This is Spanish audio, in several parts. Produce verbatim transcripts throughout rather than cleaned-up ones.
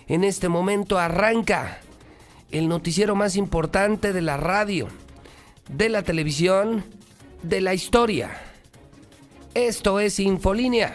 En este momento arranca el noticiero más importante de la radio, de la televisión, de la historia. Esto es Infolínea.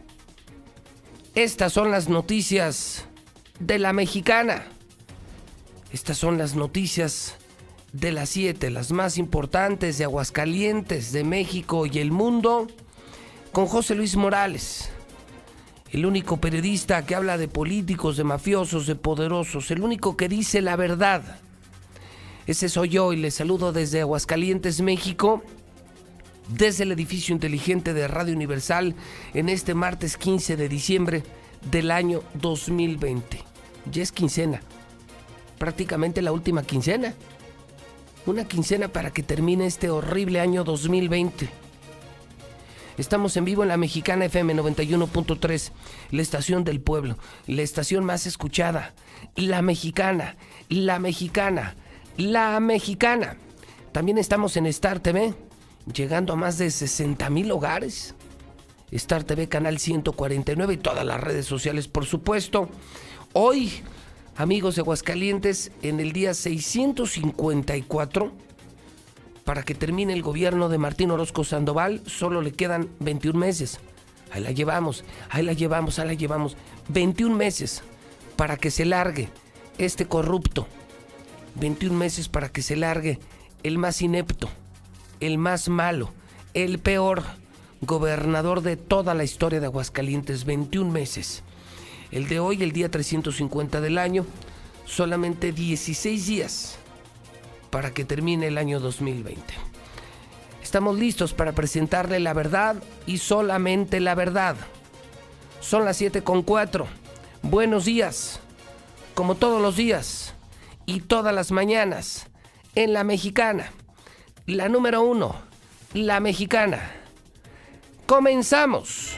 Estas son las noticias de la Mexicana. Estas son las noticias de las siete, las más importantes de Aguascalientes, de México y el mundo, con José Luis Morales. El único periodista que habla de políticos, de mafiosos, de poderosos, el único que dice la verdad. Ese soy yo y les saludo desde Aguascalientes, México, desde el edificio inteligente de Radio Universal en este martes quince de diciembre del año dos mil veinte. Ya es quincena, prácticamente la última quincena. Una quincena para que termine este horrible año dos mil veinte. Estamos en vivo en la Mexicana F M noventa y uno punto tres, la estación del pueblo, la estación más escuchada, la Mexicana, la Mexicana, la Mexicana. También estamos en Star T V, llegando a más de sesenta mil hogares. Star T V, canal ciento cuarenta y nueve y todas las redes sociales, por supuesto. Hoy, amigos de Aguascalientes, en el día seiscientos cincuenta y cuatro, para que termine el gobierno de Martín Orozco Sandoval, solo le quedan veintiún meses. Ahí la llevamos, ahí la llevamos, ahí la llevamos. veintiún meses para que se largue este corrupto. veintiún meses para que se largue el más inepto, el más malo, el peor gobernador de toda la historia de Aguascalientes. veintiún meses. El de hoy, el día trescientos cincuenta del año, solamente dieciséis días para que termine el año dos mil veinte. Estamos listos para presentarle la verdad y solamente la verdad. Son las siete con cuatro. Buenos días, como todos los días y todas las mañanas, en la Mexicana, la número uno, la Mexicana. ¡Comenzamos!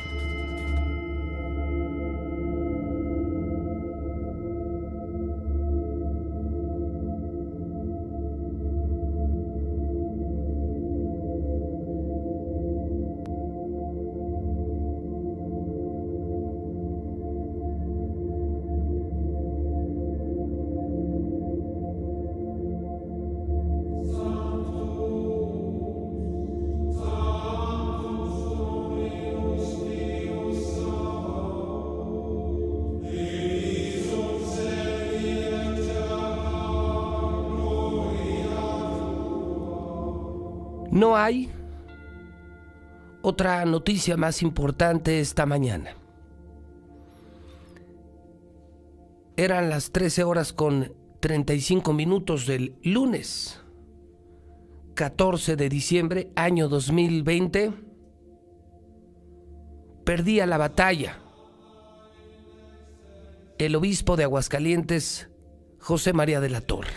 No hay otra noticia más importante esta mañana. Eran las trece horas con treinta y cinco minutos del lunes catorce de diciembre, año dos mil veinte. Perdía la batalla el obispo de Aguascalientes, José María de la Torre.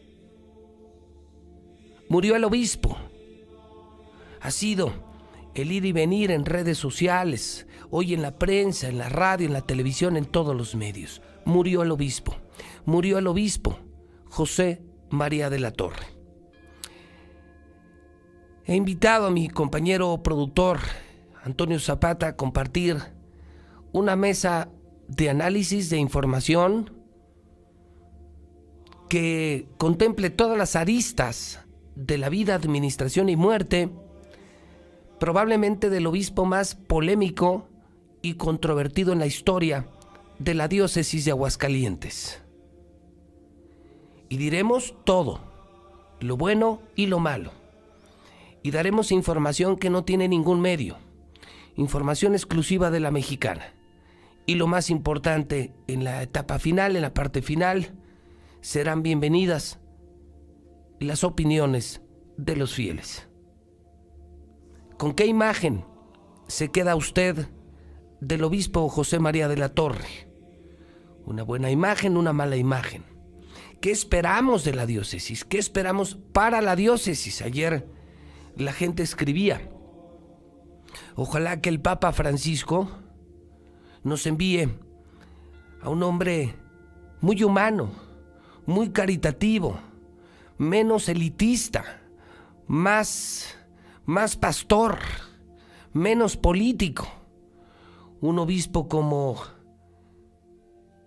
Murió el obispo. Ha sido el ir y venir en redes sociales, hoy en la prensa, en la radio, en la televisión, en todos los medios. Murió el obispo. Murió el obispo José María de la Torre. He invitado a mi compañero productor, Antonio Zapata, a compartir una mesa de análisis, de información, que contemple todas las aristas de la vida, administración y muerte, probablemente del obispo más polémico y controvertido en la historia de la diócesis de Aguascalientes. Y diremos todo, lo bueno y lo malo. Y daremos información que no tiene ningún medio, información exclusiva de la Mexicana. Y lo más importante, en la etapa final, en la parte final, serán bienvenidas las opiniones de los fieles. ¿Con qué imagen se queda usted del obispo José María de la Torre? ¿Una buena imagen, una mala imagen? ¿Qué esperamos de la diócesis? ¿Qué esperamos para la diócesis? Ayer la gente escribía: ojalá que el Papa Francisco nos envíe a un hombre muy humano, muy caritativo, menos elitista, más, más pastor, menos político. Un obispo como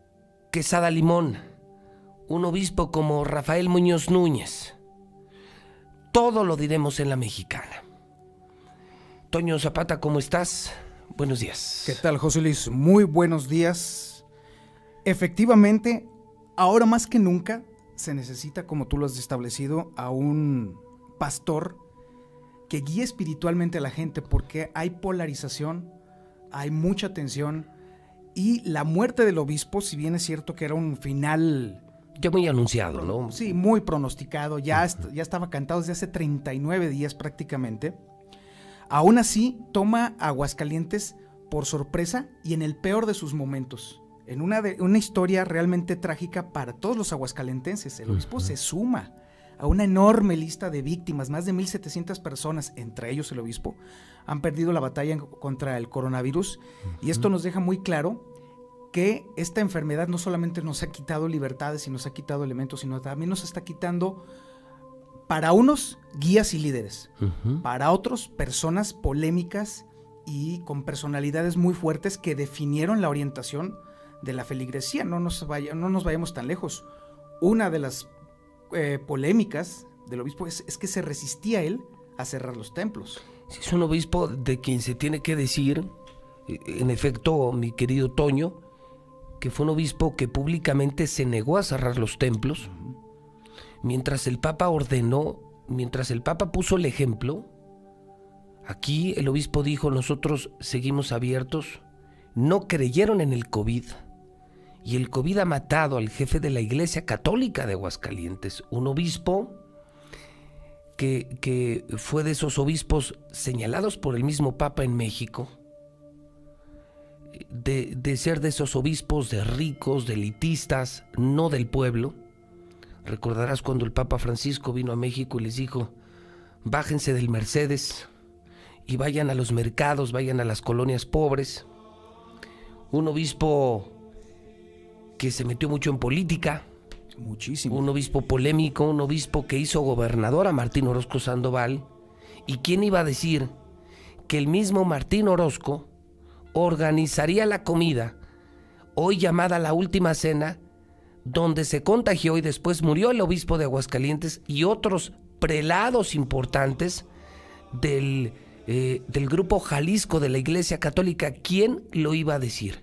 Quesada Limón, un obispo como Rafael Muñoz Núñez. Todo lo diremos en La Mexicana. Toño Zapata, ¿cómo estás? Buenos días. ¿Qué tal, José Luis? Muy buenos días. Efectivamente, ahora más que nunca se necesita, como tú lo has establecido, a un pastor que guíe espiritualmente a la gente, porque hay polarización, hay mucha tensión, y la muerte del obispo, si bien es cierto que era un final... Ya muy anunciado, ¿no? Sí, muy pronosticado, ya, est- ya estaba cantado desde hace treinta y nueve días prácticamente. Aún así, toma a Aguascalientes por sorpresa y en el peor de sus momentos. En una, de, una historia realmente trágica para todos los aguascalentenses. El obispo uh-huh. se suma a una enorme lista de víctimas. Más de mil setecientas personas, entre ellos el obispo, han perdido la batalla en, contra el coronavirus. Uh-huh. Y esto nos deja muy claro que esta enfermedad no solamente nos ha quitado libertades y nos ha quitado elementos, sino también nos está quitando, para unos, guías y líderes, uh-huh. para otros, personas polémicas y con personalidades muy fuertes que definieron la orientación de la feligresía. No nos, vaya, no nos vayamos tan lejos. Una de las eh, polémicas del obispo es, es que se resistía él a cerrar los templos. Sí, es un obispo de quien se tiene que decir, en efecto, mi querido Toño, que fue un obispo que públicamente se negó a cerrar los templos, uh-huh. mientras el Papa ordenó, mientras el Papa puso el ejemplo. Aquí el obispo dijo: nosotros seguimos abiertos. No creyeron en el COVID, y el COVID ha matado al jefe de la Iglesia Católica de Aguascalientes, un obispo que, que fue de esos obispos señalados por el mismo Papa en México, de, de ser de esos obispos de ricos, de elitistas, no del pueblo. Recordarás cuando el Papa Francisco vino a México y les dijo: bájense del Mercedes y vayan a los mercados, vayan a las colonias pobres. Un obispo que se metió mucho en política. Muchísimo. Un obispo polémico, un obispo que hizo gobernador a Martín Orozco Sandoval. ¿Y quién iba a decir que el mismo Martín Orozco organizaría la comida, hoy llamada la Última Cena, donde se contagió y después murió el obispo de Aguascalientes y otros prelados importantes del, eh, del grupo Jalisco de la Iglesia Católica? ¿Quién lo iba a decir?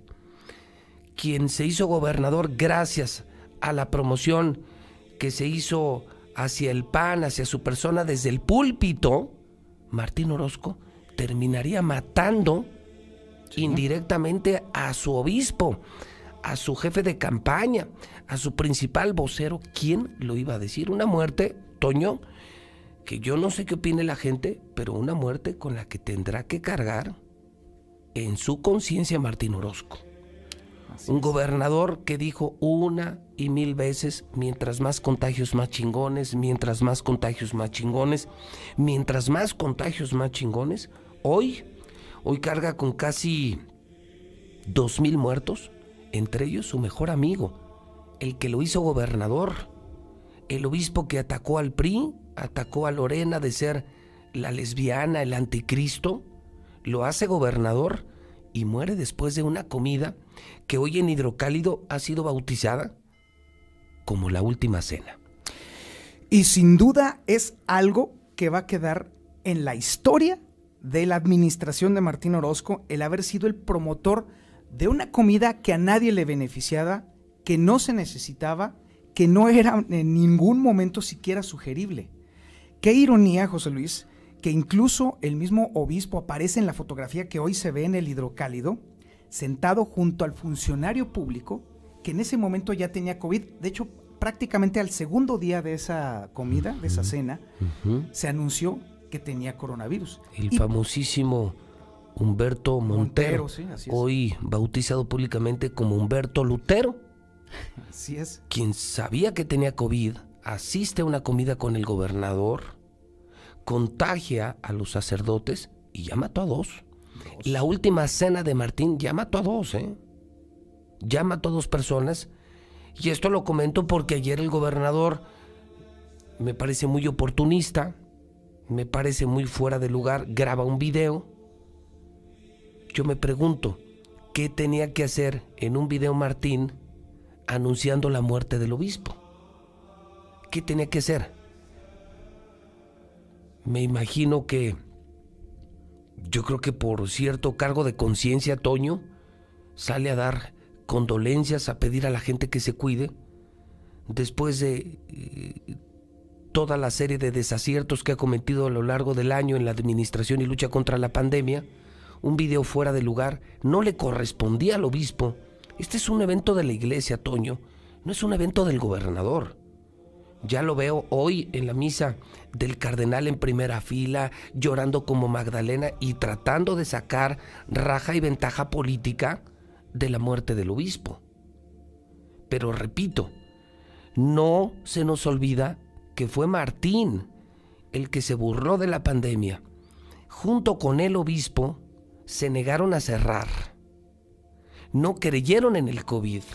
Quien se hizo gobernador gracias a la promoción que se hizo hacia el P A N, hacia su persona desde el púlpito, Martín Orozco terminaría matando sí. indirectamente a su obispo, a su jefe de campaña, a su principal vocero. ¿Quién lo iba a decir? Una muerte, Toño, que yo no sé qué opine la gente, pero una muerte con la que tendrá que cargar en su conciencia Martín Orozco. Así un es. Gobernador que dijo una y mil veces: mientras más contagios más chingones, mientras más contagios más chingones, mientras más contagios más chingones. Hoy, hoy carga con casi dos mil muertos, entre ellos su mejor amigo, el que lo hizo gobernador, el obispo que atacó al P R I, atacó a Lorena de ser la lesbiana, el anticristo, lo hace gobernador y muere después de una comida que hoy en Hidrocálido ha sido bautizada como la Última Cena. Y sin duda es algo que va a quedar en la historia de la administración de Martín Orozco, el haber sido el promotor de una comida que a nadie le beneficiaba, que no se necesitaba, que no era en ningún momento siquiera sugerible. Qué ironía, José Luis, que incluso el mismo obispo aparece en la fotografía que hoy se ve en el Hidrocálido, sentado junto al funcionario público que en ese momento ya tenía COVID. De hecho, prácticamente al segundo día de esa comida, uh-huh. de esa cena, uh-huh. se anunció que tenía coronavirus. El y, famosísimo Humberto Montero, Montero sí, así es. Hoy bautizado públicamente como Humberto Lutero. Así es. Quien sabía que tenía COVID, asiste a una comida con el gobernador, contagia a los sacerdotes y ya mató a dos. dos. La Última Cena de Martín ya mató a dos, ¿eh? Ya mató a dos personas. Y esto lo comento porque ayer el gobernador me parece muy oportunista, me parece muy fuera de lugar, graba un video. Yo me pregunto, ¿qué tenía que hacer en un video Martín anunciando la muerte del obispo. ¿Qué tenía que hacer? Me imagino que, yo creo que por cierto cargo de conciencia, Toño, sale a dar condolencias, a pedir a la gente que se cuide, después de eh, toda la serie de desaciertos que ha cometido a lo largo del año en la administración y lucha contra la pandemia. Un video fuera de lugar, no le correspondía al obispo. Este es un evento de la iglesia, Toño, no es un evento del gobernador. Ya lo veo hoy en la misa del cardenal en primera fila, llorando como Magdalena y tratando de sacar raja y ventaja política de la muerte del obispo. Pero repito, no se nos olvida que fue Martín el que se burló de la pandemia. Junto con el obispo se negaron a cerrar. No creyeron en el COVID.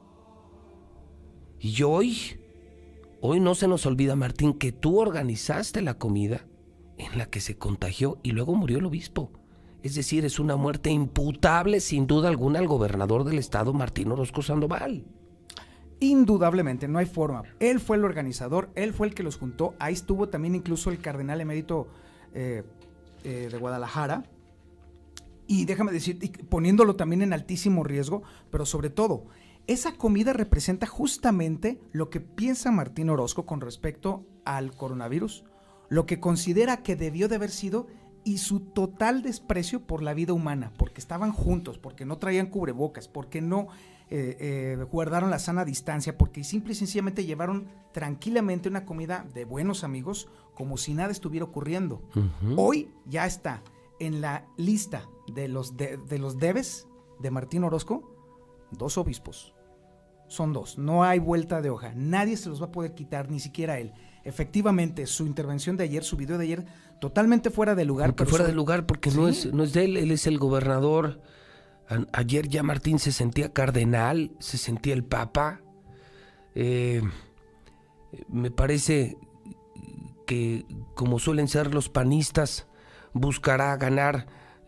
Y hoy... Hoy no se nos olvida, Martín, que tú organizaste la comida en la que se contagió y luego murió el obispo. Es decir, es una muerte imputable sin duda alguna al gobernador del estado, Martín Orozco Sandoval. Indudablemente, no hay forma. Él fue el organizador, él fue el que los juntó. Ahí estuvo también incluso el cardenal emérito eh, eh, de Guadalajara. Y déjame decir, poniéndolo también en altísimo riesgo, pero sobre todo... esa comida representa justamente lo que piensa Martín Orozco con respecto al coronavirus, lo que considera que debió de haber sido y su total desprecio por la vida humana, porque estaban juntos, porque no traían cubrebocas, porque no eh, eh, guardaron la sana distancia, porque simple y sencillamente llevaron tranquilamente una comida de buenos amigos como si nada estuviera ocurriendo. Uh-huh. Hoy ya está en la lista de los, de, de los debes de Martín Orozco dos obispos. Son dos, no hay vuelta de hoja, nadie se los va a poder quitar, ni siquiera él. Efectivamente, su intervención de ayer, su video de ayer, totalmente fuera de lugar. Porque pero fuera sobre... de lugar, porque ¿Sí? no es, no es de él, él es el gobernador. A- ayer ya Martín se sentía cardenal, se sentía el papa. Eh, me parece que, como suelen ser los panistas, buscará ganar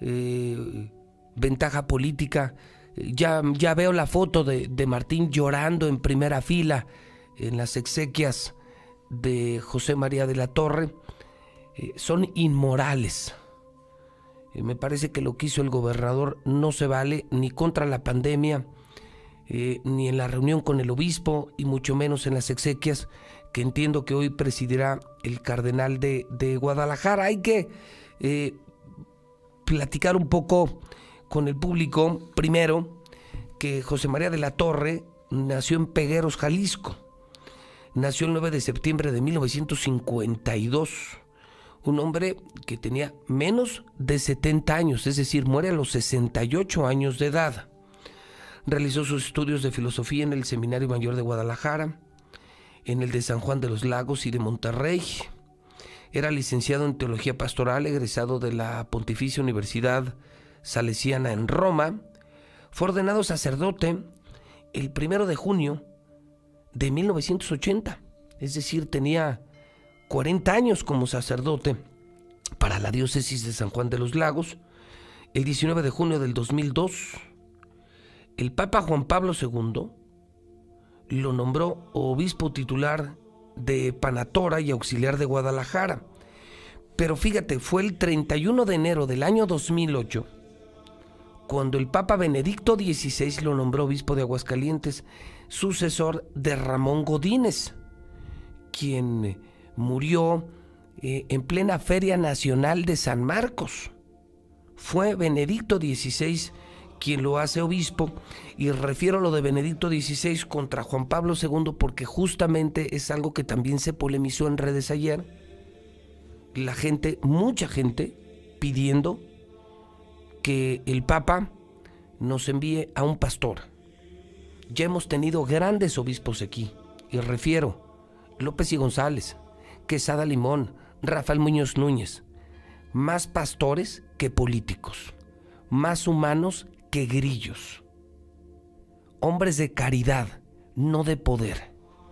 eh, ventaja política. Ya, ya veo la foto de, de Martín llorando en primera fila en las exequias de José María de la Torre. Eh, son inmorales. Eh, me parece que lo que hizo el gobernador no se vale ni contra la pandemia, eh, ni en la reunión con el obispo, y mucho menos en las exequias que entiendo que hoy presidirá el cardenal de, de Guadalajara. Hay que eh, platicar un poco con el público, primero, que José María de la Torre nació en Pegueros, Jalisco. Nació el nueve de septiembre de mil novecientos cincuenta y dos. Un hombre que tenía menos de setenta años, es decir, muere a los sesenta y ocho años de edad. Realizó sus estudios de filosofía en el Seminario Mayor de Guadalajara, en el de San Juan de los Lagos y de Monterrey. Era licenciado en Teología Pastoral, egresado de la Pontificia Universidad Salesiana en Roma. Fue ordenado sacerdote el primero de junio de mil novecientos ochenta, es decir, tenía cuarenta años como sacerdote para la diócesis de San Juan de los Lagos. El diecinueve de junio del dos mil dos, el Papa Juan Pablo segundo lo nombró obispo titular de Panatora y auxiliar de Guadalajara. Pero fíjate, fue el treinta y uno de enero del año dos mil ocho cuando el Papa Benedicto dieciséis lo nombró obispo de Aguascalientes, sucesor de Ramón Godínez, quien murió eh, en plena Feria Nacional de San Marcos. Fue Benedicto dieciséis quien lo hace obispo, y refiero lo de Benedicto dieciséis contra Juan Pablo segundo porque justamente es algo que también se polemizó en redes ayer. La gente, mucha gente, pidiendo que el Papa nos envíe a un pastor. Ya hemos tenido grandes obispos aquí, y refiero López y González, Quesada Limón, Rafael Muñoz Núñez. Más pastores que políticos, más humanos que grillos. Hombres de caridad, no de poder.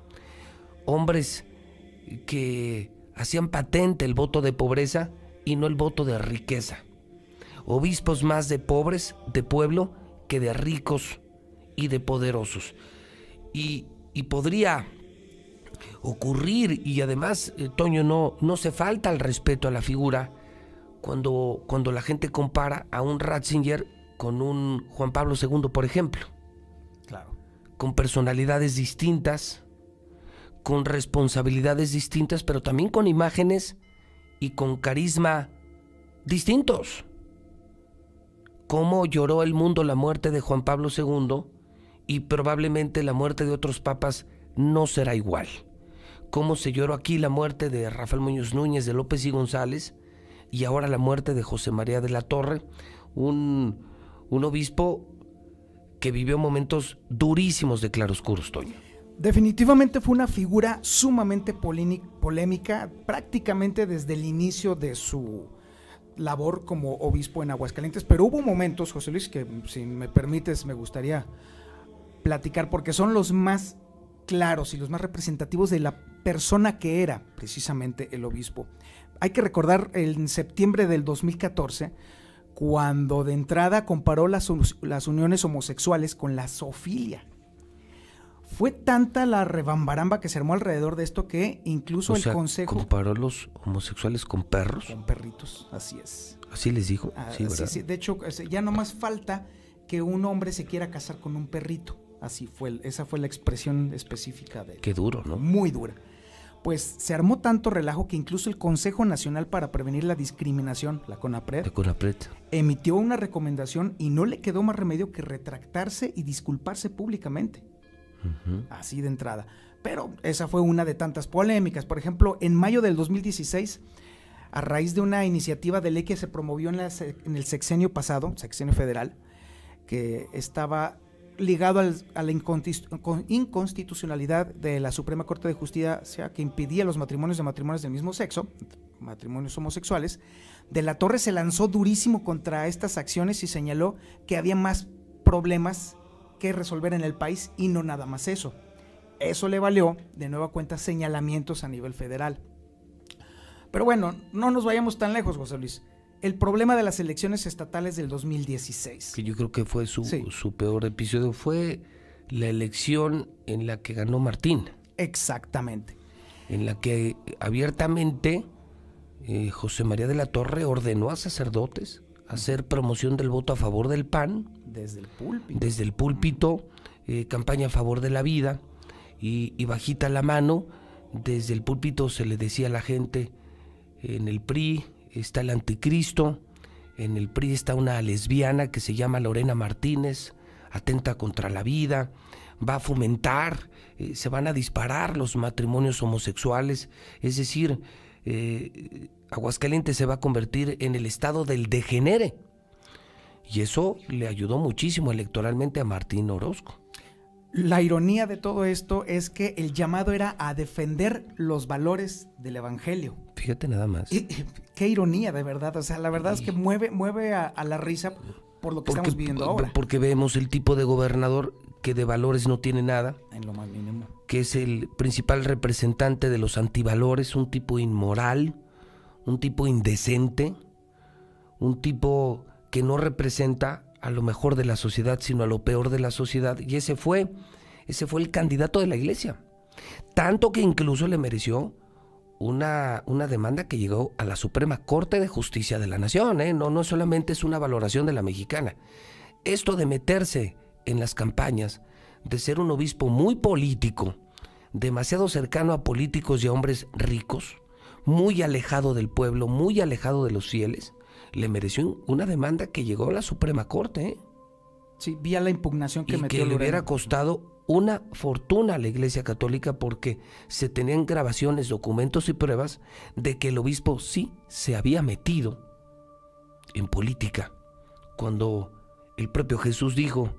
Hombres que hacían patente el voto de pobreza y no el voto de riqueza. Obispos más de pobres, de pueblo, que de ricos y de poderosos. y, y podría ocurrir, y además, eh, Toño, no, no se falta el respeto a la figura cuando, cuando la gente compara a un Ratzinger con un Juan Pablo segundo, por ejemplo. Claro. Con personalidades distintas, con responsabilidades distintas, pero también con imágenes y con carisma distintos. Cómo lloró el mundo la muerte de Juan Pablo segundo y probablemente la muerte de otros papas no será igual. Cómo se lloró aquí la muerte de Rafael Muñoz Núñez, de López y González, y ahora la muerte de José María de la Torre, un, un obispo que vivió momentos durísimos de claroscuros, Toño. Definitivamente fue una figura sumamente polémica, prácticamente desde el inicio de su labor como obispo en Aguascalientes, pero hubo momentos, José Luis, que si me permites me gustaría platicar, porque son los más claros y los más representativos de la persona que era precisamente el obispo. Hay que recordar en septiembre del dos mil catorce, cuando de entrada comparó las, las uniones homosexuales con la zoofilia. Fue tanta la rebambaramba que se armó alrededor de esto que incluso o el sea, consejo... ¿comparó los homosexuales con perros? Con perritos, así es. ¿Así les dijo? Ah, sí, ¿verdad? Sí, sí. De hecho, ya no más falta que un hombre se quiera casar con un perrito. Así fue, esa fue la expresión específica de él. Qué duro, ¿no? Muy dura. Pues se armó tanto relajo que incluso el Consejo Nacional para Prevenir la Discriminación, la CONAPRED, De CONAPRED, emitió una recomendación y no le quedó más remedio que retractarse y disculparse públicamente. Uh-huh. Así de entrada. Pero esa fue una de tantas polémicas. Por ejemplo, en mayo del dos mil dieciséis, a raíz de una iniciativa de ley que se promovió en, la, en el sexenio pasado, sexenio federal, que estaba ligado al, a la inconstitucionalidad de la Suprema Corte de Justicia, que impidía los matrimonios de matrimonios del mismo sexo, matrimonios homosexuales, De la Torre se lanzó durísimo contra estas acciones y señaló que había más problemas que resolver en el país y no nada más eso. Eso le valió, de nueva cuenta, señalamientos a nivel federal. Pero bueno, no nos vayamos tan lejos, José Luis. El problema de las elecciones estatales del dos mil dieciséis. Que yo creo que fue su, sí. su peor episodio, fue la elección en la que ganó Martín. Exactamente. En la que abiertamente eh, José María de la Torre ordenó a sacerdotes hacer promoción del voto a favor del P A N. Desde el púlpito. Desde el púlpito, eh, campaña a favor de la vida, y, y bajita la mano, desde el púlpito se le decía a la gente, en el P R I está el anticristo, en el P R I está una lesbiana que se llama Lorena Martínez, atenta contra la vida, va a fomentar, eh, se van a disparar los matrimonios homosexuales, es decir, eh, Aguascalientes se va a convertir en el estado del degenere. Y eso le ayudó muchísimo electoralmente a Martín Orozco. La ironía de todo esto es que el llamado era a defender los valores del evangelio. Fíjate nada más. Y, y, qué ironía, de verdad. O sea, la verdad y... es que mueve, mueve a, a la risa por lo que porque, estamos viviendo ahora. Porque vemos el tipo de gobernador que de valores no tiene nada. En lo más mínimo. Que es el principal representante de los antivalores, un tipo inmoral, un tipo indecente, un tipo que no representa a lo mejor de la sociedad, sino a lo peor de la sociedad. Y ese fue, ese fue el candidato de la iglesia. Tanto que incluso le mereció una, una demanda que llegó a la Suprema Corte de Justicia de la Nación, ¿eh? No, no solamente es una valoración de la mexicana. Esto de meterse en las campañas, de ser un obispo muy político, demasiado cercano a políticos y a hombres ricos, muy alejado del pueblo, muy alejado de los fieles, le mereció una demanda que llegó a la Suprema Corte, ¿eh? Sí, vía la impugnación que y metió que le Lorena. hubiera costado una fortuna a la Iglesia Católica, porque se tenían grabaciones, documentos y pruebas de que el obispo sí se había metido en política, cuando el propio Jesús dijo: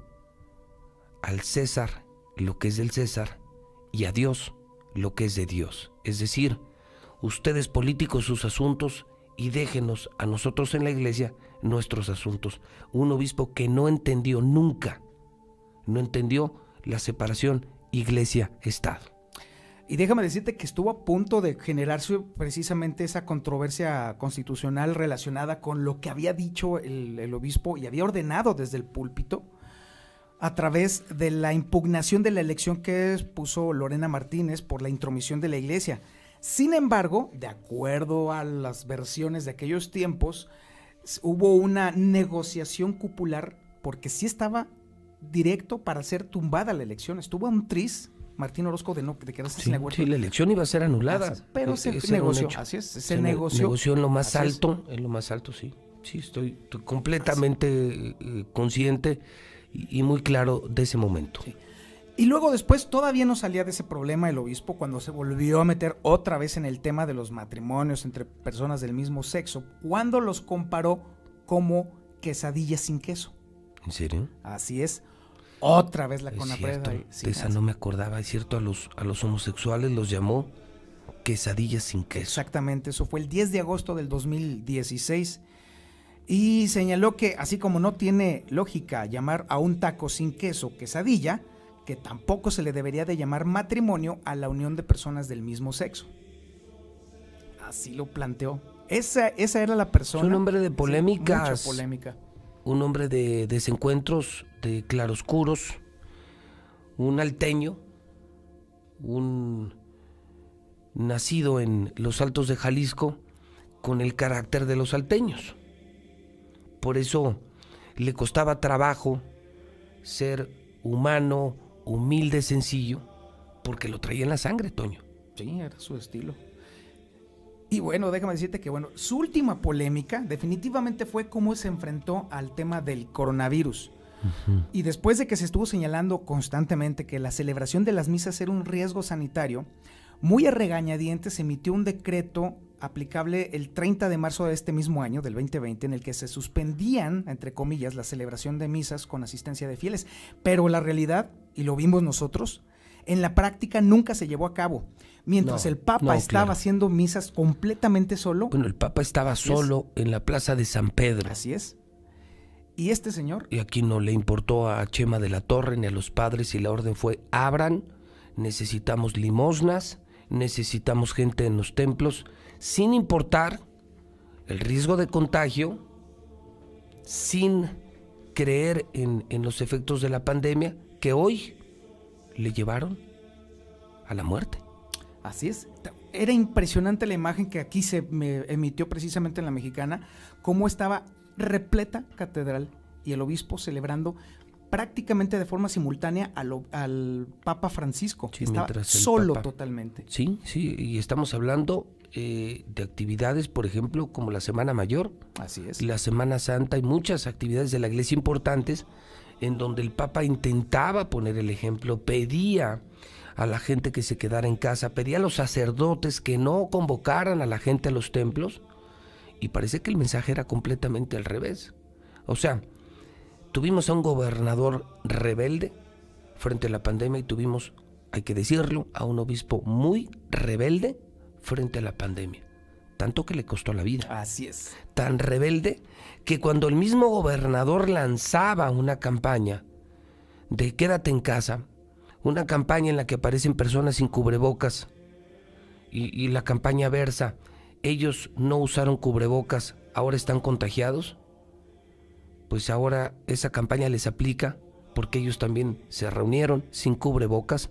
al César lo que es del César y a Dios lo que es de Dios. Es decir, ustedes políticos sus asuntos y déjenos a nosotros en la iglesia nuestros asuntos. Un obispo que no entendió nunca, no entendió la separación iglesia-estado. Y déjame decirte que estuvo a punto de generarse precisamente esa controversia constitucional relacionada con lo que había dicho el, el obispo y había ordenado desde el púlpito a través de la impugnación de la elección que puso Lorena Martínez por la intromisión de la iglesia. Sin embargo, de acuerdo a las versiones de aquellos tiempos, hubo una negociación cupular porque sí estaba directo para ser tumbada la elección. Estuvo a un tris Martín Orozco de no de quedarse sí, sin la huerta. Sí, la elección iba a ser anulada. Así, pero e- se ese negoció, era un hecho. así es, se, Se negoció. negoció en lo más Así es. alto, en lo más alto, sí. Sí, estoy, estoy completamente eh, consciente y, y muy claro de ese momento. Sí. Y luego después todavía no salía de ese problema el obispo cuando se volvió a meter otra vez en el tema de los matrimonios entre personas del mismo sexo, cuando los comparó como quesadillas sin queso. ¿En serio? Así es. Otra vez la Es CONAPRED. cierto, ahí, sí, de esa así. no me acordaba. Es cierto, a los, a los homosexuales los llamó quesadillas sin queso. Exactamente, eso fue el diez de agosto del dos mil dieciséis. Y señaló que así como no tiene lógica llamar a un taco sin queso quesadilla, que tampoco se le debería de llamar matrimonio a la unión de personas del mismo sexo. Así lo planteó. Esa, esa era la persona. Es un hombre de polémicas. Sí, mucha polémica. Un hombre de desencuentros, de claroscuros, un alteño, un nacido en los Altos de Jalisco con el carácter de los salteños. Por eso le costaba trabajo ser humano, humilde, sencillo, porque lo traía en la sangre, Toño. Sí, era su estilo. Y bueno, déjame decirte que bueno, su última polémica definitivamente fue cómo se enfrentó al tema del coronavirus. Uh-huh. Y después de que se estuvo señalando constantemente que la celebración de las misas era un riesgo sanitario, muy a regañadientes se emitió un decreto aplicable el treinta de marzo de este mismo año, del veinte veinte, en el que se suspendían, entre comillas, la celebración de misas con asistencia de fieles. Pero la realidad, y lo vimos nosotros, en la práctica nunca se llevó a cabo. Mientras no, el Papa no, estaba claro. haciendo misas completamente solo. Bueno, el Papa estaba Así solo es. en la plaza de San Pedro. Así es. Y este señor... Y aquí no le importó a Chema de la Torre ni a los padres y la orden fue: abran, necesitamos limosnas, necesitamos gente en los templos, sin importar el riesgo de contagio, sin creer en, en los efectos de la pandemia que hoy le llevaron a la muerte. Así es. Era impresionante la imagen que aquí se me emitió precisamente en La Mexicana, cómo estaba repleta catedral y el obispo celebrando prácticamente de forma simultánea al, al Papa Francisco, Sí, que estaba mientras el solo Papa- totalmente. Sí, sí, y estamos hablando eh, de actividades, por ejemplo, como la Semana Mayor, Así es. la Semana Santa, y muchas actividades de la iglesia importantes en donde el Papa intentaba poner el ejemplo, pedía a la gente que se quedara en casa, pedía a los sacerdotes que no convocaran a la gente a los templos, y parece que el mensaje era completamente al revés. O sea, tuvimos a un gobernador rebelde frente a la pandemia y tuvimos, hay que decirlo, a un obispo muy rebelde frente a la pandemia. Tanto que le costó la vida. Así es. Tan rebelde que cuando el mismo gobernador lanzaba una campaña de quédate en casa, una campaña en la que aparecen personas sin cubrebocas y, y la campaña versa, ellos no usaron cubrebocas, ahora están contagiados, pues ahora esa campaña les aplica porque ellos también se reunieron sin cubrebocas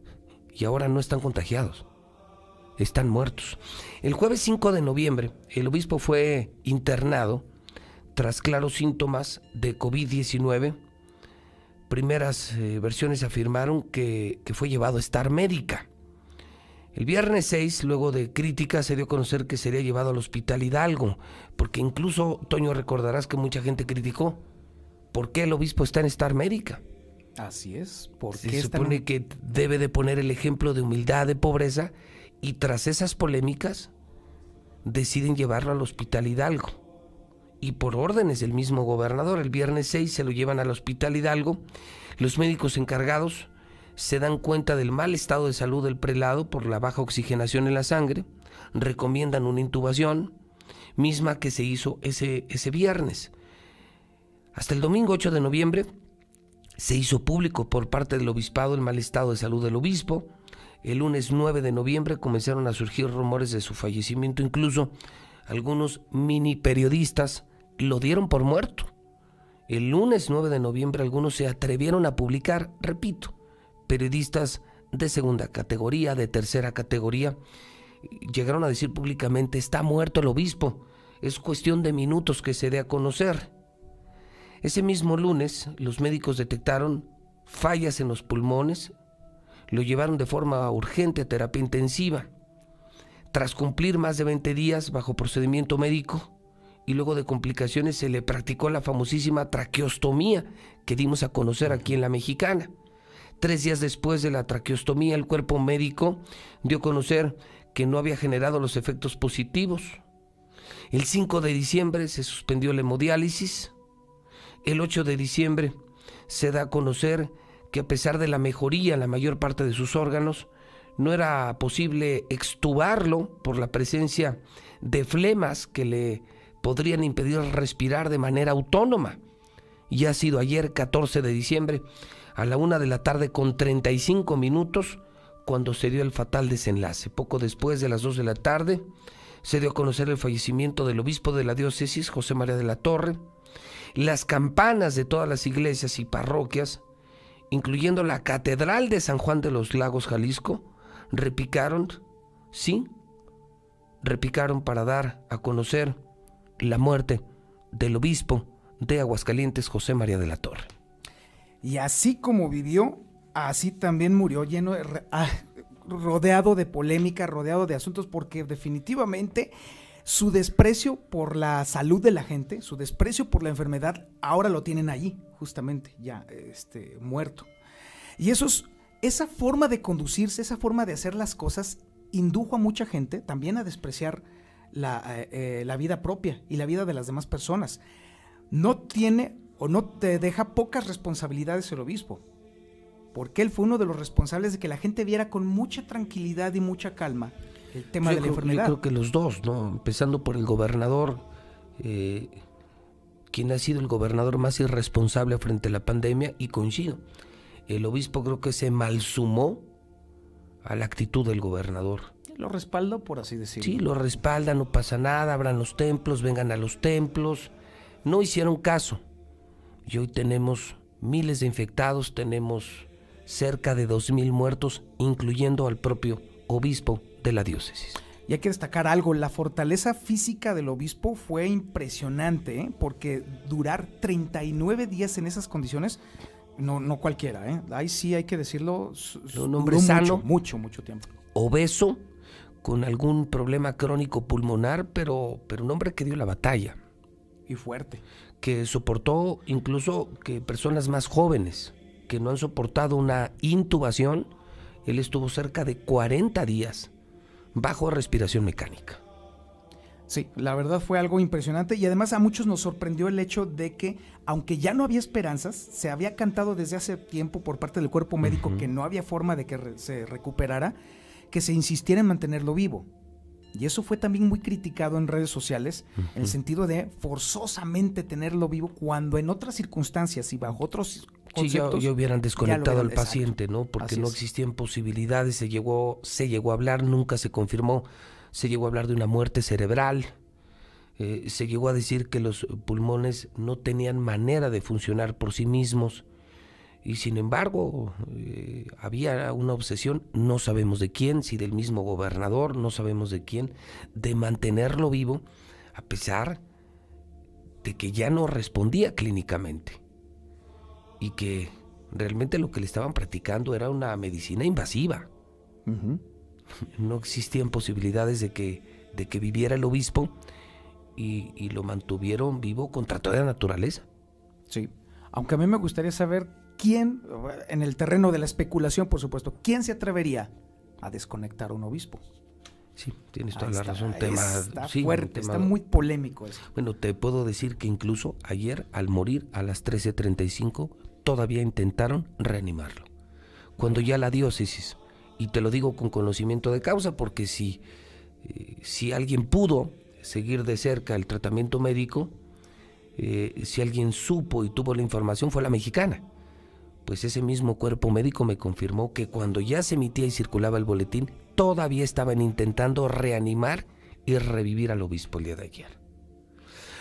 y ahora no están contagiados. Están muertos. El jueves cinco de noviembre, el obispo fue internado tras claros síntomas de covid diecinueve. Primeras eh, versiones afirmaron que, que fue llevado a Star Médica. El viernes seis, luego de críticas, se dio a conocer que sería llevado al Hospital Hidalgo, porque incluso, Toño, recordarás que mucha gente criticó por qué el obispo está en Star Médica. Así es. Porque Se supone que debe de poner el ejemplo de humildad, de pobreza, y tras esas polémicas deciden llevarlo al Hospital Hidalgo. Y por órdenes del mismo gobernador, el viernes seis se lo llevan al Hospital Hidalgo. Los médicos encargados se dan cuenta del mal estado de salud del prelado por la baja oxigenación en la sangre, recomiendan una intubación, misma que se hizo ese, ese viernes. Hasta el domingo ocho de noviembre se hizo público por parte del obispado el mal estado de salud del obispo. El lunes nueve de noviembre comenzaron a surgir rumores de su fallecimiento, incluso algunos mini periodistas lo dieron por muerto El lunes nueve de noviembre algunos se atrevieron a publicar, repito, periodistas de segunda categoría, de tercera categoría, llegaron a decir públicamente: está muerto el obispo, es cuestión de minutos que se dé a conocer. Ese mismo lunes los médicos detectaron fallas en los pulmones, lo llevaron de forma urgente a terapia intensiva. Tras cumplir más de veinte días bajo procedimiento médico y luego de complicaciones, se le practicó la famosísima traqueostomía que dimos a conocer aquí en La Mexicana. Tres días después de la traqueostomía, el cuerpo médico dio a conocer que no había generado los efectos positivos. El cinco de diciembre se suspendió la hemodiálisis. El ocho de diciembre se da a conocer que, a pesar de la mejoría en la mayor parte de sus órganos, no era posible extubarlo por la presencia de flemas que le podrían impedir respirar de manera autónoma. Y ha sido ayer, catorce de diciembre, a la una de la tarde con treinta y cinco minutos, cuando se dio el fatal desenlace. Poco después de las dos de la tarde, se dio a conocer el fallecimiento del obispo de la diócesis, José María de la Torre. Las campanas de todas las iglesias y parroquias, incluyendo la Catedral de San Juan de los Lagos, Jalisco, repicaron, sí, repicaron para dar a conocer la muerte del obispo de Aguascalientes, José María de la Torre. Y así como vivió, así también murió, lleno de, ah, rodeado de polémica, rodeado de asuntos, porque definitivamente su desprecio por la salud de la gente, su desprecio por la enfermedad, ahora lo tienen allí, justamente, ya este, muerto. Y eso es, esa forma de conducirse, esa forma de hacer las cosas, indujo a mucha gente también a despreciar la, eh, la vida propia y la vida de las demás personas. No tiene o no te deja pocas responsabilidades el obispo, porque él fue uno de los responsables de que la gente viera con mucha tranquilidad y mucha calma el tema yo de la creo, enfermedad. Yo creo que los dos, ¿no? Empezando por el gobernador, eh, quien ha sido el gobernador más irresponsable frente a la pandemia, y coincido. El obispo creo que se malsumó a la actitud del gobernador. Lo respalda, por así decirlo. Sí, lo respalda, no pasa nada, abran los templos, vengan a los templos. No hicieron caso. Y hoy tenemos miles de infectados, tenemos cerca de dos mil muertos, incluyendo al propio obispo de la diócesis. Y hay que destacar algo, la fortaleza física del obispo fue impresionante, ¿eh? Porque durar treinta y nueve días en esas condiciones, no, no cualquiera, ¿eh? Ahí sí hay que decirlo, un hombre sano, mucho, mucho, mucho tiempo. Obeso, con algún problema crónico pulmonar, pero, pero un hombre que dio la batalla. Y fuerte. Que soportó incluso que personas más jóvenes, que no han soportado una intubación, él estuvo cerca de cuarenta días bajo respiración mecánica. Sí, la verdad fue algo impresionante, y además a muchos nos sorprendió el hecho de que, aunque ya no había esperanzas, se había cantado desde hace tiempo por parte del cuerpo médico uh-huh. que no había forma de que re- se recuperara, que se insistiera en mantenerlo vivo. Y eso fue también muy criticado en redes sociales, uh-huh. en el sentido de forzosamente tenerlo vivo, cuando en otras circunstancias y bajo otros conceptos... Sí, ya, ya hubieran desconectado ya hubieran, al paciente, exacto. ¿no? Porque Así no es. existían posibilidades, se llegó, se llegó a hablar, nunca se confirmó, se llegó a hablar de una muerte cerebral, eh, se llegó a decir que los pulmones no tenían manera de funcionar por sí mismos, y sin embargo eh, había una obsesión, no sabemos de quién, si del mismo gobernador, no sabemos de quién, de mantenerlo vivo a pesar de que ya no respondía clínicamente y que realmente lo que le estaban practicando era una medicina invasiva. Uh-huh. No existían posibilidades de que, de que viviera el obispo, y, y lo mantuvieron vivo contra toda la naturaleza. Sí, aunque a mí me gustaría saber quién, en el terreno de la especulación, por supuesto, ¿quién se atrevería a desconectar a un obispo? Sí, tienes toda Ahí la está, razón. Tema, está sí, fuerte, tema, está muy polémico eso. Bueno, te puedo decir que incluso ayer, al morir a las trece treinta y cinco, todavía intentaron reanimarlo. Cuando ya la diócesis, y te lo digo con conocimiento de causa, porque si, eh, si alguien pudo seguir de cerca el tratamiento médico, eh, si alguien supo y tuvo la información, fue La Mexicana. Pues ese mismo cuerpo médico me confirmó que cuando ya se emitía y circulaba el boletín, todavía estaban intentando reanimar y revivir al obispo el día de ayer.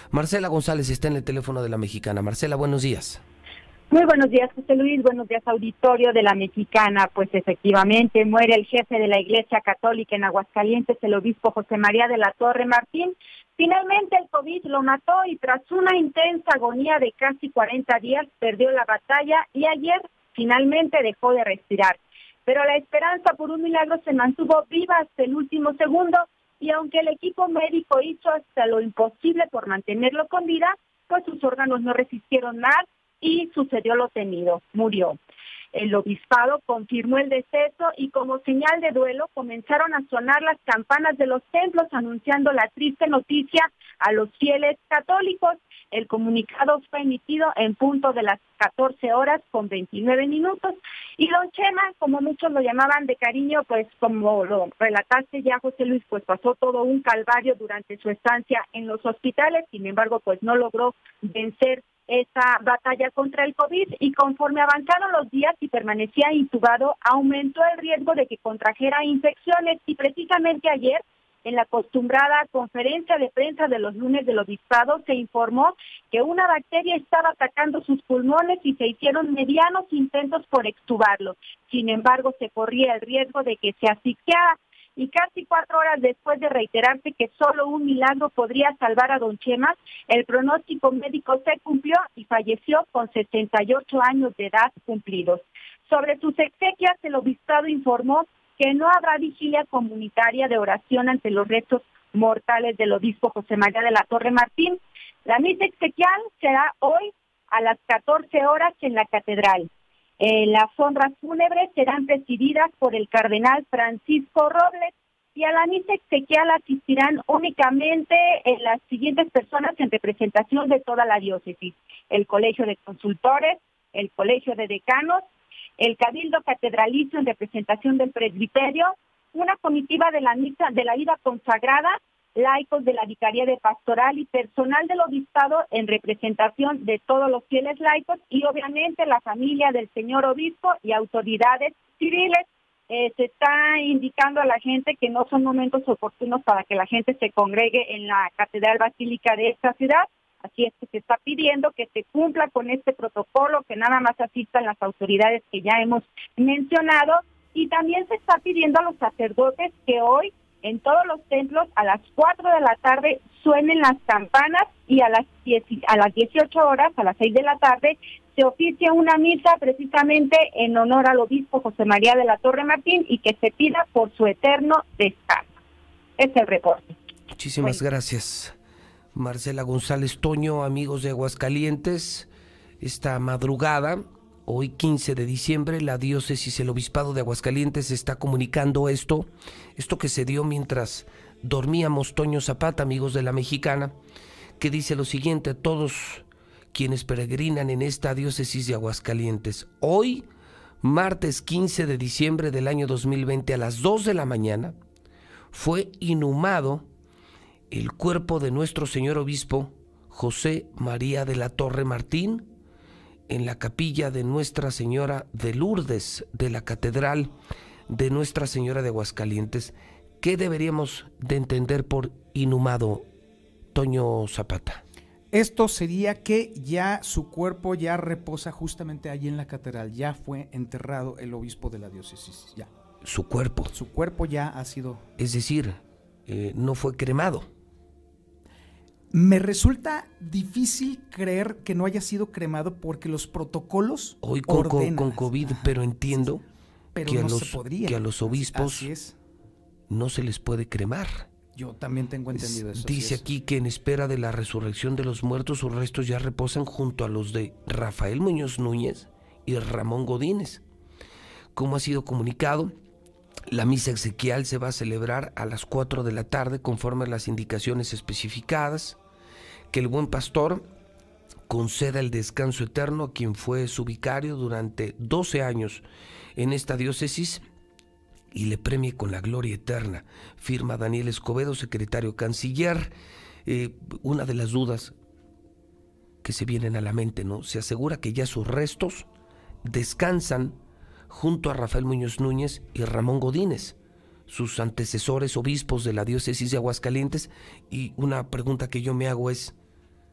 Marcela González está en el teléfono de La Mexicana. Marcela, buenos días. Muy buenos días, José Luis. Buenos días, auditorio de La Mexicana. Pues efectivamente muere el jefe de la Iglesia Católica en Aguascalientes, el obispo José María de la Torre Martín. Finalmente el COVID lo mató y tras una intensa agonía de casi cuarenta días perdió la batalla y ayer finalmente dejó de respirar. Pero la esperanza por un milagro se mantuvo viva hasta el último segundo y aunque el equipo médico hizo hasta lo imposible por mantenerlo con vida, pues sus órganos no resistieron más y sucedió lo temido, murió. El obispado confirmó el deceso y como señal de duelo comenzaron a sonar las campanas de los templos anunciando la triste noticia a los fieles católicos. El comunicado fue emitido en punto de las catorce horas con veintinueve minutos y don Chema, como muchos lo llamaban de cariño, pues como lo relataste ya, José Luis, pues pasó todo un calvario durante su estancia en los hospitales, sin embargo, pues no logró vencer esa batalla contra el COVID y conforme avanzaron los días y permanecía intubado, aumentó el riesgo de que contrajera infecciones y precisamente ayer, en la acostumbrada conferencia de prensa de los lunes del obispado, se informó que una bacteria estaba atacando sus pulmones y se hicieron medianos intentos por extubarlo. Sin embargo, se corría el riesgo de que se asfixiara. Y casi cuatro horas después de reiterarse que solo un milagro podría salvar a don Chema, el pronóstico médico se cumplió y falleció con sesenta y ocho años de edad cumplidos. Sobre sus exequias, el obispado informó que no habrá vigilia comunitaria de oración ante los restos mortales del obispo José María de la Torre Martín. La misa exequial será hoy a las catorce horas en la catedral. Eh, las honras fúnebres serán presididas por el cardenal Francisco Robles y a la misa exequial asistirán únicamente eh, las siguientes personas en representación de toda la diócesis: el Colegio de Consultores, el Colegio de Decanos, el Cabildo Catedralicio en representación del presbiterio, una comitiva de la misa de la vida consagrada, laicos de la Vicaría de Pastoral y personal del obispado en representación de todos los fieles laicos y obviamente la familia del señor obispo y autoridades civiles. Eh, se está indicando a la gente que no son momentos oportunos para que la gente se congregue en la Catedral Basílica de esta ciudad, así es que se está pidiendo que se cumpla con este protocolo, que nada más asistan las autoridades que ya hemos mencionado y también se está pidiendo a los sacerdotes que hoy en todos los templos a las cuatro de la tarde suenen las campanas y a las diez, a las dieciocho horas, a las seis de la tarde, se oficia una misa precisamente en honor al obispo José María de la Torre Martín y que se pida por su eterno descanso. Es el reporte. Muchísimas bueno. gracias, Marcela González Toño. Amigos de Aguascalientes, esta madrugada, hoy quince de diciembre, la diócesis, el obispado de Aguascalientes está comunicando esto, esto que se dio mientras dormíamos, Toño Zapata, amigos de La Mexicana, que dice lo siguiente: todos quienes peregrinan en esta diócesis de Aguascalientes, hoy, martes quince de diciembre del año dos mil veinte, a las dos de la mañana, fue inhumado el cuerpo de nuestro señor obispo José María de la Torre Martín, en la capilla de Nuestra Señora de Lourdes, de la Catedral de Nuestra Señora de Aguascalientes. ¿Qué deberíamos de entender por inhumado, Toño Zapata? Esto sería que ya su cuerpo ya reposa justamente allí en la catedral, ya fue enterrado el obispo de la diócesis, ya. Su cuerpo. Su cuerpo ya ha sido... Es decir, eh, no fue cremado. Me resulta difícil creer que no haya sido cremado porque los protocolos hoy con, ordenan. con COVID, ajá, pero entiendo pero que, no a los, se podría. que a los obispos así es. No se les puede cremar. Yo también tengo entendido eso. Dice aquí que en espera de la resurrección de los muertos, sus restos ya reposan junto a los de Rafael Muñoz Núñez y Ramón Godínez. Como ha sido comunicado, la misa exequial se va a celebrar a las cuatro de la tarde conforme a las indicaciones especificadas, que el buen pastor conceda el descanso eterno a quien fue su vicario durante doce años en esta diócesis y le premie con la gloria eterna. Firma Daniel Escobedo, secretario canciller. Eh, una de las dudas que se vienen a la mente, ¿no? Se asegura que ya sus restos descansan junto a Rafael Muñoz Núñez y Ramón Godínez, sus antecesores obispos de la diócesis de Aguascalientes, y una pregunta que yo me hago es,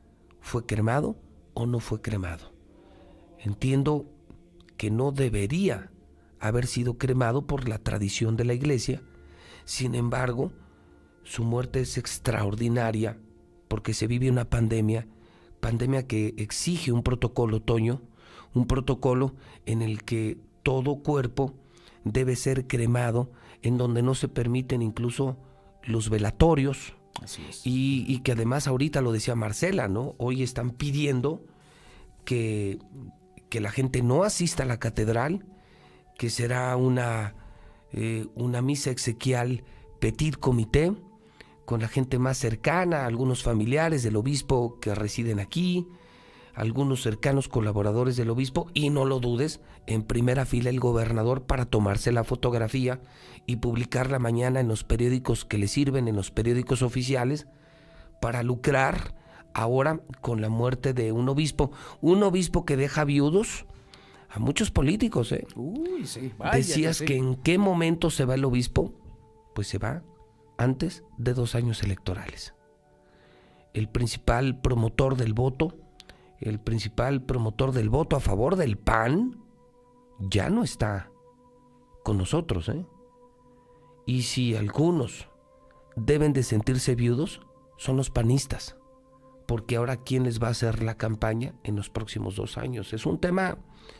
¿Fue cremado o no fue cremado? Entiendo que no debería haber sido cremado por la tradición de la iglesia. Sin embargo, su muerte es extraordinaria porque se vive una pandemia, pandemia que exige un protocolo, Toño, un protocolo en el que todo cuerpo debe ser cremado, en donde no se permiten incluso los velatorios. Así es. Y, y que además ahorita lo decía Marcela, ¿no? Hoy están pidiendo que, que la gente no asista a la catedral, que será una, eh, una misa exequial petit comité, con la gente más cercana, algunos familiares del obispo que residen aquí, algunos cercanos colaboradores del obispo, y no lo dudes, en primera fila el gobernador para tomarse la fotografía y publicarla mañana en los periódicos que le sirven, en los periódicos oficiales, para lucrar ahora con la muerte de un obispo, un obispo que deja viudos a muchos políticos, ¿eh? Uy, sí, vaya, Decías sí. que en qué momento se va el obispo, pues se va antes de dos años electorales. El principal promotor del voto, el principal promotor del voto a favor del P A N, ya no está con nosotros, ¿eh? Y si algunos deben de sentirse viudos, son los panistas, porque ahora ¿quién les va a hacer la campaña en los próximos dos años? Es un tema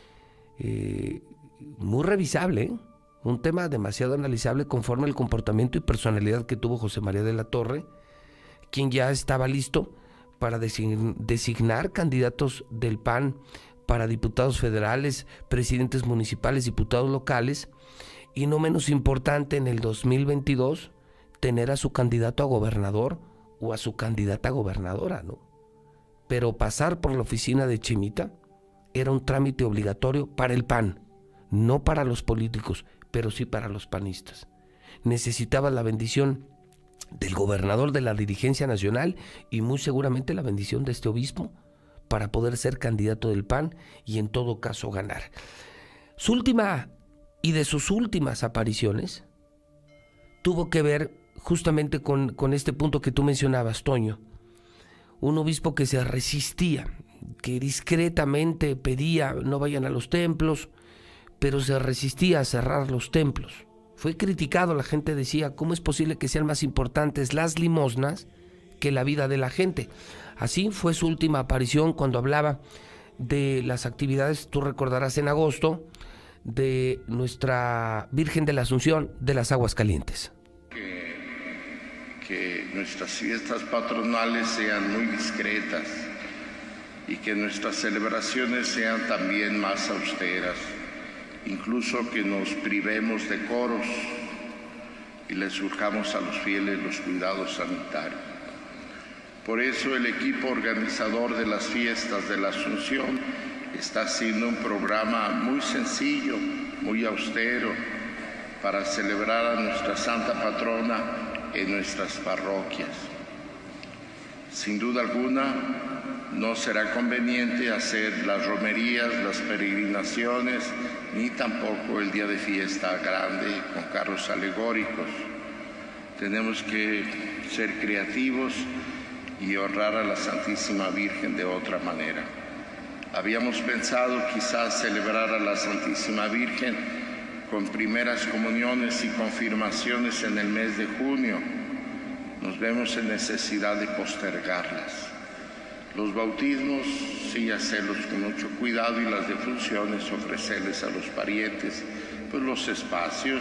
eh, muy revisable, ¿eh? Un tema demasiado analizable conforme al comportamiento y personalidad que tuvo José María de la Torre, quien ya estaba listo para design- designar candidatos del P A N para diputados federales, presidentes municipales, diputados locales, y no menos importante en el dos mil veintidós, tener a su candidato a gobernador o a su candidata a gobernadora, ¿no? Pero pasar por la oficina de Chemita era un trámite obligatorio para el P A N, no para los políticos, pero sí para los panistas. Necesitaba la bendición del gobernador, de la dirigencia nacional, y muy seguramente la bendición de este obispo para poder ser candidato del P A N y en todo caso ganar. Su última y de sus últimas apariciones tuvo que ver justamente con, con este punto que tú mencionabas, Toño. Un obispo que se resistía, que discretamente pedía no vayan a los templos, pero se resistía a cerrar los templos. Fue criticado, la gente decía, ¿cómo es posible que sean más importantes las limosnas que la vida de la gente? Así fue su última aparición cuando hablaba de las actividades, tú recordarás, en agosto, de nuestra Virgen de la Asunción de las Aguas Calientes. Que, que nuestras fiestas patronales sean muy discretas y que nuestras celebraciones sean también más austeras. Incluso que nos privemos de coros y les surjamos a los fieles los cuidados sanitarios. Por eso el equipo organizador de las fiestas de la Asunción está haciendo un programa muy sencillo, muy austero, para celebrar a nuestra Santa Patrona en nuestras parroquias. Sin duda alguna, no será conveniente hacer las romerías, las peregrinaciones, ni tampoco el día de fiesta grande con carros alegóricos. Tenemos que ser creativos y honrar a la Santísima Virgen de otra manera. Habíamos pensado quizás celebrar a la Santísima Virgen con primeras comuniones y confirmaciones en el mes de junio. Nos vemos en necesidad de postergarlas. Los bautismos, sí, hacerlos con mucho cuidado, y las defunciones, ofrecerles a los parientes, pues los espacios.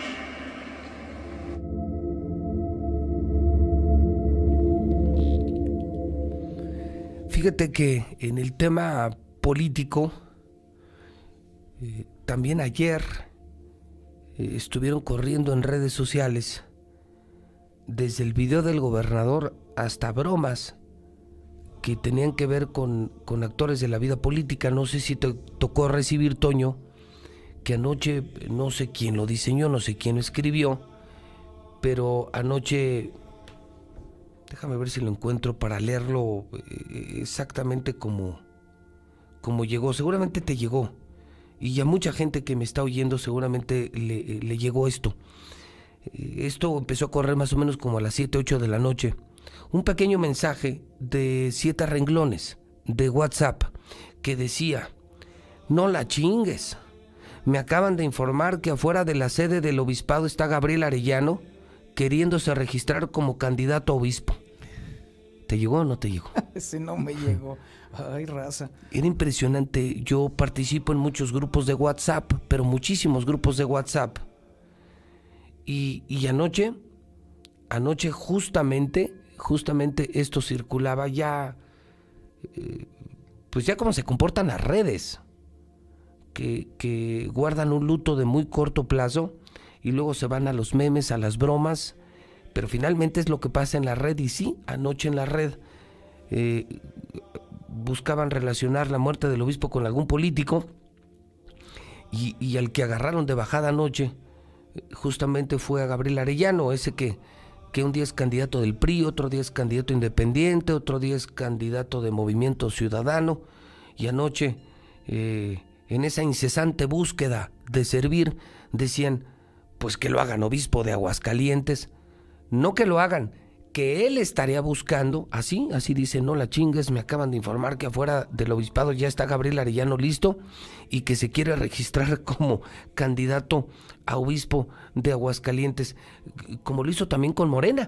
Fíjate que en el tema político, eh, también ayer eh, estuvieron corriendo en redes sociales, desde el video del gobernador hasta bromas que tenían que ver con, con actores de la vida política. No sé si te tocó recibir, Toño, que anoche, no sé quién lo diseñó, no sé quién lo escribió, pero anoche, déjame ver si lo encuentro para leerlo exactamente como, como llegó. Seguramente te llegó, y a mucha gente que me está oyendo seguramente le, le llegó esto. Esto empezó a correr más o menos como a las siete, ocho de la noche. Un pequeño mensaje de siete renglones, de WhatsApp que decía: no la chingues, me acaban de informar que afuera de la sede del obispado está Gabriel Arellano queriéndose registrar como candidato a obispo. ¿Te llegó o no te llegó? Ese no me llegó. Ay, raza. Era impresionante. Yo participo en muchos grupos de WhatsApp, pero muchísimos grupos de WhatsApp. Y, y anoche, anoche justamente, justamente esto circulaba ya, eh, pues ya como se comportan las redes, que, que guardan un luto de muy corto plazo y luego se van a los memes, a las bromas, pero finalmente es lo que pasa en la red. Y sí, anoche en la red eh, buscaban relacionar la muerte del obispo con algún político, y, y al que agarraron de bajada anoche justamente fue a Gabriel Arellano, ese que, que un día es candidato del P R I, otro día es candidato independiente, otro día es candidato de Movimiento Ciudadano, y anoche eh, en esa incesante búsqueda de servir decían: pues que lo hagan obispo de Aguascalientes, no que lo hagan, que él estaría buscando, así, así dice, no la chingues, me acaban de informar que afuera del obispado ya está Gabriel Arellano listo y que se quiere registrar como candidato a obispo de Aguascalientes, como lo hizo también con Morena.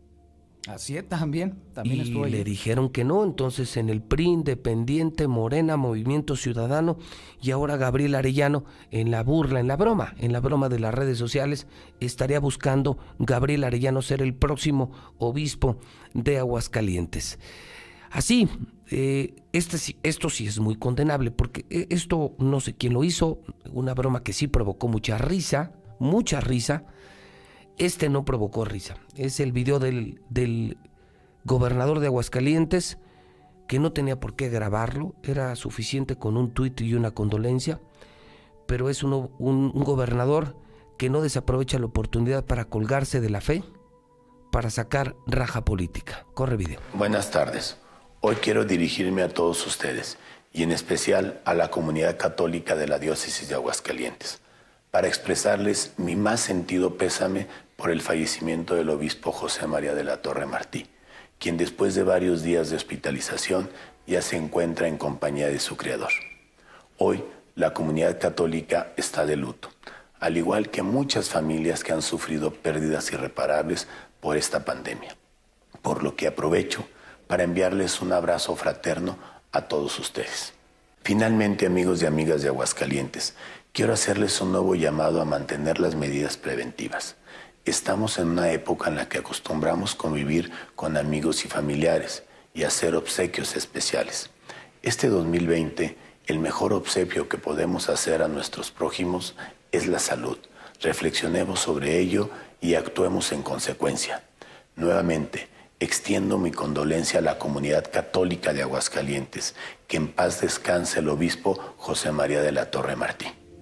Así es, también, también y estuvo ahí. le dijeron que no, entonces en el P R I, Independiente, Morena, Movimiento Ciudadano, y ahora Gabriel Arellano, en la burla, en la broma, en la broma de las redes sociales, estaría buscando Gabriel Arellano ser el próximo obispo de Aguascalientes. Así, eh, este, esto sí es muy condenable, porque esto no sé quién lo hizo, una broma que sí provocó mucha risa, mucha risa. Este no provocó risa. Es el video del, del gobernador de Aguascalientes, que no tenía por qué grabarlo. Era suficiente con un tuit y una condolencia. Pero es uno, un, un gobernador que no desaprovecha la oportunidad para colgarse de la fe, para sacar raja política. Corre video. Buenas tardes. Hoy quiero dirigirme a todos ustedes, y en especial a la comunidad católica de la diócesis de Aguascalientes, para expresarles mi más sentido pésame por el fallecimiento del obispo José María de la Torre Martí, quien después de varios días de hospitalización ya se encuentra en compañía de su Creador. Hoy la comunidad católica está de luto, al igual que muchas familias que han sufrido pérdidas irreparables por esta pandemia, por lo que aprovecho para enviarles un abrazo fraterno a todos ustedes. Finalmente, amigos y amigas de Aguascalientes, quiero hacerles un nuevo llamado a mantener las medidas preventivas. Estamos en una época en la que acostumbramos convivir con amigos y familiares y hacer obsequios especiales. Este dos mil veinte, el mejor obsequio que podemos hacer a nuestros prójimos es la salud. Reflexionemos sobre ello y actuemos en consecuencia. Nuevamente, extiendo mi condolencia a la comunidad católica de Aguascalientes. Que en paz descanse el obispo José María de la Torre Martí.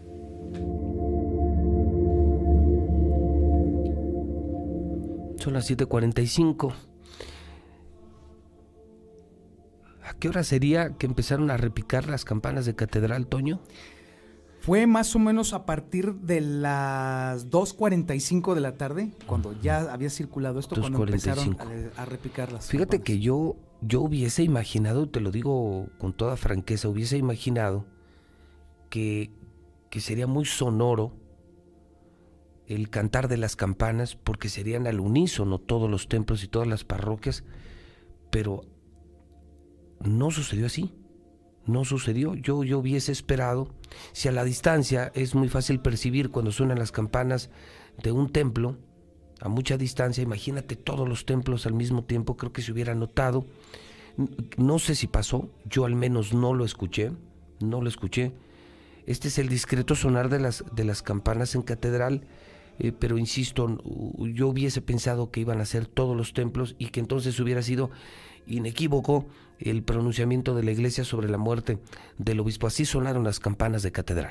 Son las siete cuarenta y cinco. ¿A qué hora sería que empezaron a repicar las campanas de catedral, Toño? Fue más o menos a partir de las dos cuarenta y cinco de la tarde, cuando ya había circulado esto, cuando empezaron a, a repicar las Fíjate campanas. que yo, yo hubiese imaginado, te lo digo con toda franqueza, hubiese imaginado que, que sería muy sonoro el cantar de las campanas, porque serían al unísono todos los templos y todas las parroquias, pero no sucedió así. No sucedió. Yo, yo hubiese esperado, si a la distancia es muy fácil percibir cuando suenan las campanas de un templo, a mucha distancia, imagínate todos los templos al mismo tiempo, creo que se hubiera notado. No sé si pasó, yo al menos no lo escuché, no lo escuché. Este es el discreto sonar de las, de las campanas en catedral, eh, pero insisto, yo hubiese pensado que iban a ser todos los templos y que entonces hubiera sido inequívoco el pronunciamiento de la iglesia sobre la muerte del obispo. Así sonaron las campanas de catedral.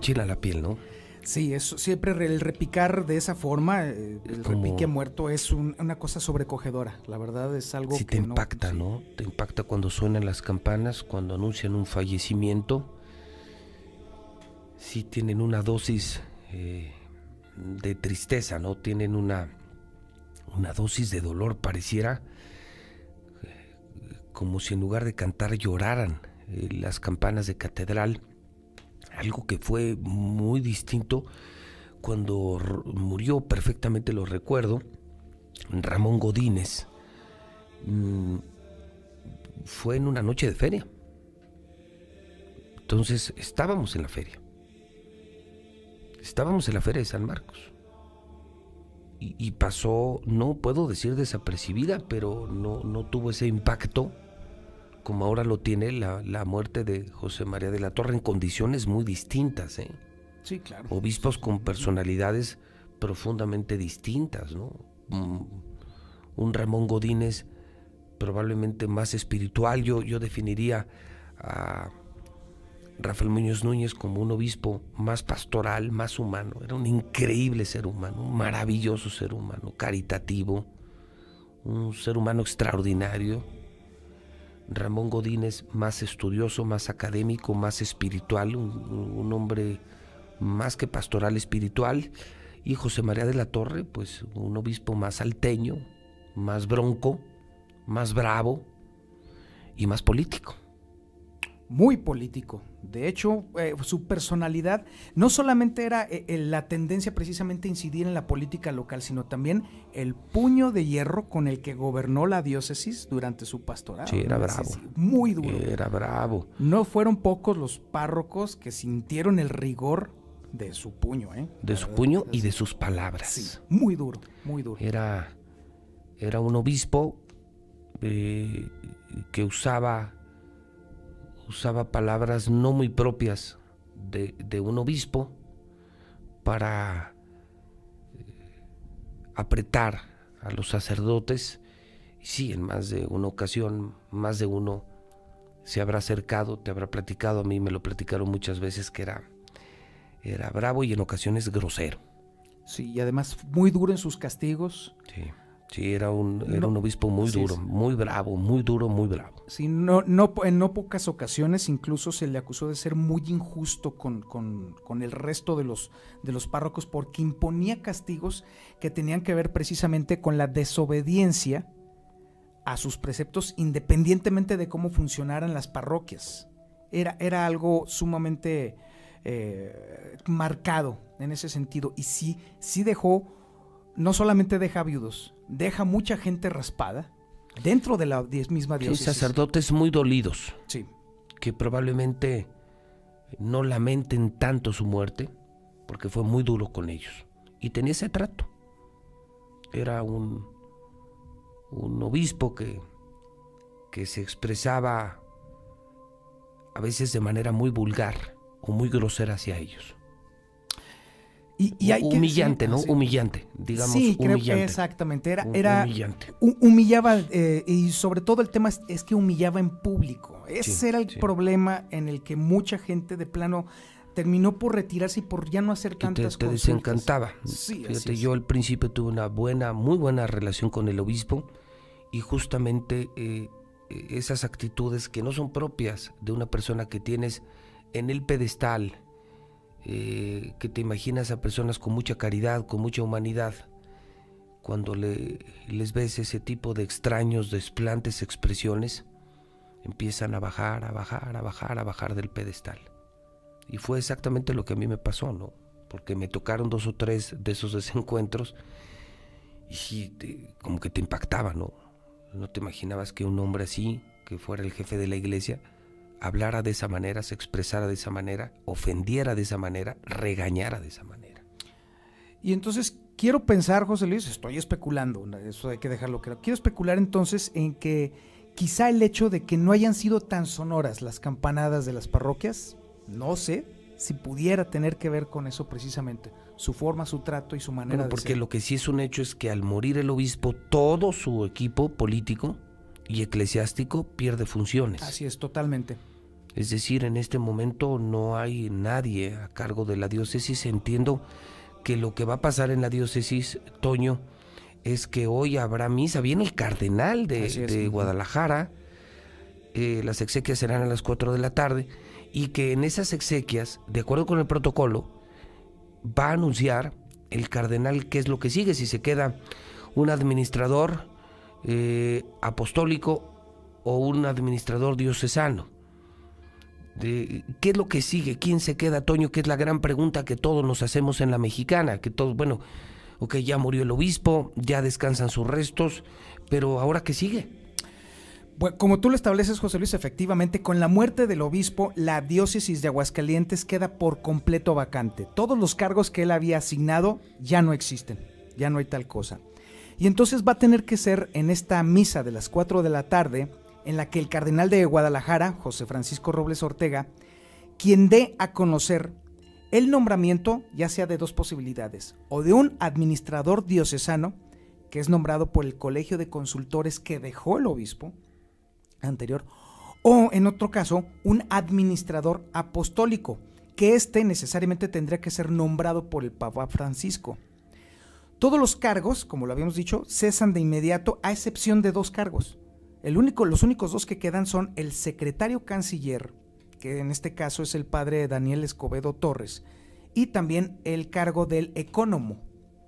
enchila la piel, ¿no? Sí, eso, siempre el repicar de esa forma, eh, el Como... repique muerto es un, una cosa sobrecogedora. La verdad es algo sí, que te impacta, no, ¿no? Sí. Te impacta cuando suenan las campanas, cuando anuncian un fallecimiento. Sí tienen una dosis eh, de tristeza, ¿no? Tienen una, una dosis de dolor, pareciera eh, como si en lugar de cantar lloraran eh, las campanas de catedral. Algo que fue muy distinto cuando r- murió, perfectamente lo recuerdo, Ramón Godínez. Mm, fue en una noche de feria. Entonces estábamos en la feria. Estábamos en la feria de San Marcos. Y, y pasó, no puedo decir desapercibida, pero no, no tuvo ese impacto como ahora lo tiene la, la muerte de José María de la Torre, en condiciones muy distintas, ¿eh? Sí, claro. Obispos con personalidades profundamente distintas, ¿no? Un, un Ramón Godínez probablemente más espiritual. Yo, yo definiría a Rafael Muñoz Núñez como un obispo más pastoral, más humano. Era un increíble ser humano, un maravilloso ser humano, caritativo, un ser humano extraordinario. Ramón Godínez más estudioso, más académico, más espiritual, un, un hombre más que pastoral, espiritual. Y José María de la Torre, pues un obispo más salteño, más bronco, más bravo y más político. Muy político. De hecho, eh, su personalidad no solamente era eh, la tendencia precisamente a incidir en la política local, sino también el puño de hierro con el que gobernó la diócesis durante su pastorado. Sí, era ¿no? bravo. Sí, sí, muy duro. Era bravo. No fueron pocos los párrocos que sintieron el rigor de su puño, ¿eh? De su puño y de sus palabras. Sí, muy duro, muy duro. Era, era un obispo eh, que usaba... usaba palabras no muy propias de, de un obispo para eh, apretar a los sacerdotes. Y sí, en más de una ocasión, más de uno se habrá acercado, te habrá platicado, a mí me lo platicaron muchas veces, que era, era bravo y en ocasiones grosero. Sí, y además muy duro en sus castigos. Sí. Sí, era un, era no, un obispo muy duro, es. muy bravo, muy duro, muy bravo. Sí, no, no, en no pocas ocasiones incluso se le acusó de ser muy injusto con, con, con el resto de los, de los párrocos, porque imponía castigos que tenían que ver precisamente con la desobediencia a sus preceptos, independientemente de cómo funcionaran las parroquias. Era, era algo sumamente eh, marcado en ese sentido, y sí, sí dejó, no solamente deja viudos, deja mucha gente raspada dentro de la misma diócesis. Sí, sacerdotes muy dolidos. Sí. Que probablemente no lamenten tanto su muerte, porque fue muy duro con ellos. Y tenía ese trato. Era un, un obispo que, que se expresaba a veces de manera muy vulgar o muy grosera hacia ellos. Y, y hay humillante, que, ¿no? sí. Humillante, digamos, sí, creo humillante. Que exactamente. Era, era humillante. Humillaba, eh, y sobre todo el tema es, es que humillaba en público. Ese sí, era el sí. problema en el que mucha gente de plano terminó por retirarse y por ya no hacer tantas cosas. Te, te desencantaba. Sí, Fíjate, así yo es. al principio tuve una buena, muy buena relación con el obispo, y justamente eh, esas actitudes que no son propias de una persona que tienes en el pedestal, Eh, que te imaginas a personas con mucha caridad, con mucha humanidad, cuando le, les ves ese tipo de extraños, desplantes expresiones, empiezan a bajar, a bajar, a bajar, a bajar del pedestal. Y fue exactamente lo que a mí me pasó, ¿no? Porque me tocaron dos o tres de esos desencuentros y sí, te, como que te impactaba, ¿no? No te imaginabas que un hombre así, que fuera el jefe de la iglesia, hablara de esa manera, se expresara de esa manera, ofendiera de esa manera, regañara de esa manera. Y entonces quiero pensar, José Luis, estoy especulando, eso hay que dejarlo claro. Quiero especular entonces en que quizá el hecho de que no hayan sido tan sonoras las campanadas de las parroquias, no sé si pudiera tener que ver con eso precisamente, su forma, su trato y su manera bueno, de porque ser. Lo que sí es un hecho es que al morir el obispo, todo su equipo político y eclesiástico pierde funciones. Así es, totalmente. Es decir, en este momento no hay nadie a cargo de la diócesis. Entiendo que lo que va a pasar en la diócesis, Toño, es que hoy habrá misa. Viene el cardenal de, de Guadalajara, eh, las exequias serán a las cuatro de la tarde, y que en esas exequias, de acuerdo con el protocolo, va a anunciar el cardenal qué es lo que sigue, si se queda un administrador eh, apostólico o un administrador diocesano. De, ¿qué es lo que sigue? ¿Quién se queda, Toño? Que es la gran pregunta que todos nos hacemos en la Mexicana, que todos, bueno, ok, ya murió el obispo, ya descansan sus restos, pero ¿ahora qué sigue? Bueno, como tú lo estableces, José Luis, efectivamente, con la muerte del obispo, la diócesis de Aguascalientes queda por completo vacante. Todos los cargos que él había asignado ya no existen, ya no hay tal cosa. Y entonces va a tener que ser en esta misa de las cuatro de la tarde, en la que el cardenal de Guadalajara, José Francisco Robles Ortega, quien dé a conocer el nombramiento, ya sea de dos posibilidades, o de un administrador diocesano, que es nombrado por el colegio de consultores que dejó el obispo anterior, o en otro caso, un administrador apostólico, que éste necesariamente tendría que ser nombrado por el Papa Francisco. Todos los cargos, como lo habíamos dicho, cesan de inmediato, a excepción de dos cargos. El único, los únicos dos que quedan son el secretario canciller, que en este caso es el padre Daniel Escobedo Torres, y también el cargo del ecónomo.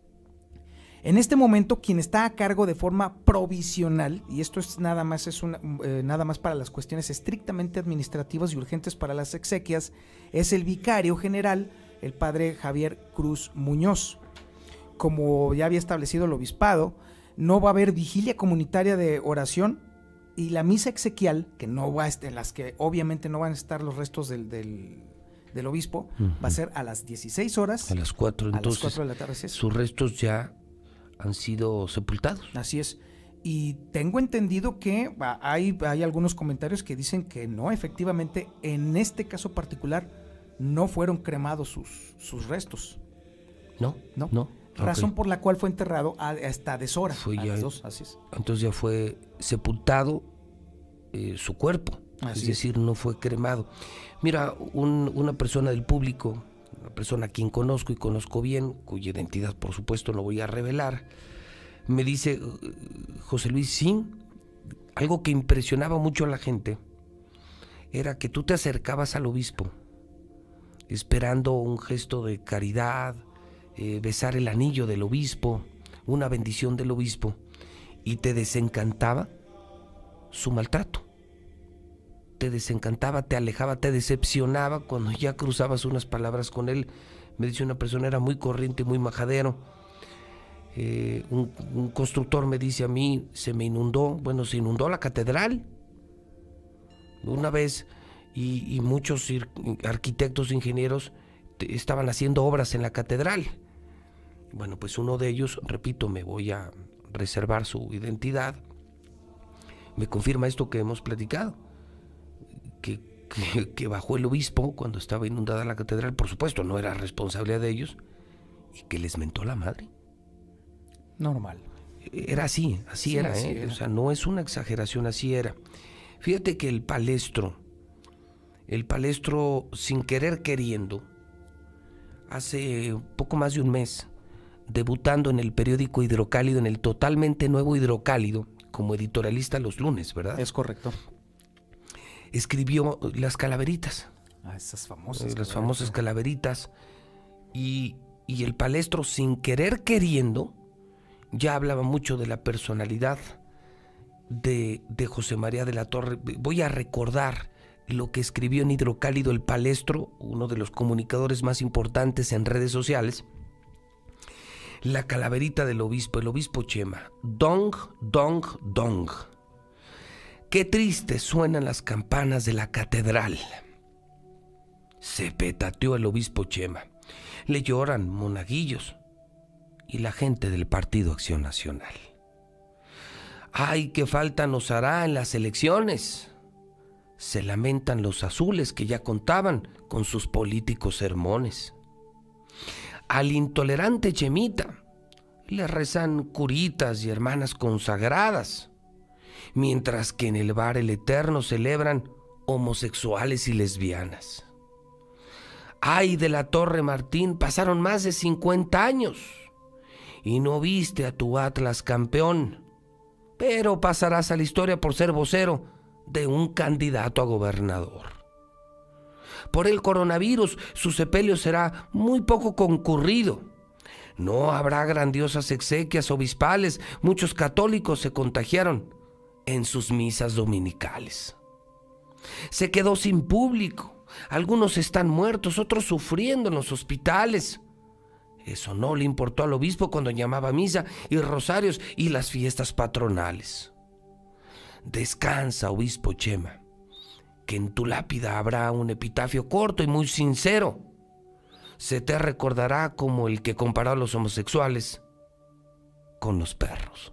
En este momento, quien está a cargo de forma provisional, y esto es nada más, es una, eh, nada más para las cuestiones estrictamente administrativas y urgentes para las exequias, es el vicario general, el padre Javier Cruz Muñoz. Como ya había establecido el obispado, no va a haber vigilia comunitaria de oración, y la misa exequial, que no va a estar, en las que obviamente no van a estar los restos del, del, del obispo, uh-huh, va a ser a las dieciséis horas. A las cuatro, entonces, a las cuatro de la tarde. ¿Sí? Sus restos ya han sido sepultados. Así es. Y tengo entendido que hay, hay algunos comentarios que dicen que no, efectivamente, en este caso particular, no fueron cremados sus, sus restos. No, no. no. Razón okay. por la cual fue enterrado hasta deshora. Fue a ya, las dos, así es. Entonces ya fue sepultado eh, su cuerpo, así es decir, es. no fue cremado. Mira, un, una persona del público, una persona a quien conozco y conozco bien, cuya identidad por supuesto no voy a revelar, me dice, José Luis, sí, algo que impresionaba mucho a la gente era que tú te acercabas al obispo esperando un gesto de caridad, Eh, besar el anillo del obispo, una bendición del obispo, y te desencantaba su maltrato, te desencantaba, te alejaba, te decepcionaba cuando ya cruzabas unas palabras con él. Me dice una persona, era muy corriente, muy majadero. Eh, un, un constructor me dice a mí, se me inundó, bueno, se inundó la catedral una vez, y, y muchos arquitectos, ingenieros estaban haciendo obras en la catedral. Bueno, pues uno de ellos, repito, me voy a reservar su identidad, me confirma esto que hemos platicado, que, que, que bajó el obispo cuando estaba inundada la catedral, por supuesto, no era responsabilidad de ellos, y que les mentó la madre. Normal. Era así, así sí, era, así ¿eh? era. O sea, no es una exageración, así era. Fíjate que el palestro, el palestro sin querer queriendo, hace poco más de un mes, debutando en el periódico Hidrocálido, en el totalmente nuevo Hidrocálido, como editorialista los lunes, ¿verdad? Es correcto. Escribió Las Calaveritas. Ah, esas famosas. Eh, las famosas calaveritas. Y, y el palestro, sin querer queriendo, ya hablaba mucho de la personalidad de, de José María de la Torre. Voy a recordar lo que escribió en Hidrocálido el palestro, uno de los comunicadores más importantes en redes sociales. La calaverita del obispo, el obispo Chema. Dong, dong, dong. Qué triste suenan las campanas de la catedral. Se petateó el obispo Chema. Le lloran monaguillos y la gente del Partido Acción Nacional. Ay, qué falta nos hará en las elecciones. Se lamentan los azules que ya contaban con sus políticos sermones. Al intolerante Chemita le rezan curitas y hermanas consagradas, mientras que en el bar el Eterno celebran homosexuales y lesbianas. Ay, de la Torre Martín, pasaron más de cincuenta años y no viste a tu Atlas campeón, pero pasarás a la historia por ser vocero de un candidato a gobernador. Por el coronavirus, su sepelio será muy poco concurrido. No habrá grandiosas exequias obispales. Muchos católicos se contagiaron en sus misas dominicales. Se quedó sin público. Algunos están muertos, otros sufriendo en los hospitales. Eso no le importó al obispo cuando llamaba misa y rosarios y las fiestas patronales. Descansa, obispo Chema, que en tu lápida habrá un epitafio corto y muy sincero. Se te recordará como el que comparó a los homosexuales con los perros.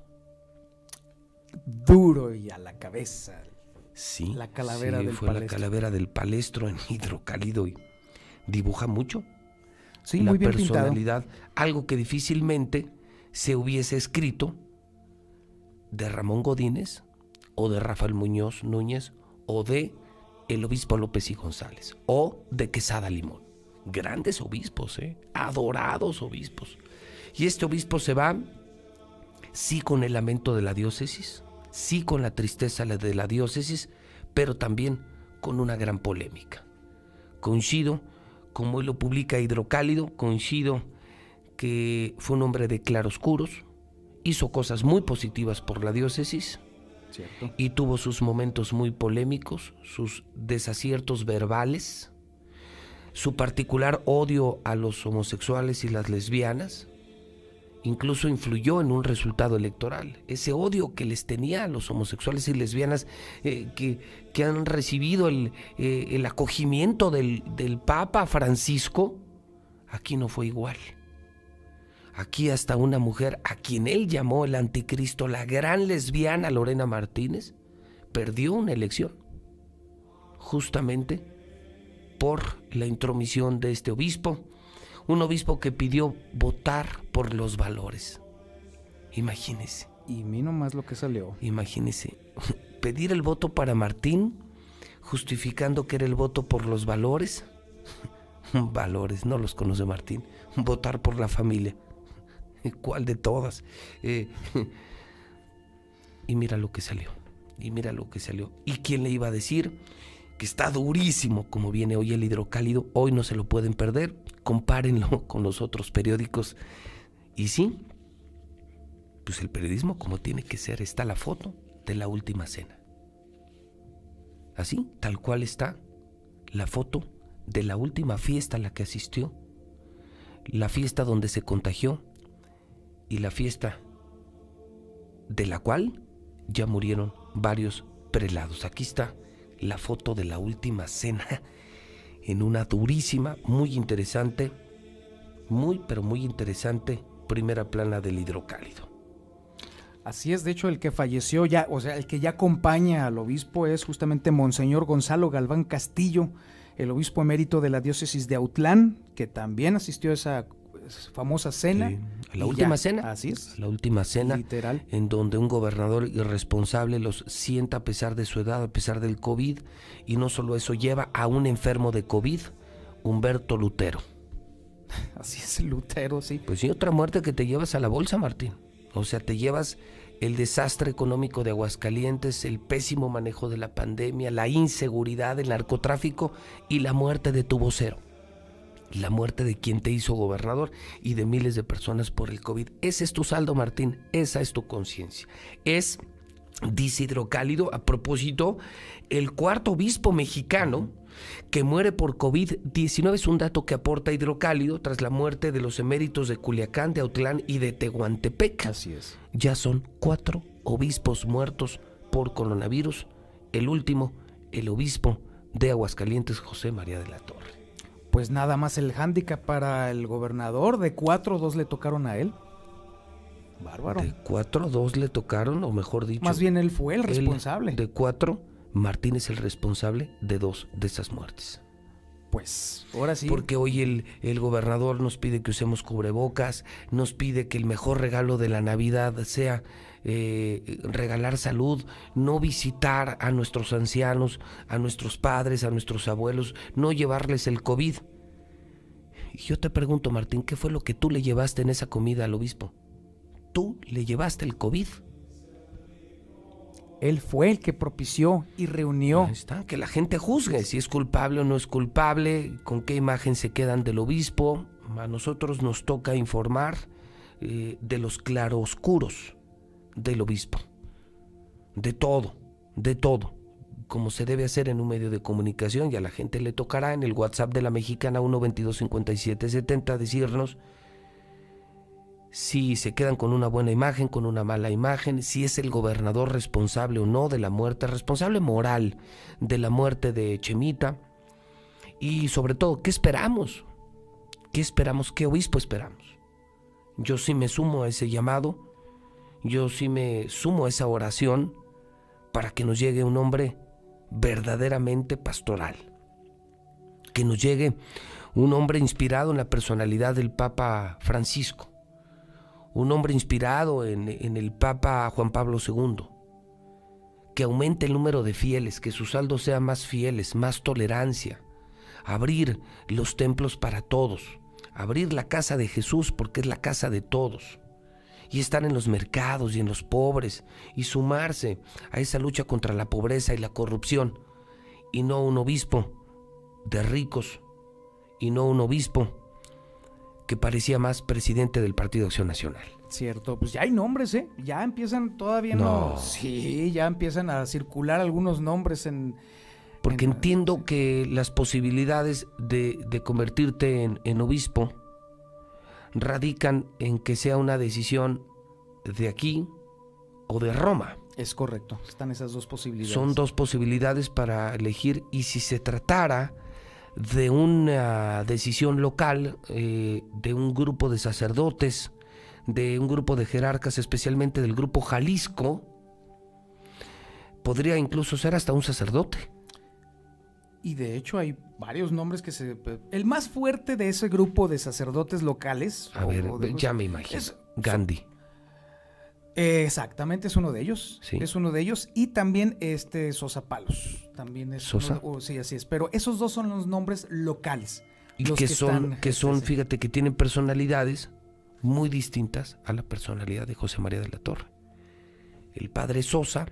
Duro y a la cabeza. Sí, la calavera sí, del fue palestro. la calavera del palestro en Hidrocálido y dibuja mucho. Sí, la muy bien personalidad, pintado. Algo que difícilmente se hubiese escrito de Ramón Godínez o de Rafael Muñoz Núñez o de el obispo López y González o de Quesada Limón. Grandes obispos, ¿eh? Adorados obispos. Y este obispo se va, sí, con el lamento de la diócesis, sí, con la tristeza de la diócesis, pero también con una gran polémica. Coincido, como él lo publica Hidrocálido, coincido que fue un hombre de claroscuros, hizo cosas muy positivas por la diócesis. Cierto. Y tuvo sus momentos muy polémicos, sus desaciertos verbales, su particular odio a los homosexuales y las lesbianas. Incluso influyó en un resultado electoral. Ese odio que les tenía a los homosexuales y lesbianas eh, que, que han recibido el, eh, el acogimiento del, del Papa Francisco, aquí no fue igual. Aquí hasta una mujer a quien él llamó el anticristo, la gran lesbiana Lorena Martínez, perdió una elección. Justamente por la intromisión de este obispo. Un obispo que pidió votar por los valores. Imagínese. Y mí nomás lo que salió. Imagínese. Pedir el voto para Martín, justificando que era el voto por los valores. Valores, no los conoce Martín. Votar por la familia. ¿Cuál de todas? Eh, y mira lo que salió. Y mira lo que salió. ¿Y quién le iba a decir que está durísimo como viene hoy el Hidrocálido? Hoy no se lo pueden perder. Compárenlo con los otros periódicos. Y sí, pues el periodismo como tiene que ser. Está la foto de la última cena. Así, tal cual está la foto de la última fiesta a la que asistió. La fiesta donde se contagió. Y la fiesta de la cual ya murieron varios prelados. Aquí está la foto de la última cena en una durísima, muy interesante, muy pero muy interesante primera plana del Hidrocálido. Así es, de hecho el que falleció ya, o sea, el que ya acompaña al obispo es justamente Monseñor Gonzalo Galván Castillo, el obispo emérito de la diócesis de Autlán, que también asistió a esa famosa cena. Sí, a la última ya, cena. Así es. La última cena. Literal. En donde un gobernador irresponsable los sienta a pesar de su edad, a pesar del COVID. Y no solo eso, lleva a un enfermo de COVID, Humberto Lutero. Así es, Lutero, sí. Pues sí, otra muerte que te llevas a la bolsa, Martín. O sea, te llevas el desastre económico de Aguascalientes, el pésimo manejo de la pandemia, la inseguridad, el narcotráfico y la muerte de tu vocero. La muerte de quien te hizo gobernador y de miles de personas por el COVID. Ese es tu saldo, Martín. Esa es tu conciencia. Es, dice Hidrocálido, a propósito, el cuarto obispo mexicano que muere por COVID diecinueve. Es un dato que aporta Hidrocálido tras la muerte de los eméritos de Culiacán, de Autlán y de Tehuantepec. Así es. Ya son cuatro obispos muertos por coronavirus. El último, el obispo de Aguascalientes, José María de la Torre. Pues nada más el hándicap para el gobernador, de cuatro, dos le tocaron a él. Bárbaro. De cuatro, dos le tocaron, o mejor dicho... Más bien él fue el él, responsable. De cuatro, Martín es el responsable de dos de esas muertes. Pues, ahora sí. Porque hoy el, el gobernador nos pide que usemos cubrebocas, nos pide que el mejor regalo de la Navidad sea eh, regalar salud, no visitar a nuestros ancianos, a nuestros padres, a nuestros abuelos, no llevarles el COVID. Y yo te pregunto, Martín, ¿qué fue lo que tú le llevaste en esa comida al obispo? Tú le llevaste el COVID. Él fue el que propició y reunió. Ahí está, que la gente juzgue si es culpable o no es culpable, con qué imagen se quedan del obispo. A nosotros nos toca informar eh, de los claroscuros del obispo, de todo, de todo, como se debe hacer en un medio de comunicación, y a la gente le tocará en el WhatsApp de la Mexicana uno veintidós cincuenta y siete setenta decirnos si se quedan con una buena imagen, con una mala imagen, si es el gobernador responsable o no de la muerte, responsable moral de la muerte de Chemita, y sobre todo, ¿qué esperamos? ¿Qué esperamos? ¿Qué obispo esperamos? Yo sí me sumo a ese llamado, yo sí me sumo a esa oración para que nos llegue un hombre verdaderamente pastoral, que nos llegue un hombre inspirado en la personalidad del Papa Francisco, un hombre inspirado en, en el Papa Juan Pablo segundo, que aumente el número de fieles, que su saldo sea más fieles, más tolerancia, abrir los templos para todos, abrir la casa de Jesús porque es la casa de todos, y estar en los mercados y en los pobres, y sumarse a esa lucha contra la pobreza y la corrupción, y no un obispo de ricos, y no un obispo que parecía más presidente del Partido Acción Nacional. Cierto, pues ya hay nombres, ¿eh? Ya empiezan, todavía no. No. Sí, ya empiezan a circular algunos nombres en... Porque en, entiendo sí. que las posibilidades de, de convertirte en, en obispo radican en que sea una decisión de aquí o de Roma. Es correcto, están esas dos posibilidades. Son dos posibilidades para elegir, y si se tratara de una decisión local, eh, de un grupo de sacerdotes, de un grupo de jerarcas, especialmente del grupo Jalisco, podría incluso ser hasta un sacerdote. Y de hecho hay varios nombres que se... El más fuerte de ese grupo de sacerdotes locales... A o, ver, o de, ya me imagino. Es, Gandhi. Exactamente, es uno de ellos. Sí. Es uno de ellos. Y también este Sosa Palos. También es ¿Sosa? uno, oh, sí, así es. Pero esos dos son los nombres locales. Y los que, son, están, que son, este, fíjate, que tienen personalidades muy distintas a la personalidad de José María de la Torre. El padre Sosa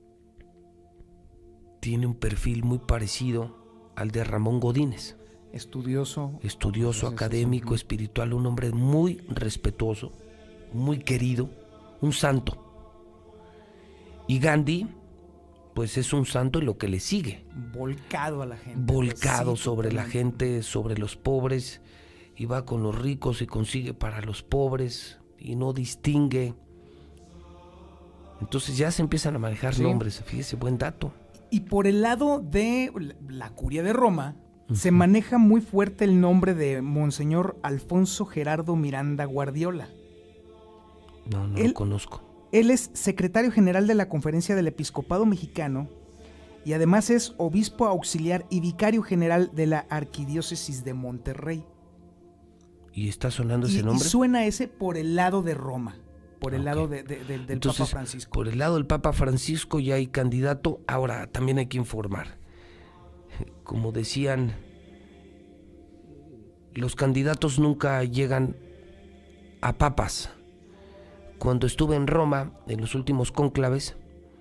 tiene un perfil muy parecido al de Ramón Godínez. Estudioso. Estudioso, Entonces, académico, es, espiritual, un hombre muy respetuoso, muy querido, un santo. Y Gandhi, pues es un santo en lo que le sigue. Volcado a la gente. Volcado Pues, sí, sobre la totalmente. gente, sobre los pobres, y va con los ricos y consigue para los pobres, y no distingue. Entonces ya se empiezan a manejar Sí. nombres, fíjese, buen dato. Y por el lado de la curia de Roma, uh-huh, se maneja muy fuerte el nombre de Monseñor Alfonso Gerardo Miranda Guardiola. No, no él, lo conozco. Él es secretario general de la Conferencia del Episcopado Mexicano y además es obispo auxiliar y vicario general de la Arquidiócesis de Monterrey. ¿Y está sonando y, ese nombre? Y suena ese por el lado de Roma. Por el okay. lado de, de, de, del Entonces, Papa Francisco. Por el lado del Papa Francisco ya hay candidato. Ahora, también hay que informar. Como decían, los candidatos nunca llegan a papas. Cuando estuve en Roma, en los últimos cónclaves,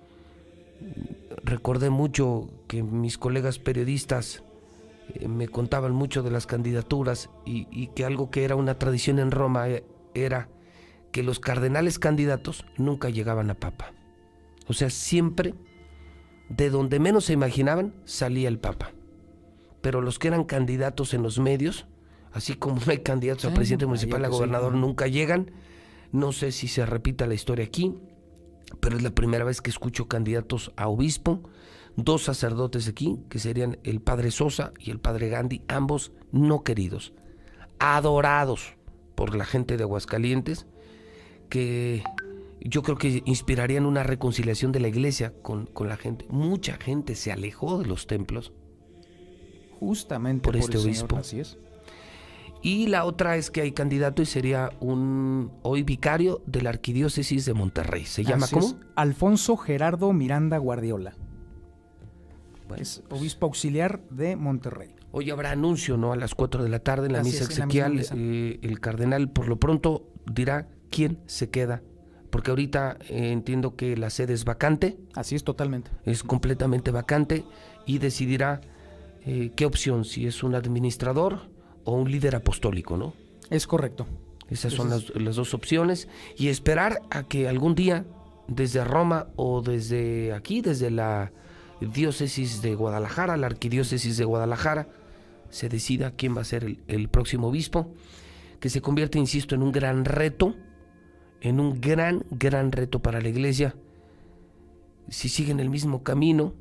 recordé mucho que mis colegas periodistas eh, me contaban mucho de las candidaturas y, y que algo que era una tradición en Roma era que los cardenales candidatos nunca llegaban a papa. O sea, siempre, de donde menos se imaginaban, salía el papa. Pero los que eran candidatos en los medios, así como no hay candidatos a presidente municipal, a gobernador, nunca llegan. No sé si se repita la historia aquí, pero es la primera vez que escucho candidatos a obispo. Dos sacerdotes aquí, que serían el padre Sosa y el padre Gandhi, ambos no queridos, adorados por la gente de Aguascalientes, que yo creo que inspirarían una reconciliación de la iglesia con, con la gente. Mucha gente se alejó de los templos Justamente por por, este el obispo. señor, así es. Y la otra es que hay candidato y sería un hoy vicario de la Arquidiócesis de Monterrey. ¿Se llama Así cómo? es, Alfonso Gerardo Miranda Guardiola. Bueno, Es obispo auxiliar de Monterrey. hoy habrá anuncio, ¿no? A las cuatro de la tarde en la Así misa es, en la misma exequial. misa. Eh, el cardenal por lo pronto dirá quién se queda. Porque ahorita eh, entiendo que la sede es vacante, Así es, totalmente. es completamente vacante y decidirá eh, qué opción, si es un administrador o un líder apostólico, ¿no? Es correcto. Esas son Entonces, las, las dos opciones y esperar a que algún día desde Roma o desde aquí, desde la diócesis de Guadalajara, la arquidiócesis de Guadalajara, se decida quién va a ser el, el próximo obispo, que se convierte, insisto, en un gran reto, en un gran, gran reto para la iglesia, si siguen el mismo camino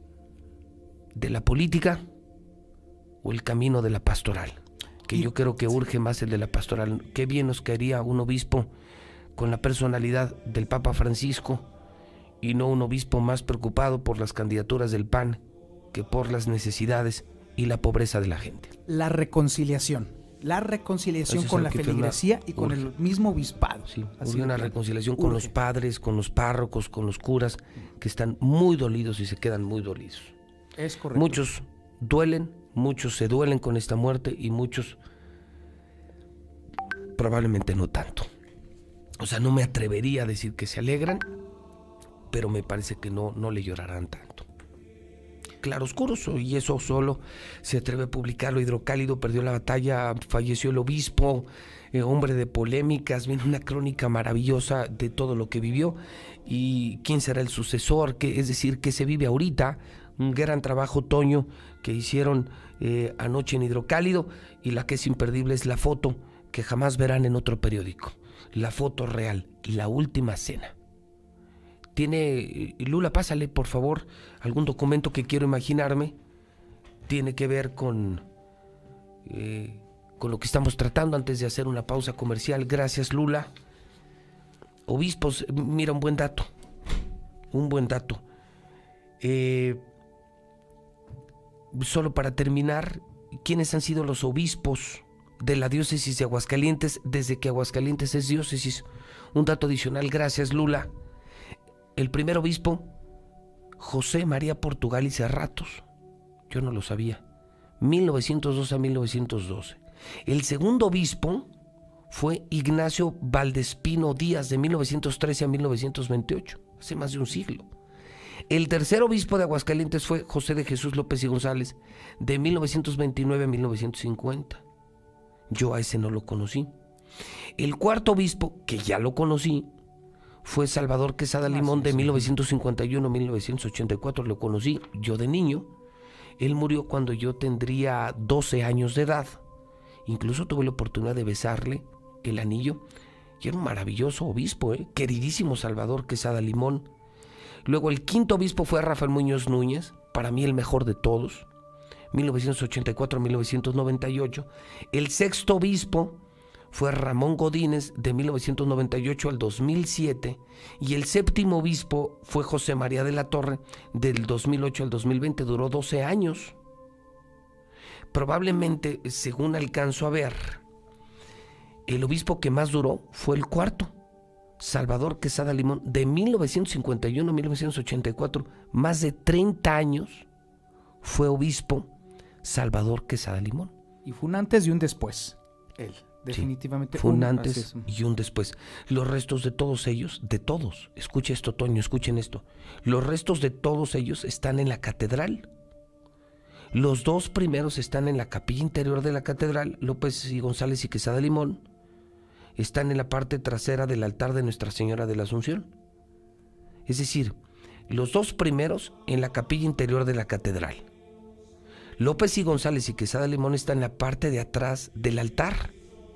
de la política o el camino de la pastoral, que Y- yo creo que urge más el de la pastoral. Qué bien nos caería un obispo con la personalidad del Papa Francisco y no un obispo más preocupado por las candidaturas del P A N que por las necesidades y la pobreza de la gente. la reconciliación. La reconciliación Eso es con lo la que feligresía y con urge. el mismo obispado. Sí, Así urge de una plano. reconciliación con los Urge. padres, con los párrocos, con los curas, que están muy dolidos y se quedan muy dolidos. Es correcto. Muchos duelen, muchos se duelen con esta muerte y muchos probablemente no tanto. O sea, no me atrevería a decir que se alegran, pero me parece que no, no le llorarán tanto. Claroscuros, y eso solo se atreve a publicarlo. Hidrocálido perdió la batalla, falleció el obispo, eh, hombre de polémicas, viene una crónica maravillosa de todo lo que vivió y quién será el sucesor, que, es decir, qué se vive ahorita. Un gran trabajo, Toño, que hicieron eh, anoche en Hidrocálido, y la que es imperdible es la foto que jamás verán en otro periódico, la foto real, la última cena. Tiene, Lula, pásale por favor algún documento que quiero imaginarme, tiene que ver con, eh, con lo que estamos tratando antes de hacer una pausa comercial. Gracias, Lula. Obispos, mira un buen dato, un buen dato. Eh, solo para terminar, ¿quiénes han sido los obispos de la diócesis de Aguascalientes desde que Aguascalientes es diócesis? Un dato adicional, gracias, Lula. El primer obispo, José María Portugal y Cerratos, yo no lo sabía, mil novecientos doce a mil novecientos doce. El segundo obispo fue Ignacio Valdespino Díaz, de mil novecientos trece a mil novecientos veintiocho, hace más de un siglo. El tercer obispo de Aguascalientes fue José de Jesús López y González, de mil novecientos veintinueve a mil novecientos cincuenta. Yo a ese no lo conocí. El cuarto obispo, que ya lo conocí, fue Salvador Quesada Limón, de mil novecientos cincuenta y uno a mil novecientos ochenta y cuatro. Lo conocí yo de niño. Él murió cuando yo tendría doce años de edad. Incluso tuve la oportunidad de besarle el anillo. Y era un maravilloso obispo, ¿eh? Queridísimo Salvador Quesada Limón. Luego el quinto obispo fue Rafael Muñoz Núñez, para mí el mejor de todos, mil novecientos ochenta y cuatro a mil novecientos noventa y ocho. El sexto obispo fue Ramón Godínez, de mil novecientos noventa y ocho al dos mil siete, y el séptimo obispo fue José María de la Torre, del dos mil ocho al dos mil veinte, duró doce años. Probablemente, según alcanzo a ver, el obispo que más duró fue el cuarto, Salvador Quesada Limón, de mil novecientos cincuenta y uno a mil novecientos ochenta y cuatro, más de treinta años fue obispo Salvador Quesada Limón. Y fue un antes y un después, él. Definitivamente. Sí, fue un un, antes y un después. Los restos de todos ellos, de todos, escuche esto, Toño, escuchen esto. Los restos de todos ellos están en la catedral. Los dos primeros están en la capilla interior de la catedral, López y González y Quesada Limón. Están en la parte trasera del altar de Nuestra Señora de la Asunción. Es decir, los dos primeros en la capilla interior de la catedral. López y González y Quesada Limón están en la parte de atrás del altar.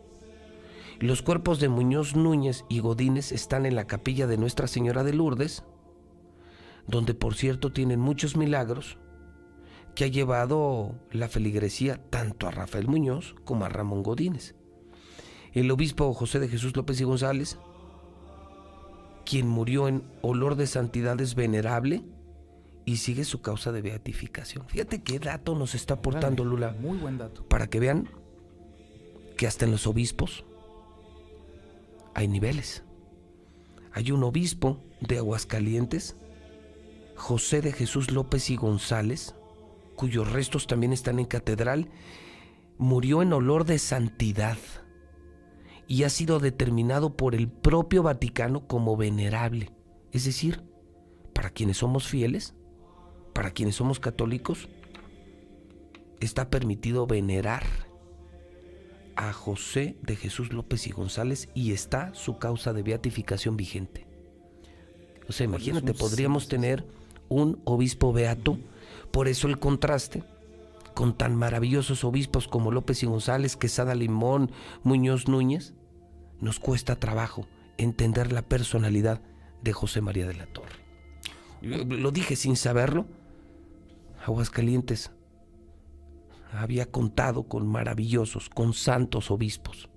Los cuerpos de Muñoz Núñez y Godínez están en la capilla de Nuestra Señora de Lourdes, donde por cierto tienen muchos milagros que ha llevado la feligresía tanto a Rafael Muñoz como a Ramón Godínez. El obispo José de Jesús López y González, quien murió en olor de santidad, es venerable y sigue su causa de beatificación. Fíjate qué dato nos está aportando Lula. Muy buen dato. Para que vean que hasta en los obispos hay niveles. Hay un obispo de Aguascalientes, José de Jesús López y González, cuyos restos también están en catedral, murió en olor de santidad y ha sido determinado por el propio Vaticano como venerable. Es decir, para quienes somos fieles, para quienes somos católicos, está permitido venerar a José de Jesús López y González y está su causa de beatificación vigente. O sea, imagínate, podríamos tener un obispo beato. Por eso el contraste con tan maravillosos obispos como López y González, Quesada Limón, Muñoz Núñez. Nos cuesta trabajo entender la personalidad de José María de la Torre. Lo dije sin saberlo. Aguascalientes había contado con maravillosos, con santos obispos.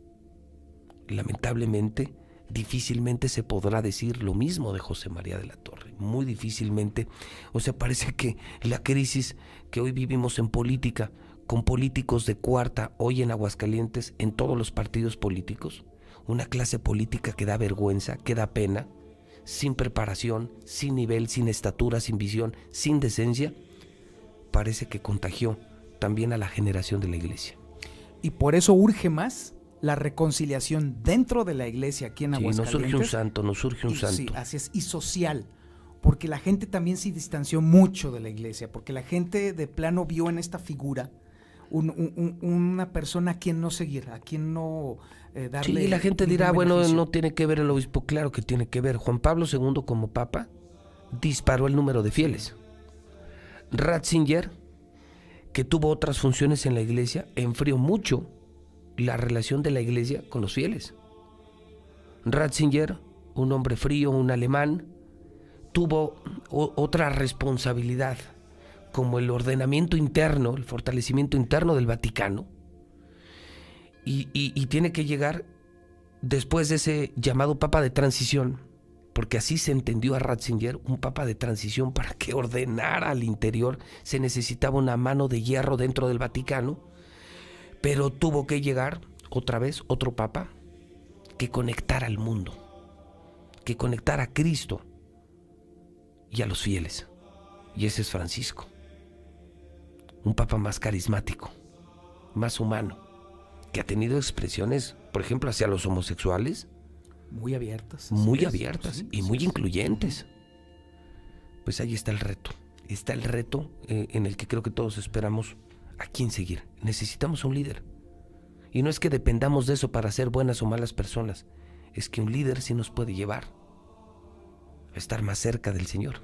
Lamentablemente, difícilmente se podrá decir lo mismo de José María de la Torre. Muy difícilmente. O sea, parece que la crisis que hoy vivimos en política, con políticos de cuarta, hoy en Aguascalientes, en todos los partidos políticos, una clase política que da vergüenza, que da pena, sin preparación, sin nivel, sin estatura, sin visión, sin decencia, parece que contagió también a la generación de la iglesia. Y por eso urge más la reconciliación dentro de la iglesia aquí en Aguascalientes. Sí, nos surge un santo, nos surge un y, santo. Sí, así es, y social, porque la gente también se distanció mucho de la iglesia, porque la gente de plano vio en esta figura un, un, un, una persona a quien no seguir, a quien no eh, darle. Sí, la gente dirá, bueno, beneficio. no tiene que ver el obispo. Claro que tiene que ver. Juan Pablo segundo como papa disparó el número de fieles. Ratzinger, que tuvo otras funciones en la iglesia, enfrió mucho la relación de la iglesia con los fieles. Ratzinger, un hombre frío, un alemán, tuvo o, otra responsabilidad, como el ordenamiento interno, el fortalecimiento interno del Vaticano, y, y, y tiene que llegar después de ese llamado papa de transición, porque así se entendió a Ratzinger, un papa de transición. Para que ordenara al interior se necesitaba una mano de hierro dentro del Vaticano, pero tuvo que llegar otra vez otro papa que conectara al mundo, que conectara a Cristo y a los fieles, y ese es Francisco, un papa más carismático, más humano, que ha tenido expresiones, por ejemplo, hacia los homosexuales, muy abiertas. Muy sí, abiertas sí, y sí, muy sí. incluyentes. Pues ahí está el reto. Está el reto eh, en el que creo que todos esperamos a quién seguir. Necesitamos un líder. Y no es que dependamos de eso para ser buenas o malas personas. Es que un líder sí nos puede llevar a estar más cerca del Señor.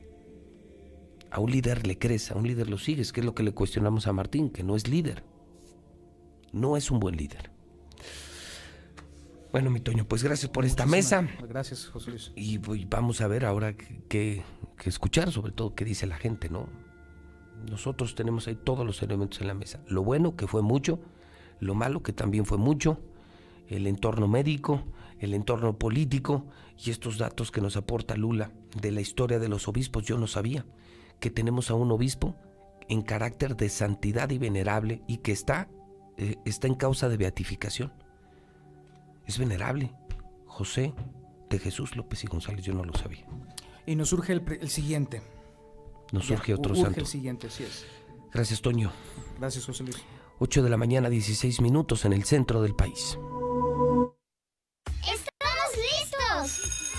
A un líder le crees, a un líder lo sigues, que es lo que le cuestionamos a Martín, que no es líder. No es un buen líder. Bueno, mi Toño, pues gracias por esta mesa. Gracias, José Luis. Y pues, vamos a ver ahora qué escuchar, sobre todo qué dice la gente, ¿no? Nosotros tenemos ahí todos los elementos en la mesa. Lo bueno, que fue mucho, lo malo, que también fue mucho, el entorno médico, el entorno político y estos datos que nos aporta Lula de la historia de los obispos. Yo no sabía que tenemos a un obispo en carácter de santidad y venerable y que está, eh, está en causa de beatificación. Es venerable, José de Jesús López y González, yo no lo sabía. Y nos surge el, el siguiente. Nos surge ya, otro urge santo. el siguiente, así es. Gracias, Toño. Gracias, José Luis. ocho de la mañana, dieciséis minutos en el centro del país. ¡Estamos listos!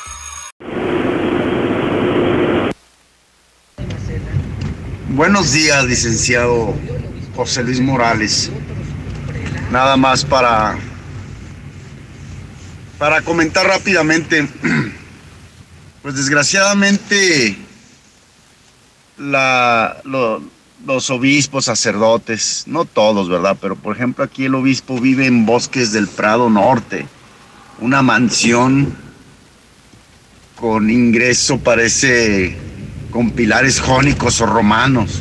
Buenos días, licenciado José Luis Morales. Nada más para... Para comentar rápidamente, pues desgraciadamente la, lo, los obispos, sacerdotes, no todos, ¿verdad? Pero por ejemplo aquí el obispo vive en Bosques del Prado Norte, una mansión con ingreso parece con pilares jónicos o romanos.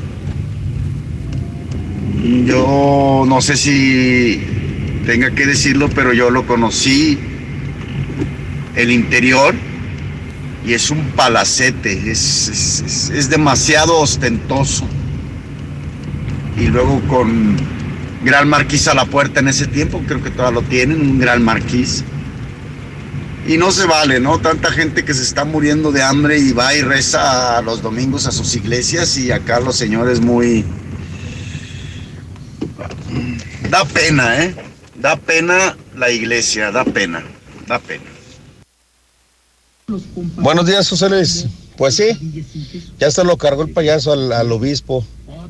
Yo no sé si tenga que decirlo, pero yo lo conocí. El interior y es un palacete, es, es, es, es demasiado ostentoso. Y luego con Gran Marquís a la puerta en ese tiempo, creo que todavía lo tienen, un Gran Marquís. Y no se vale, ¿no? Tanta gente que se está muriendo de hambre y va y reza los domingos a sus iglesias, y acá los señores muy... Da pena, ¿eh? Da pena la iglesia, da pena, da pena. Buenos días, José Luis. Pues sí, ya se lo cargó el payaso al, al obispo.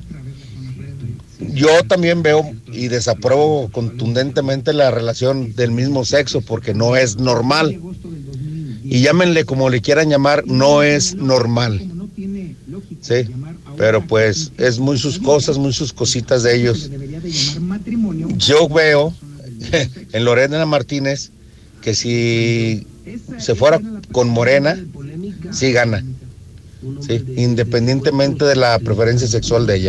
Yo también veo y desapruebo contundentemente la relación del mismo sexo, porque no es normal. Y llámenle como le quieran llamar, no es normal. Sí, pero pues es muy sus cosas, muy sus cositas de ellos. Yo veo en Lorena Martínez que si se fuera con Morena, sí gana. Sí, independientemente de la preferencia sexual de ella.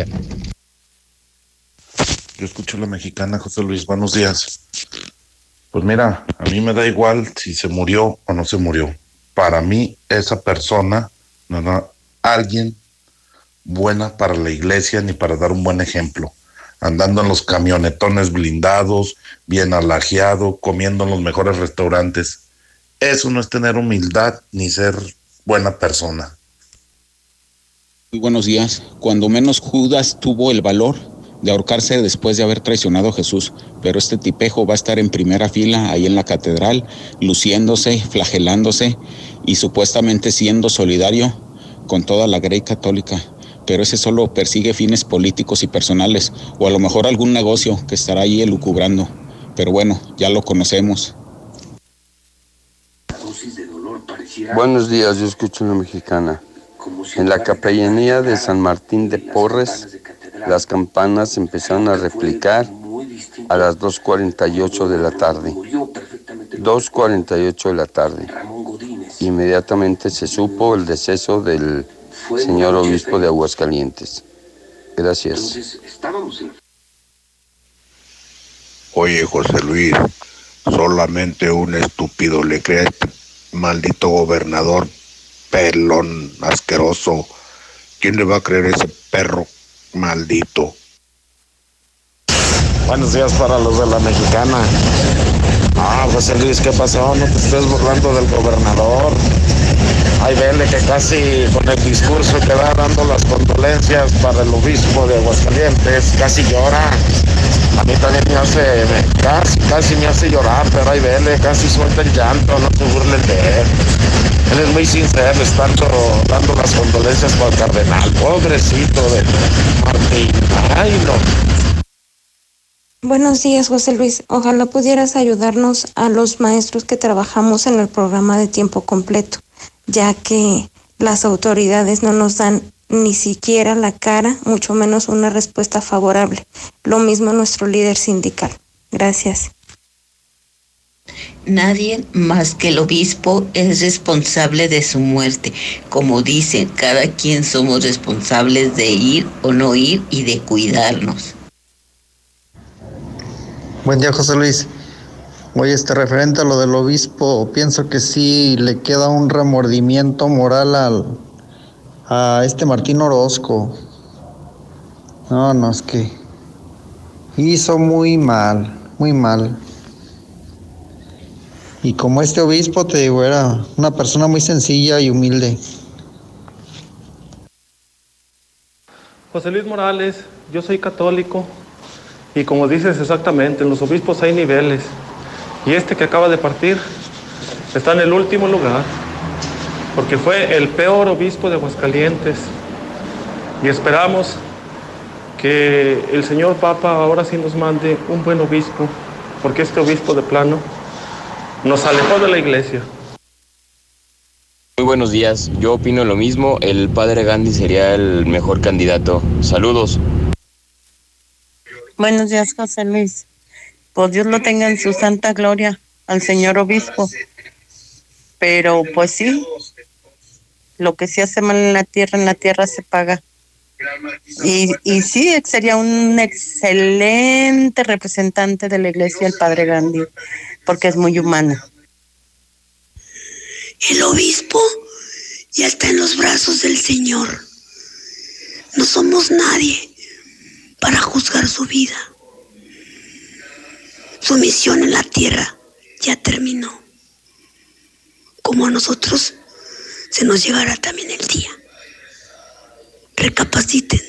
Yo escucho a la mexicana, José Luis, buenos días. Pues mira, a mí me da igual si se murió o no se murió. Para mí, esa persona no era alguien buena para la iglesia ni para dar un buen ejemplo. Andando en los camionetones blindados, bien alajeado, comiendo en los mejores restaurantes. Eso no es tener humildad ni ser buena persona. Muy buenos días. Cuando menos Judas tuvo el valor de ahorcarse después de haber traicionado a Jesús, pero este tipejo va a estar en primera fila ahí en la catedral, luciéndose, flagelándose y supuestamente siendo solidario con toda la Grey católica, pero ese solo persigue fines políticos y personales, o a lo mejor algún negocio que estará ahí elucubrando, pero bueno, ya lo conocemos. Buenos días, yo escucho una mexicana. En la capellanía de San Martín de Porres, las campanas empezaron a replicar a las dos cuarenta y ocho de la tarde. dos cuarenta y ocho de la tarde. Inmediatamente se supo el deceso del señor obispo de Aguascalientes. Gracias. Oye, José Luis, solamente un estúpido le cree a este maldito gobernador pelón asqueroso. ¿Quién le va a creer a ese perro maldito? Buenos días para los de la mexicana. Ah, José Luis, ¿qué pasó? No te estés burlando del gobernador. Ay, vele que casi con el discurso que da dando las condolencias para el obispo de Aguascalientes, casi llora. A mí también me hace, me, casi, casi me hace llorar, pero ay, vele, casi suelta el llanto, no se burlen de él. Él es muy sincero, estando dando las condolencias para el cardenal, pobrecito de Martín. Ay, no. Buenos días, José Luis. Ojalá pudieras ayudarnos a los maestros que trabajamos en el programa de tiempo completo, ya que las autoridades no nos dan ni siquiera la cara, mucho menos una respuesta favorable. Lo mismo nuestro líder sindical. Gracias. Nadie más que el obispo es responsable de su muerte. Como dicen, cada quien somos responsables de ir o no ir y de cuidarnos. Buen día, José Luis. Oye, este referente a lo del obispo, pienso que sí le queda un remordimiento moral al, a este Martín Orozco. No, no, es que hizo muy mal, muy mal. Y como este obispo, te digo, era una persona muy sencilla y humilde. José Luis Morales, yo soy católico y como dices exactamente, en los obispos hay niveles y este que acaba de partir está en el último lugar porque fue el peor obispo de Aguascalientes y esperamos que el señor Papa ahora sí nos mande un buen obispo, porque este obispo de plano nos alejó de la iglesia. Muy buenos días, yo opino lo mismo, el padre Gandhi sería el mejor candidato. Saludos. Buenos días, José Luis. Pues Dios lo tenga en su santa gloria al señor obispo. Pero pues sí, lo que se hace mal en la tierra, en la tierra se paga. Y, y sí, sería un excelente representante de la iglesia el padre Gandhi, porque es muy humano. El obispo ya está en los brazos del Señor. No somos nadie para juzgar su vida. Su misión en la tierra ya terminó. Como a nosotros se nos llegará también el día. Recapaciten.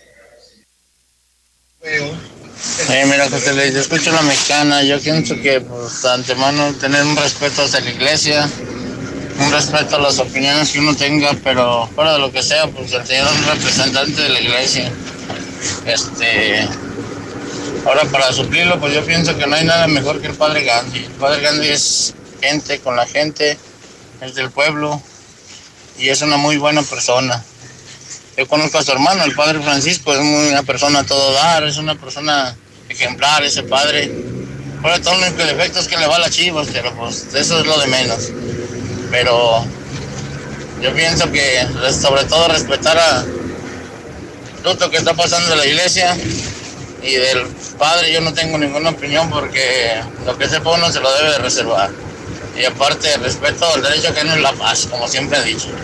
Eh, mira, José Luis, yo escucho la mexicana. Yo pienso que, pues, de antemano, tener un respeto hacia la iglesia, un respeto a las opiniones que uno tenga, pero fuera de lo que sea, pues el Señor es un representante de la iglesia. Este, ahora para suplirlo, pues yo pienso que no hay nada mejor que el Padre Gandhi. El Padre Gandhi es gente con la gente, es del pueblo y es una muy buena persona. Yo conozco a su hermano, el Padre Francisco, es muy una persona a todo dar, es una persona ejemplar ese padre. Ahora todo lo único defecto es que le va a las Chivas, pero pues eso es lo de menos. Pero yo pienso que sobre todo respetar a todo lo que está pasando en la iglesia y del padre. Yo no tengo ninguna opinión porque lo que sepa uno se lo debe de reservar. Y aparte respeto el derecho que no es la paz, como siempre he dicho.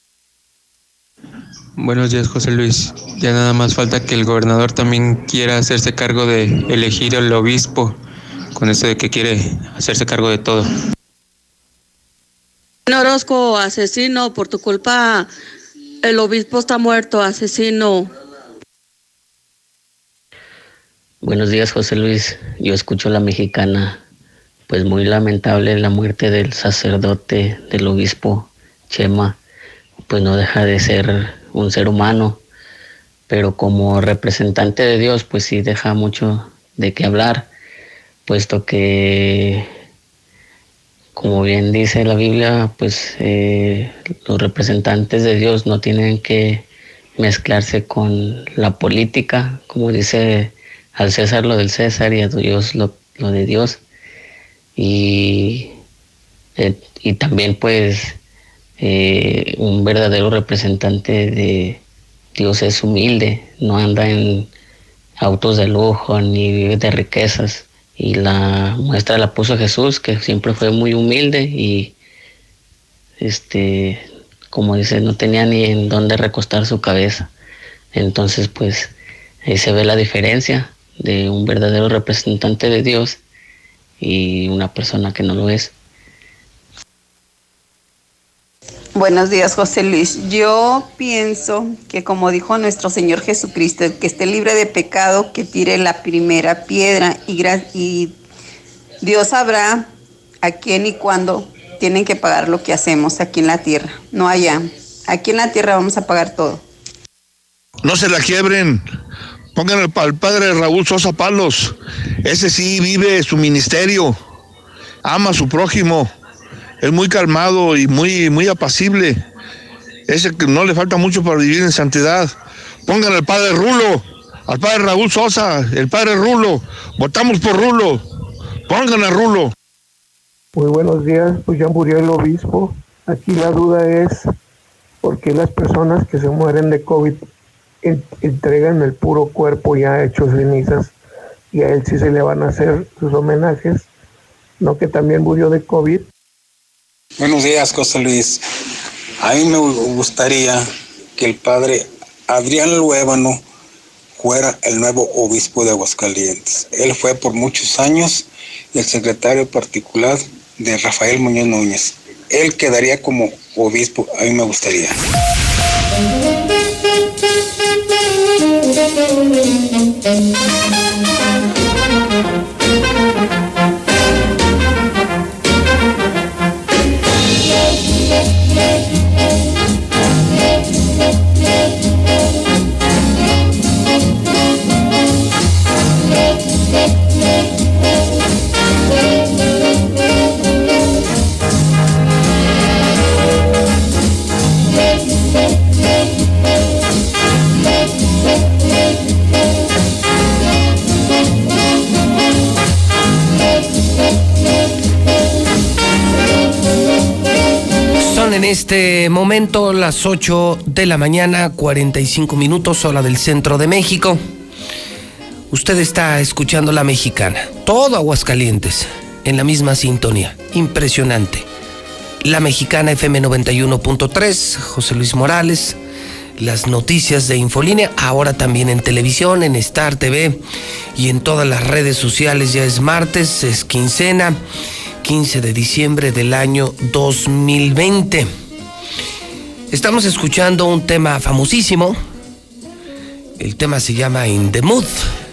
Buenos días, José Luis. Ya nada más falta que el gobernador también quiera hacerse cargo de elegir al obispo, con eso de que quiere hacerse cargo de todo. Orozco, asesino, por tu culpa el obispo está muerto, asesino. Buenos días, José Luis. Yo escucho la mexicana. Pues muy lamentable la muerte del sacerdote, del obispo Chema. Pues no deja de ser un ser humano, pero como representante de Dios, pues sí deja mucho de qué hablar, puesto que, como bien dice la Biblia, pues eh, los representantes de Dios no tienen que mezclarse con la política, como dice al César lo del César y a Dios lo, lo de Dios, y, eh, y también pues Eh, un verdadero representante de Dios es humilde, no anda en autos de lujo ni vive de riquezas, y la muestra la puso Jesús, que siempre fue muy humilde y este, como dice, no tenía ni en dónde recostar su cabeza. Entonces pues ahí se ve la diferencia de un verdadero representante de Dios y una persona que no lo es. Buenos días, José Luis. Yo pienso que, como dijo nuestro Señor Jesucristo, el que esté libre de pecado, que tire la primera piedra, y, gra- y Dios sabrá a quién y cuándo tienen que pagar lo que hacemos aquí en la tierra, no allá. Aquí en la tierra vamos a pagar todo. No se la quiebren. Pongan al, al padre Raúl Sosa Palos. Ese sí vive su ministerio. Ama a su prójimo. Es muy calmado y muy, muy apacible. Ese que no le falta mucho para vivir en santidad. Pongan al padre Rulo, al padre Raúl Sosa, el padre Rulo. Votamos por Rulo. Pongan a Rulo. Muy buenos días, pues ya murió el obispo. Aquí la duda es por qué las personas que se mueren de COVID en, entregan el puro cuerpo ya hecho cenizas, y a él sí se le van a hacer sus homenajes, no que también murió de COVID. Buenos días, José Luis. A mí me gustaría que el padre Adrián Luébano fuera el nuevo obispo de Aguascalientes. Él fue por muchos años el secretario particular de Rafael Muñoz Núñez. Él quedaría como obispo, a mí me gustaría. En este momento las ocho de la mañana, cuarenta y cinco minutos, hora del centro de México. Usted está escuchando La Mexicana, todo Aguascalientes en la misma sintonía. Impresionante. La Mexicana F M noventa y uno punto tres, José Luis Morales. Las noticias de Infolínea, ahora también en televisión, en Star T V y en todas las redes sociales. Ya es martes, es quincena, quince de diciembre del año dos mil veinte. Estamos escuchando un tema famosísimo. El tema se llama In the Mood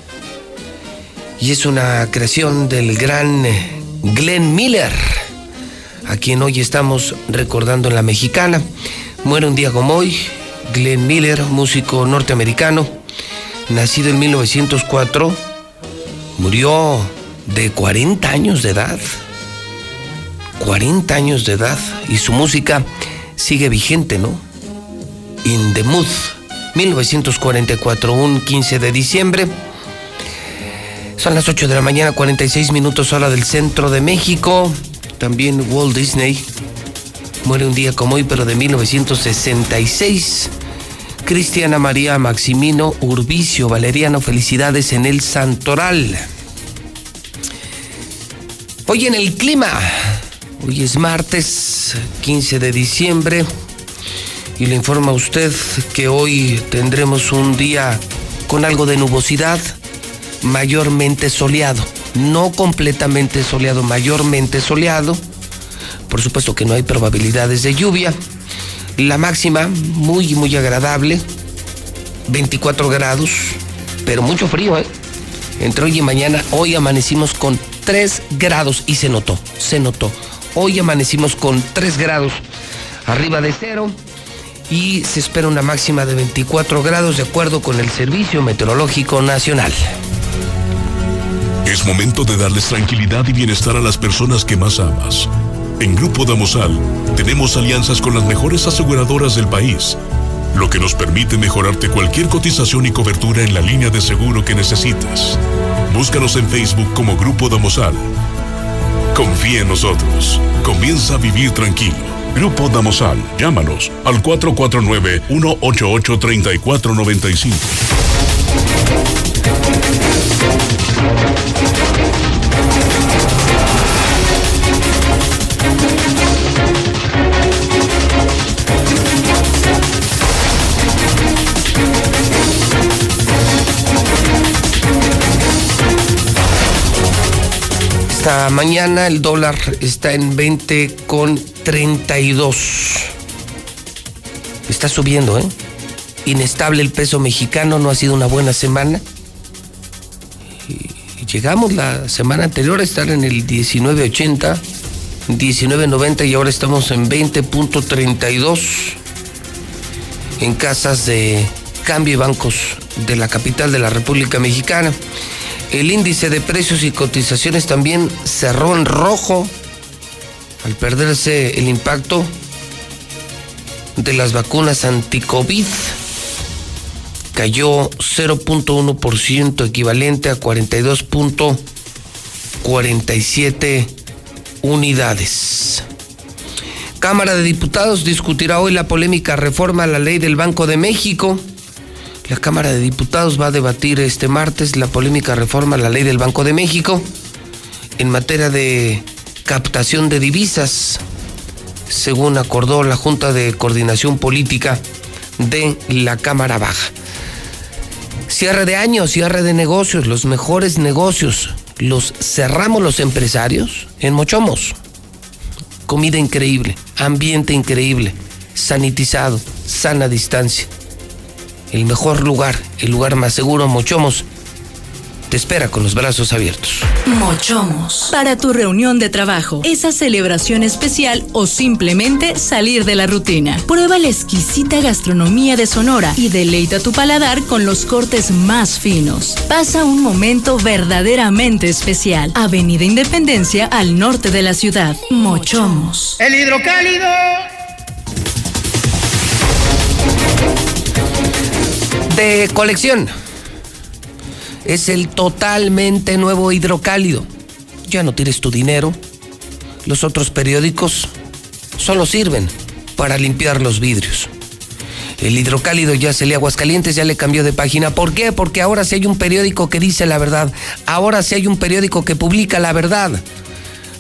y es una creación del gran Glenn Miller, a quien hoy estamos recordando en La Mexicana. Muere un día como hoy Glenn Miller, músico norteamericano, nacido en mil novecientos cuatro, murió de cuarenta años de edad. cuarenta años de edad y su música sigue vigente, ¿no? In the Mood, mil novecientos cuarenta y cuatro, un quince de diciembre. Son las ocho de la mañana, cuarenta y seis minutos hora del centro de México. También Walt Disney muere un día como hoy, pero de mil novecientos sesenta y seis. Cristiana María Maximino Urbicio Valeriano, felicidades en el Santoral. Hoy en el clima, hoy es martes quince de diciembre y le informa a usted que hoy tendremos un día con algo de nubosidad, mayormente soleado, no completamente soleado, mayormente soleado. Por supuesto que no hay probabilidades de lluvia. La máxima muy, muy agradable, veinticuatro grados, pero mucho frío, ¿eh? Entre hoy y mañana, hoy amanecimos con tres grados y se notó, se notó. Hoy amanecimos con tres grados arriba de cero y se espera una máxima de veinticuatro grados de acuerdo con el Servicio Meteorológico Nacional. Es momento de darles tranquilidad y bienestar a las personas que más amas. En Grupo Damosal tenemos alianzas con las mejores aseguradoras del país, lo que nos permite mejorarte cualquier cotización y cobertura en la línea de seguro que necesites. Búscanos en Facebook como Grupo Damosal. Confía en nosotros. Comienza a vivir tranquilo. Grupo Damosal. Llámanos al cuatro cuatro nueve, uno ocho ocho, tres cuatro nueve cinco. Esta mañana el dólar está en veinte con treinta y dos. Está subiendo, ¿eh? Inestable el peso mexicano, no ha sido una buena semana. Y llegamos la semana anterior a estar en el diecinueve ochenta, diecinueve noventa y ahora estamos en veinte punto treinta y dos en casas de cambio y bancos de la capital de la República Mexicana. El índice de precios y cotizaciones también cerró en rojo al perderse el impacto de las vacunas anti-COVID. Cayó cero punto uno por ciento, equivalente a cuarenta y dos punto cuarenta y siete unidades. Cámara de Diputados discutirá hoy la polémica reforma a la ley del Banco de México. La Cámara de Diputados va a debatir este martes la polémica reforma a la ley del Banco de México en materia de captación de divisas, según acordó la Junta de Coordinación Política de la Cámara Baja. Cierre de año, cierre de negocios, los mejores negocios los cerramos los empresarios en Mochomos. Comida increíble, ambiente increíble, sanitizado, sana distancia. El mejor lugar, el lugar más seguro, Mochomos, te espera con los brazos abiertos. Mochomos. Para tu reunión de trabajo, esa celebración especial o simplemente salir de la rutina. Prueba la exquisita gastronomía de Sonora y deleita tu paladar con los cortes más finos. Pasa un momento verdaderamente especial. Avenida Independencia al norte de la ciudad. Mochomos. El hidrocálido. De colección. Es el totalmente nuevo hidrocálido. Ya no tires tu dinero. Los otros periódicos solo sirven para limpiar los vidrios. El hidrocálido ya se lee Aguascalientes, ya le cambió de página. ¿Por qué? Porque ahora sí hay un periódico que dice la verdad. Ahora sí hay un periódico que publica la verdad.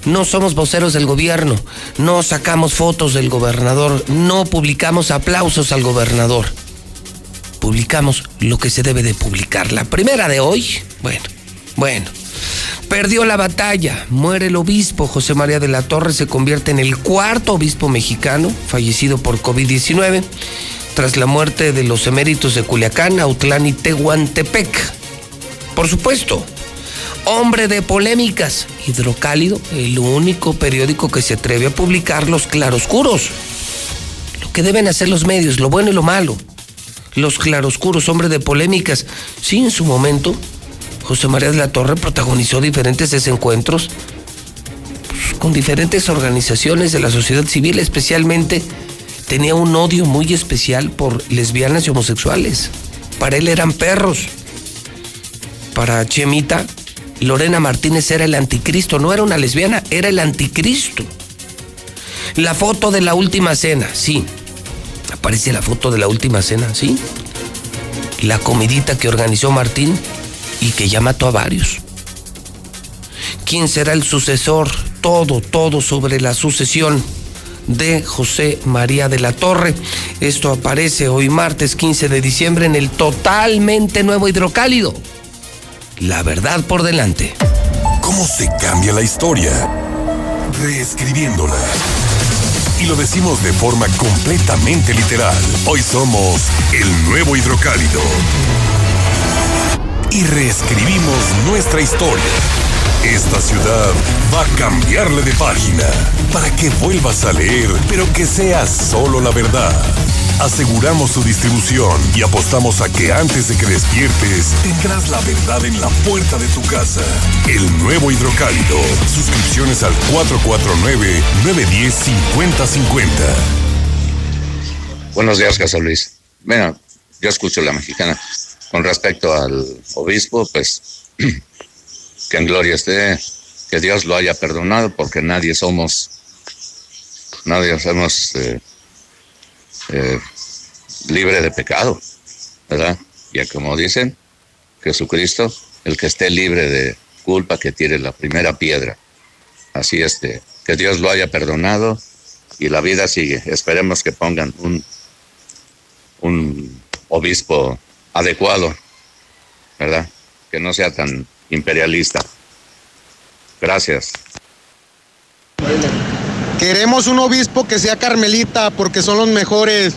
No somos voceros del gobierno, no sacamos fotos del gobernador, no publicamos aplausos al gobernador. Publicamos lo que se debe de publicar. La primera de hoy, bueno, bueno, perdió la batalla, muere el obispo. José María de la Torre se convierte en el cuarto obispo mexicano fallecido por COVID diecinueve tras la muerte de los eméritos de Culiacán, Autlán y Tehuantepec. Por supuesto, hombre de polémicas, Hidrocálido, el único periódico que se atreve a publicar los claroscuros. Lo que deben hacer los medios, lo bueno y lo malo. Los claroscuros, hombre de polémicas. Sí, en su momento, José María de la Torre protagonizó diferentes desencuentros pues, con diferentes organizaciones de la sociedad civil, especialmente tenía un odio muy especial por lesbianas y homosexuales. Para él eran perros. Para Chemita, Lorena Martínez era el anticristo, no era una lesbiana, era el anticristo. La foto de la última cena, sí. Aparece la foto de la última cena, sí. La comidita que organizó Martín y que ya mató a varios. ¿Quién será el sucesor? Todo, todo sobre la sucesión de José María de la Torre. Esto aparece hoy martes quince de diciembre en el totalmente nuevo Hidrocálido. La verdad por delante. ¿Cómo se cambia la historia? Reescribiéndola. Y lo decimos de forma completamente literal. Hoy somos el nuevo Hidrocálido. Y reescribimos nuestra historia. Esta ciudad va a cambiarle de página para que vuelvas a leer, pero que sea solo la verdad. Aseguramos su distribución y apostamos a que antes de que despiertes tendrás la verdad en la puerta de tu casa. El nuevo Hidrocálido. Suscripciones al cuatro cuatro nueve, nueve uno cero, cinco cero cinco cero. Buenos días, José Luis. Bueno, yo escucho La Mexicana. Con respecto al obispo, pues que en gloria esté, que Dios lo haya perdonado, porque nadie somos, nadie somos eh, eh, libre de pecado, ¿verdad? Y como dicen, Jesucristo, el que esté libre de culpa, que tire la primera piedra. Así es, de, que Dios lo haya perdonado y la vida sigue. Esperemos que pongan un, un obispo adecuado, ¿verdad? Que no sea tan imperialista. Gracias. Queremos un obispo que sea carmelita porque son los mejores.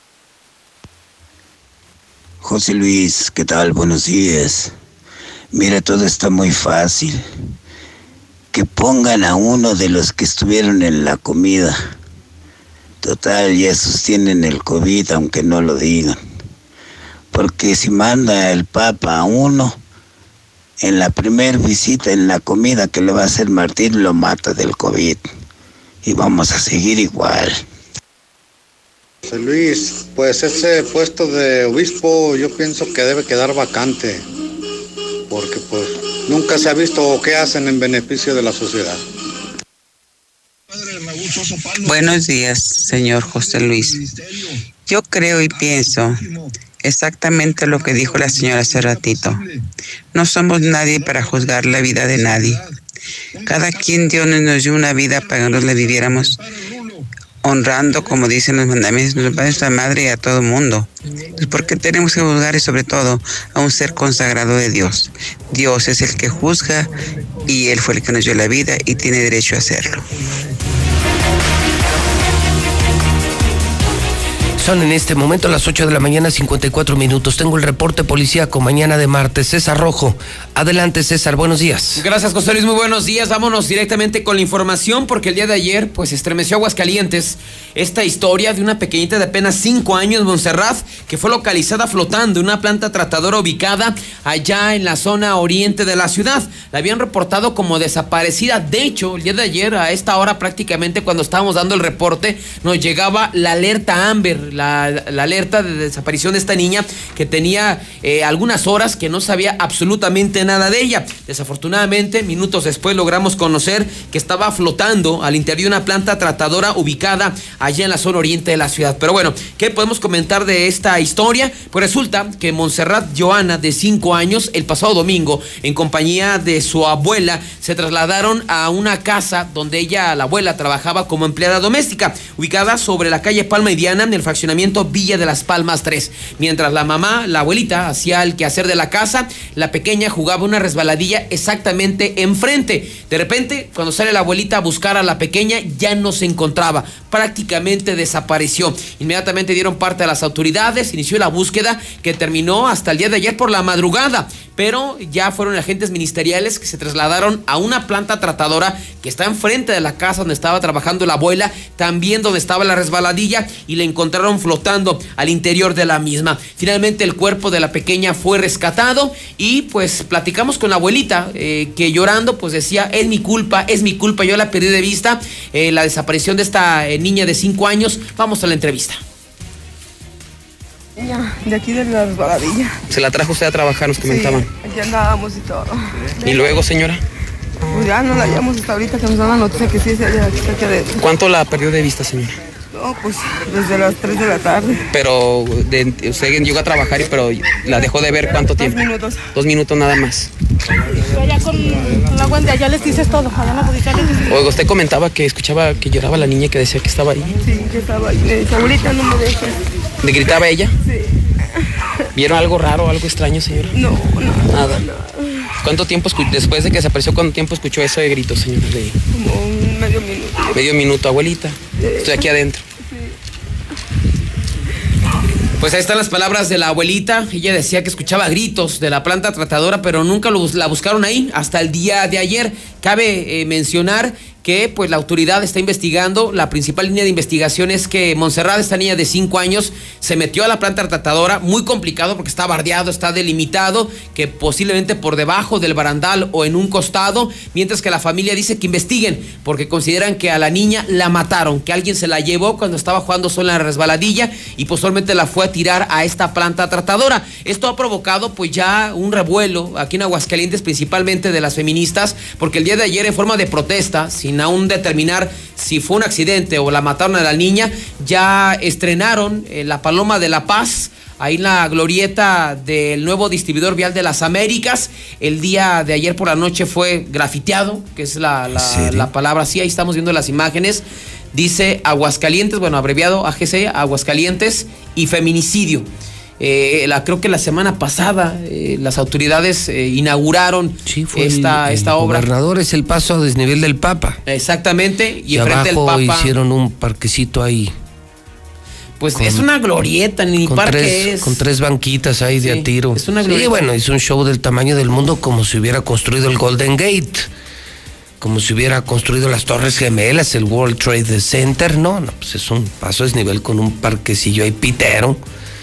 José Luis, ¿qué tal? Buenos días. Mira, todo está muy fácil. Que pongan a uno de los que estuvieron en la comida. Total, ya sostienen el COVID, aunque no lo digan. Porque si manda el Papa a uno, en la primer visita, en la comida que le va a hacer Martín, lo mata del COVID. Y vamos a seguir igual. José Luis, pues ese puesto de obispo yo pienso que debe quedar vacante. Porque pues nunca se ha visto qué hacen en beneficio de la sociedad. Buenos días, señor José Luis. Yo creo y pienso exactamente lo que dijo la señora hace ratito. No somos nadie para juzgar la vida de nadie. Cada quien Dios nos dio una vida para que nos la viviéramos honrando, como dicen los mandamientos, a nuestra madre y a todo el mundo. ¿Por qué tenemos que juzgar y sobre todo a un ser consagrado de Dios? Dios es el que juzga y Él fue el que nos dio la vida y tiene derecho a hacerlo. Son en este momento las ocho de la mañana, cincuenta y cuatro minutos. Tengo el reporte policíaco mañana de martes. César Rojo. Adelante, César. Buenos días. Gracias, José Luis. Muy buenos días. Vámonos directamente con la información porque el día de ayer, pues, estremeció Aguascalientes esta historia de una pequeñita de apenas cinco años, Montserrat, que fue localizada flotando en una planta tratadora ubicada allá en la zona oriente de la ciudad. La habían reportado como desaparecida. De hecho, el día de ayer, a esta hora prácticamente, cuando estábamos dando el reporte, nos llegaba la alerta Amber, la, la alerta de desaparición de esta niña que tenía eh, algunas horas que no sabía absolutamente nada de ella. Desafortunadamente, minutos después logramos conocer que estaba flotando al interior de una planta tratadora ubicada allá en la zona oriente de la ciudad. Pero bueno, ¿qué podemos comentar de esta historia? Pues resulta que Montserrat Joana, de cinco años, el pasado domingo, en compañía de su abuela, se trasladaron a una casa donde ella, la abuela, trabajaba como empleada doméstica, ubicada sobre la calle Palma y Diana, en el fraccionamiento Villa de las Palmas tres. Mientras la mamá, la abuelita, hacía el quehacer de la casa, la pequeña jugaba una resbaladilla exactamente enfrente. De repente, cuando sale la abuelita a buscar a la pequeña, ya no se encontraba, prácticamente desapareció. Inmediatamente dieron parte a las autoridades, inició la búsqueda que terminó hasta el día de ayer por la madrugada, pero ya fueron agentes ministeriales que se trasladaron a una planta tratadora que está enfrente de la casa donde estaba trabajando la abuela, también donde estaba la resbaladilla, y la encontraron flotando al interior de la misma. Finalmente el cuerpo de la pequeña fue rescatado y pues platicamos con la abuelita eh, que llorando pues decía: es mi culpa, es mi culpa, yo la perdí de vista, eh, la desaparición de esta eh, niña de cinco años. Vamos a la entrevista. De aquí de la resbaladilla. ¿Se la trajo usted a trabajar, nos comentaban? Sí, aquí andábamos y todo. ¿Y luego, señora? Pues ya no la hallamos hasta ahorita que nos dan la noticia que sí es ella, que está aquí adentro. ¿Cuánto la perdió de vista, señora? No, pues desde las tres de la tarde. Pero de, usted llegó a trabajar, pero la dejó de ver ¿cuánto tiempo? Dos minutos. Dos minutos nada más. Allá con la guardia, allá les dices todo, allá en la policía les dices. Oiga, usted comentaba que escuchaba que lloraba la niña, que decía que estaba ahí. Sí, que estaba ahí. Me dice: abuelita, no me dejes. ¿Le gritaba ella? Sí. ¿Vieron algo raro, algo extraño, señora? No, no. Nada. No. ¿Cuánto tiempo, después de que desapareció, cuánto tiempo escuchó eso de gritos, señora? De... Como un medio minuto. Medio minuto, abuelita. Sí. Estoy aquí adentro. Pues ahí están las palabras de la abuelita. Ella decía que escuchaba gritos de la planta tratadora, pero nunca lo, la buscaron ahí hasta el día de ayer. Cabe eh, mencionar que pues la autoridad está investigando. La principal línea de investigación es que Montserrat, esta niña de cinco años, se metió a la planta tratadora, muy complicado porque está bardeado, está delimitado, que posiblemente por debajo del barandal o en un costado, mientras que la familia dice que investiguen porque consideran que a la niña la mataron, que alguien se la llevó cuando estaba jugando sola en la resbaladilla y posteriormente la fue a tirar a esta planta tratadora. Esto ha provocado pues ya un revuelo aquí en Aguascalientes, principalmente de las feministas, porque el día de ayer, en forma de protesta, sin aún determinar si fue un accidente o la mataron a la niña, ya estrenaron eh, la Paloma de la Paz ahí en la glorieta del nuevo distribuidor vial de las Américas. El día de ayer por la noche fue grafiteado, que es la, la, la palabra, sí, ahí estamos viendo las imágenes. Dice Aguascalientes, bueno, abreviado A G C, Aguascalientes y feminicidio. Eh, la, creo que la semana pasada eh, las autoridades eh, inauguraron sí, fue esta, el, esta el obra. El gobernador es el paso a desnivel del Papa. Exactamente. Y, y enfrente del abajo Papa hicieron un parquecito ahí. Pues con, es una glorieta, ni con parque tres, es. Con tres banquitas ahí sí, de a tiro. Es una glorieta. Sí, bueno, es un show del tamaño del mundo, como si hubiera construido el Golden Gate, como si hubiera construido las Torres Gemelas, el World Trade Center. No, no, pues es un paso a desnivel con un parquecillo ahí pitero.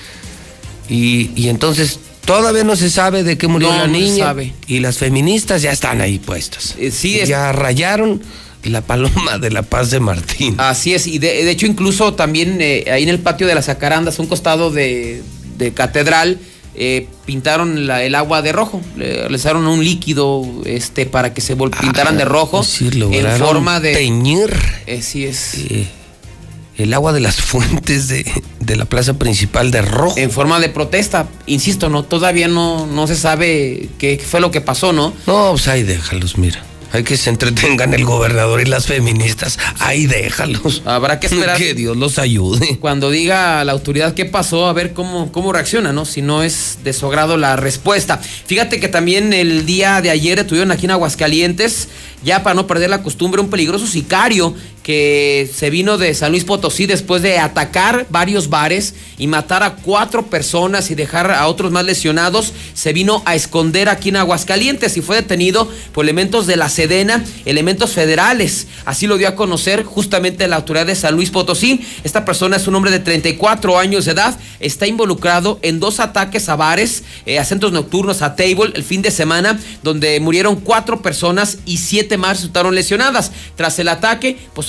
Y, y entonces todavía no se sabe de qué murió no, la niña. No se sabe. Y las feministas ya están ahí puestas. Eh, sí, es... Ya rayaron la Paloma de la Paz de Martín. Así es, y de, de hecho incluso también eh, ahí en el patio de las Jacarandas, un costado de, de Catedral, eh, pintaron la, el agua de rojo, le realizaron un líquido este para que se vol- pintaran ah, de rojo, sí, en forma de teñir. Eh, sí es. Eh. El agua de las fuentes de, de la plaza principal de rojo. En forma de protesta, insisto, no, todavía no, no se sabe qué fue lo que pasó, ¿no? No, pues ahí déjalos, mira. Hay que se entretengan el gobernador y las feministas. Ahí déjalos. Habrá que esperar que Dios los ayude. Cuando diga la autoridad qué pasó, a ver cómo, cómo reacciona, ¿no? Si no es de su agrado la respuesta. Fíjate que también el día de ayer estuvieron aquí en Aguascalientes, ya para no perder la costumbre, un peligroso sicario que se vino de San Luis Potosí después de atacar varios bares y matar a cuatro personas y dejar a otros más lesionados. Se vino a esconder aquí en Aguascalientes y fue detenido por elementos de la Sedena, elementos federales. Así lo dio a conocer justamente la autoridad de San Luis Potosí. Esta persona es un hombre de treinta y cuatro años de edad. Está involucrado en dos ataques a bares, eh, a centros nocturnos, a table, el fin de semana, donde murieron cuatro personas y siete más resultaron lesionadas. Tras el ataque, pues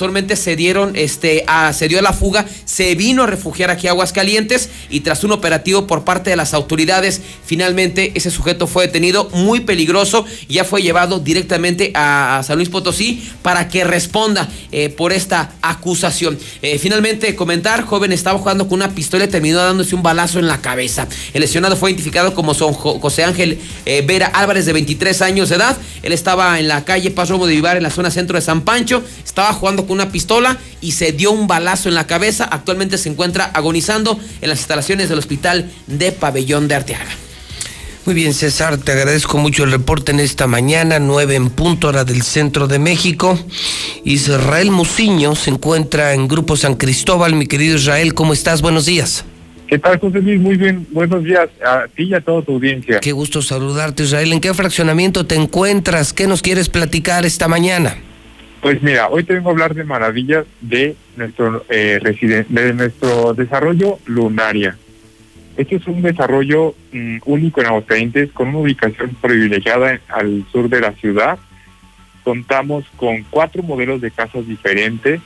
posteriormente se dieron, este, a, se dio la fuga, se vino a refugiar aquí a Aguascalientes y tras un operativo por parte de las autoridades, finalmente ese sujeto fue detenido, muy peligroso, y ya fue llevado directamente a, a San Luis Potosí para que responda eh, por esta acusación. Eh, finalmente, comentar, joven estaba jugando con una pistola y terminó dándose un balazo en la cabeza. El lesionado fue identificado como Son José Ángel eh, Vera Álvarez, de veintitrés años de edad. Él estaba en la calle Paz Romo de Vivar, en la zona centro de San Pancho, estaba jugando con una pistola y se dio un balazo en la cabeza. Actualmente se encuentra agonizando en las instalaciones del hospital de Pabellón de Arteaga. Muy bien, César, te agradezco mucho el reporte en esta mañana, nueve en punto, hora del centro de México. Israel Muciño se encuentra en Grupo San Cristóbal. Mi querido Israel, ¿cómo estás? Buenos días. ¿Qué tal, José Luis? Muy bien, buenos días a ti y a toda tu audiencia. Qué gusto saludarte, Israel. ¿En qué fraccionamiento te encuentras? ¿Qué nos quieres platicar esta mañana? Pues mira, hoy te vengo a hablar de maravillas de nuestro eh, residen- de nuestro desarrollo Lunaria. Este es un desarrollo um, único en Aguascalientes, con una ubicación privilegiada en, al sur de la ciudad. Contamos con cuatro modelos de casas diferentes.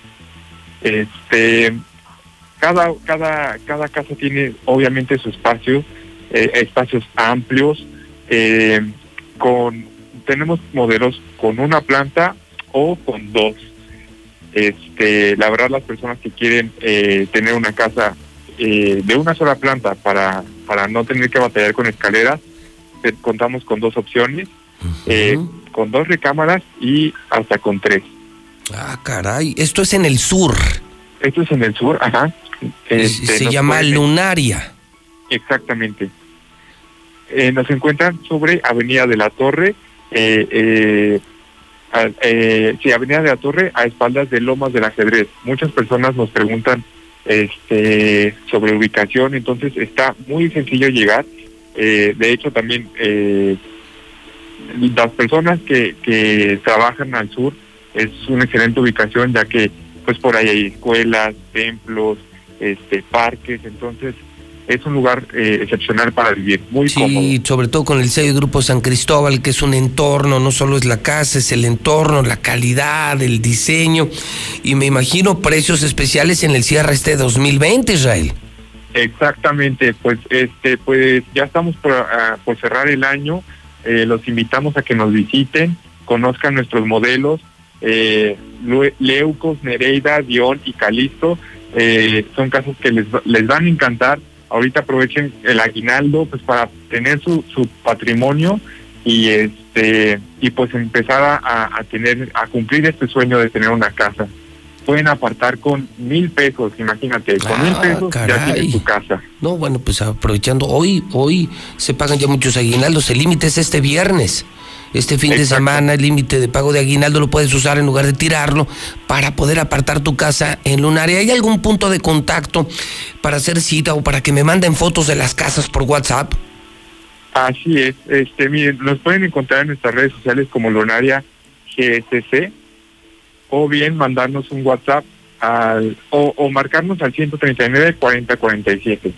Este, cada cada cada casa tiene obviamente su espacio, eh, espacios amplios. Eh, con tenemos modelos con una planta o con dos. Este, la verdad, las personas que quieren eh, tener una casa Eh, de una sola planta para para no tener que batallar con escaleras, eh, contamos con dos opciones, uh-huh. eh, con dos recámaras y hasta con tres. Ah, caray, esto es en el sur. Esto es en el sur, ajá. Este, se llama pueden... Lunaria. Exactamente. Eh, nos encuentran sobre Avenida de la Torre, eh, eh, a, eh, sí, Avenida de la Torre, a espaldas de Lomas del Ajedrez. Muchas personas nos preguntan este sobre ubicación, entonces está muy sencillo llegar. Eh, de hecho, también eh, las personas que, que trabajan al sur, es una excelente ubicación, ya que pues por ahí hay escuelas, templos, este parques, entonces es un lugar eh, excepcional para vivir, muy sí, cómodo. Sí, sobre todo con el sello Grupo San Cristóbal, que es un entorno, no solo es la casa, es el entorno, la calidad, el diseño, y me imagino precios especiales en el cierre este dos mil veinte, Israel. Exactamente, pues este pues ya estamos por, uh, por cerrar el año. Eh, los invitamos a que nos visiten, conozcan nuestros modelos, eh, Leucos, Nereida, Dion y Calisto. Eh, son casas que les, les van a encantar. Ahorita aprovechen el aguinaldo pues para tener su, su patrimonio y este y pues empezar a, a tener a cumplir este sueño de tener una casa. Pueden apartar con mil pesos, imagínate, con ah, mil pesos caray. Ya tienen su casa. No, bueno, pues aprovechando, hoy hoy se pagan ya muchos aguinaldos, el límite es este viernes. Este fin Exacto. de semana, el límite de pago de aguinaldo lo puedes usar en lugar de tirarlo para poder apartar tu casa en Lunaria. ¿Hay algún punto de contacto para hacer cita o para que me manden fotos de las casas por WhatsApp? Así es. Este, miren, nos pueden encontrar en nuestras redes sociales como Lunaria G S C, o bien mandarnos un WhatsApp al o, o marcarnos al ciento treinta y nueve, cuarenta, cuarenta y siete.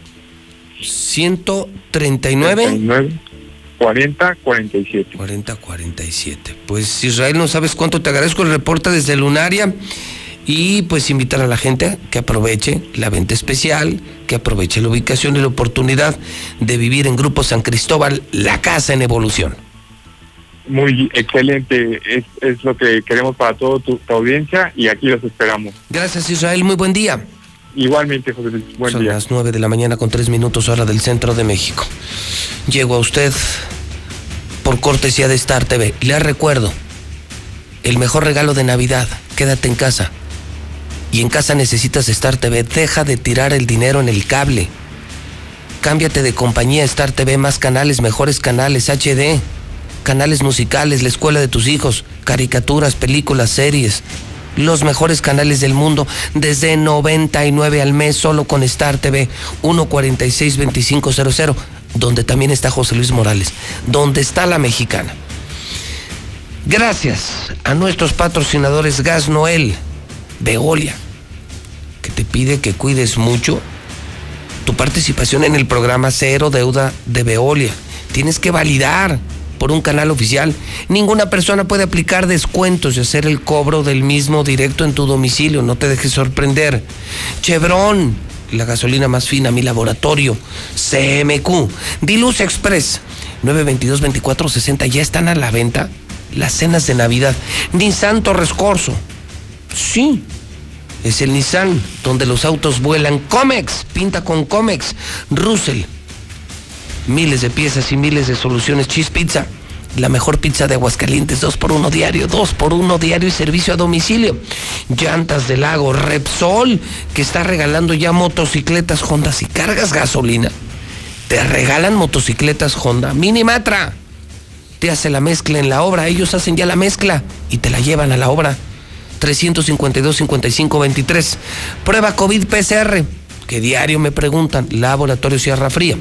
¿ciento treinta y nueve? treinta y nueve. cuarenta, cuarenta y siete. cuarenta, cuarenta y siete. Pues Israel, no sabes cuánto te agradezco el reporte desde Lunaria y pues invitar a la gente que aproveche la venta especial, que aproveche la ubicación y la oportunidad de vivir en Grupo San Cristóbal, la casa en evolución. Muy excelente, es, es lo que queremos para toda tu, tu audiencia y aquí los esperamos. Gracias, Israel, muy buen día. Igualmente, José Luis, buen Son día. Son las nueve de la mañana con tres minutos hora del centro de México. Llego a usted por cortesía de Star T V. Le recuerdo, el mejor regalo de Navidad, quédate en casa. Y en casa necesitas Star T V. Deja de tirar el dinero en el cable. Cámbiate de compañía. Star T V, más canales, mejores canales, H D, canales musicales, la escuela de tus hijos, caricaturas, películas, series. Los mejores canales del mundo desde noventa y nueve al mes solo con Star T V. uno cuarenta y seis, veinticinco cero cero, donde también está José Luis Morales, donde está la mexicana. Gracias a nuestros patrocinadores Gas Noel, Veolia, que te pide que cuides mucho tu participación en el programa Cero Deuda de Veolia. Tienes que validar por un canal oficial, ninguna persona puede aplicar descuentos y hacer el cobro del mismo directo en tu domicilio. No te dejes sorprender. Chevron, la gasolina más fina, mi laboratorio. C M Q, Diluce Express, nueve veintidós veinticuatro sesenta, ya están a la venta las cenas de Navidad. Nissan Torres Corso, sí, es el Nissan donde los autos vuelan. Comex, pinta con Comex. Russell, miles de piezas y miles de soluciones. Cheese Pizza, la mejor pizza de Aguascalientes, dos por uno diario, dos por uno diario y servicio a domicilio. Llantas del Lago. Repsol, que está regalando ya motocicletas Honda. Si cargas gasolina, te regalan motocicletas Honda. Minimatra, te hace la mezcla en la obra. Ellos hacen ya la mezcla y te la llevan a la obra. trescientos cincuenta y dos, cincuenta y cinco veintitrés. Prueba COVID P C R, que diario me preguntan. Laboratorio Sierra Fría.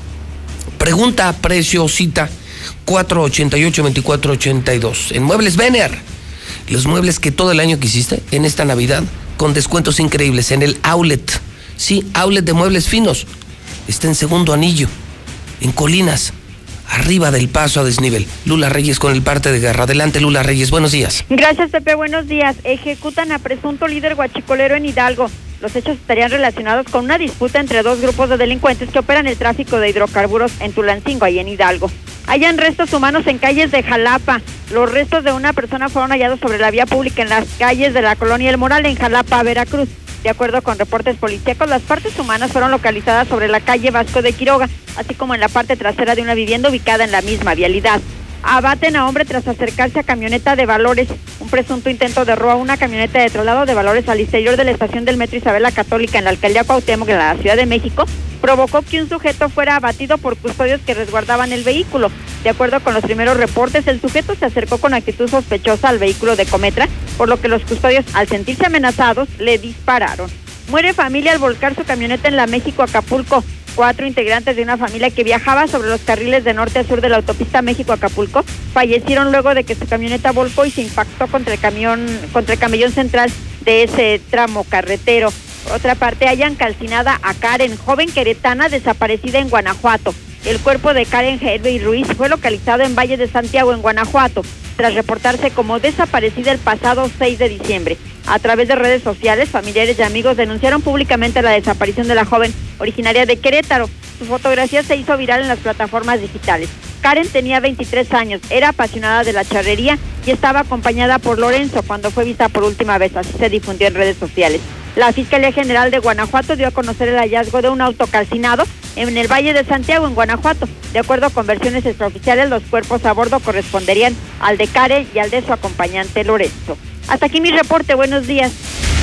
Pregunta, precio, cita, cuatro ochenta y ocho, veinticuatro ochenta y dos. En Muebles Vener, los muebles que todo el año quisiste, en esta Navidad, con descuentos increíbles. En el Outlet, sí, Outlet de Muebles Finos, está en Segundo Anillo, en Colinas, arriba del paso a desnivel. Lula Reyes con el parte de guerra. Adelante, Lula Reyes, buenos días. Gracias, Pepe, buenos días. Ejecutan a presunto líder guachicolero en Hidalgo. Los hechos estarían relacionados con una disputa entre dos grupos de delincuentes que operan el tráfico de hidrocarburos en Tulancingo, ahí en Hidalgo. Hallan restos humanos en calles de Jalapa. Los restos de una persona fueron hallados sobre la vía pública en las calles de la colonia El Moral, en Jalapa, Veracruz. De acuerdo con reportes policíacos, las partes humanas fueron localizadas sobre la calle Vasco de Quiroga, así como en la parte trasera de una vivienda ubicada en la misma vialidad. Abaten a hombre tras acercarse a camioneta de Valores. Un presunto intento de robo a una camioneta de traslado de Valores al exterior de la estación del Metro Isabel la Católica en la alcaldía Cuauhtémoc, en la Ciudad de México, provocó que un sujeto fuera abatido por custodios que resguardaban el vehículo. De acuerdo con los primeros reportes, el sujeto se acercó con actitud sospechosa al vehículo de Cometra, por lo que los custodios, al sentirse amenazados, le dispararon. Muere familia al volcar su camioneta en la México-Acapulco. Cuatro integrantes de una familia que viajaba sobre los carriles de norte a sur de la autopista México-Acapulco fallecieron luego de que su camioneta volcó y se impactó contra el camión, contra el camellón central de ese tramo carretero. Por otra parte, hayan calcinada a Karen, joven queretana desaparecida en Guanajuato. El cuerpo de Karen Hervey Ruiz fue localizado en Valle de Santiago, en Guanajuato, tras reportarse como desaparecida el pasado seis de diciembre. A través de redes sociales, familiares y amigos denunciaron públicamente la desaparición de la joven originaria de Querétaro. Su fotografía se hizo viral en las plataformas digitales. Karen tenía veintitrés años, era apasionada de la charrería y estaba acompañada por Lorenzo cuando fue vista por última vez, así se difundió en redes sociales. La Fiscalía General de Guanajuato dio a conocer el hallazgo de un auto calcinado en el Valle de Santiago, en Guanajuato. De acuerdo con versiones extraoficiales, los cuerpos a bordo corresponderían al de Karen y al de su acompañante Lorenzo. Hasta aquí mi reporte, buenos días.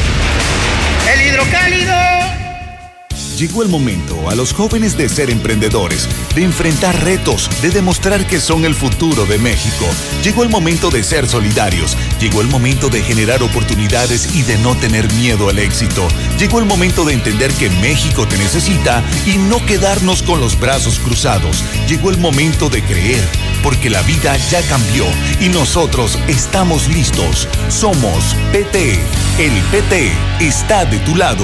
El hidrocálido. Llegó el momento a los jóvenes de ser emprendedores, de enfrentar retos, de demostrar que son el futuro de México. Llegó el momento de ser solidarios. Llegó el momento de generar oportunidades y de no tener miedo al éxito. Llegó el momento de entender que México te necesita y no quedarnos con los brazos cruzados. Llegó el momento de creer, porque la vida ya cambió y nosotros estamos listos. Somos P T. El P T está de tu lado.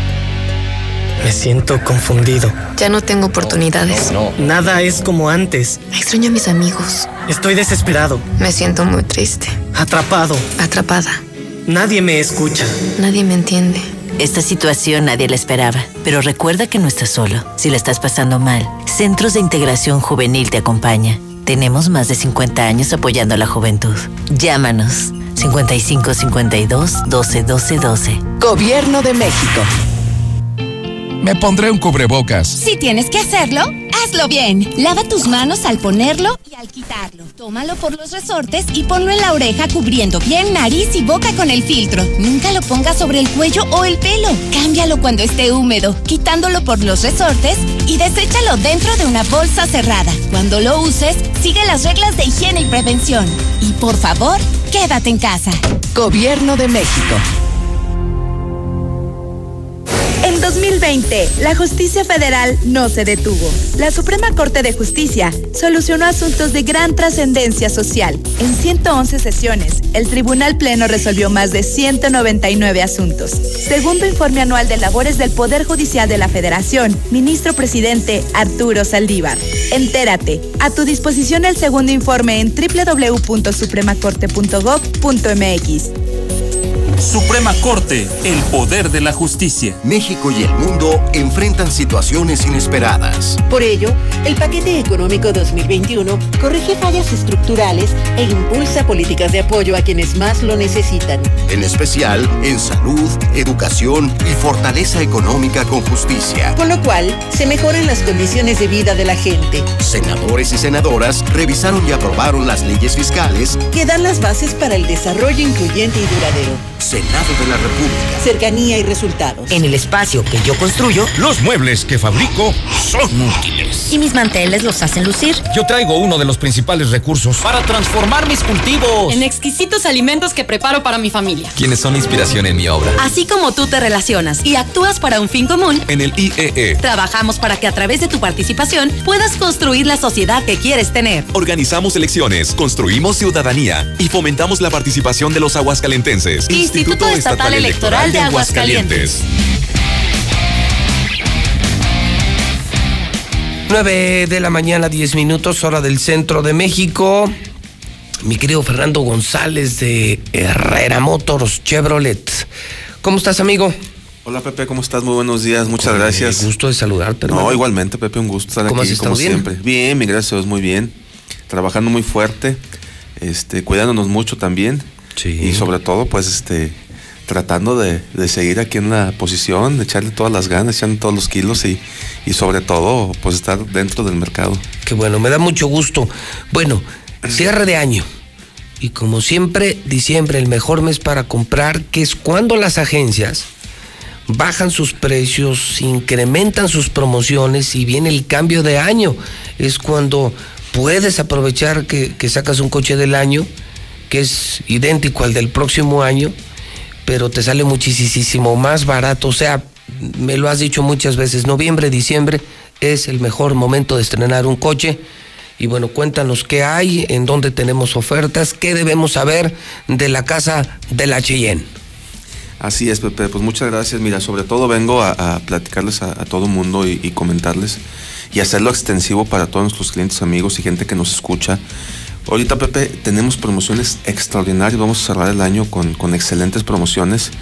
Me siento confundido. Ya no tengo oportunidades. No, no. Nada es como antes. Extraño a mis amigos. Estoy desesperado. Me siento muy triste. Atrapado. Atrapada. Nadie me escucha. Nadie me entiende. Esta situación nadie la esperaba, pero recuerda que no estás solo. Si la estás pasando mal, Centros de Integración Juvenil te acompaña. Tenemos más de cincuenta años apoyando a la juventud. Llámanos. cincuenta y cinco, cincuenta y dos, doce, doce, doce. Gobierno de México. Me pondré un cubrebocas. Si tienes que hacerlo, hazlo bien. Lava tus manos al ponerlo y al quitarlo. Tómalo por los resortes y ponlo en la oreja cubriendo bien nariz y boca con el filtro. Nunca lo pongas sobre el cuello o el pelo. Cámbialo cuando esté húmedo, quitándolo por los resortes y deséchalo dentro de una bolsa cerrada. Cuando lo uses, sigue las reglas de higiene y prevención. Y por favor, quédate en casa. Gobierno de México. En dos mil veinte, la justicia federal no se detuvo. La Suprema Corte de Justicia solucionó asuntos de gran trascendencia social. En ciento once sesiones, el Tribunal Pleno resolvió más de ciento noventa y nueve asuntos. Segundo informe anual de labores del Poder Judicial de la Federación, Ministro Presidente Arturo Saldívar. Entérate. A tu disposición el segundo informe en doble u doble u doble u punto suprema corte punto gob punto eme equis. Suprema Corte, el poder de la justicia. México y el mundo enfrentan situaciones inesperadas. Por ello, el paquete económico dos mil veintiuno corrige fallas estructurales e impulsa políticas de apoyo a quienes más lo necesitan. En especial en salud, educación y fortaleza económica con justicia. Con lo cual, se mejoran las condiciones de vida de la gente. Senadores y senadoras revisaron y aprobaron las leyes fiscales que dan las bases para el desarrollo incluyente y duradero. Senado de la República. Cercanía y resultados. En el espacio que yo construyo, los muebles que fabrico son útiles. Y mis manteles los hacen lucir. Yo traigo uno de los principales recursos para transformar mis cultivos en exquisitos alimentos que preparo para mi familia. Quienes son inspiración en mi obra. Así como tú te relacionas y actúas para un fin común, en el I E E trabajamos para que a través de tu participación puedas construir la sociedad que quieres tener. Organizamos elecciones, construimos ciudadanía y fomentamos la participación de los aguascalentenses. Instituto, Instituto Estatal, Estatal Electoral de Aguascalientes. nueve de la mañana, diez minutos, hora del centro de México. Mi querido Fernando González de Herrera Motors Chevrolet. ¿Cómo estás, amigo? Hola, Pepe, ¿cómo estás? Muy buenos días, muchas gracias. Un gusto de saludarte, hermano. No, igualmente, Pepe, un gusto estar ¿Cómo aquí, has estado? como ¿Bien? siempre. Bien, mi gracias, muy bien. Trabajando muy fuerte, este, cuidándonos mucho también. Sí. Y sobre todo, pues, este, tratando de, de seguir aquí en la posición, de echarle todas las ganas, echarle todos los kilos y, y sobre todo, pues, estar dentro del mercado. Qué bueno, me da mucho gusto. Bueno, cierre de año. Y como siempre, diciembre, el mejor mes para comprar, que es cuando las agencias bajan sus precios, incrementan sus promociones y viene el cambio de año. Es cuando puedes aprovechar que, que sacas un coche del año, que es idéntico al del próximo año, pero te sale muchísimo más barato. O sea, me lo has dicho muchas veces, noviembre, diciembre es el mejor momento de estrenar un coche. Y bueno, cuéntanos qué hay, en dónde tenemos ofertas, qué debemos saber de la casa de la Cheyenne. Así es, Pepe, pues muchas gracias. Mira, sobre todo vengo a, a platicarles a, a todo mundo y, y comentarles y hacerlo extensivo para todos nuestros clientes, amigos y gente que nos escucha. Ahorita, Pepe, tenemos promociones extraordinarias, vamos a cerrar el año con, con excelentes promociones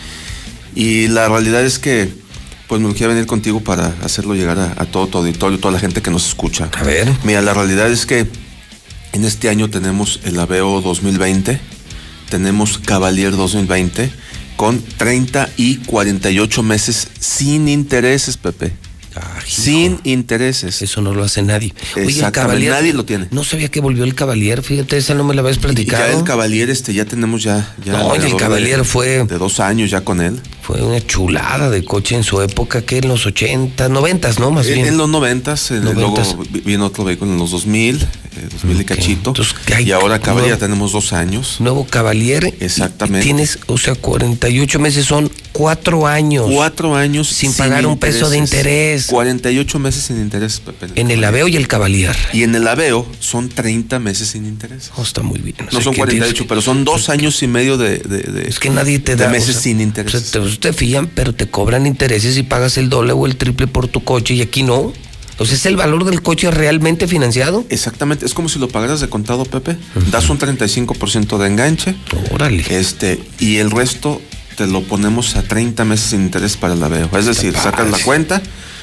y la realidad es que pues me gustaría venir contigo para hacerlo llegar a, a todo tu auditorio, toda la gente que nos escucha. A ver. Mira, la realidad es que en este año tenemos el Aveo dos mil veinte, tenemos Cavalier dos mil veinte con treinta y cuarenta y ocho meses sin intereses, Pepe. Ay, sin hijo. intereses. Eso no lo hace nadie. Oye, el Cavalier, nadie lo tiene. No sabía que volvió el Cavalier, fíjate, esa no me la habías platicado. Y ya el Cavalier, este, ya tenemos ya... ya no, el Cavalier de, fue... De dos años ya con él. Fue una chulada de coche en su época, que en los ochenta, noventas, ¿no? Más en, bien. En los noventas, noventas. Luego vino otro vehículo en los dos mil, eh, dos mil okay. y cachito. Entonces, y ahora Cavalier nuevo, tenemos dos años. Nuevo Cavalier. Exactamente. Y tienes, o sea, cuarenta y ocho meses son cuatro años. Cuatro años sin, sin pagar un intereses. peso de interés. cuarenta y ocho meses sin interés, Pepe. En el, en el Aveo y el Cavalier. Y en el Aveo son treinta meses sin interés. Oh, está muy bien. No, no son cuarenta y ocho, que, pero son dos que, años y medio de, de, de... Es que nadie te da... De meses o sea, sin interés. O sea, te, te fían, pero te cobran intereses y pagas el doble o el triple por tu coche y aquí no. O sea, ¿es el valor del coche realmente financiado? Exactamente, es como si lo pagaras de contado, Pepe. Uh-huh. Das un treinta y cinco por ciento de enganche. Órale. Este, y el resto te lo ponemos a treinta meses sin interés para el Aveo. Es decir, sacas la cuenta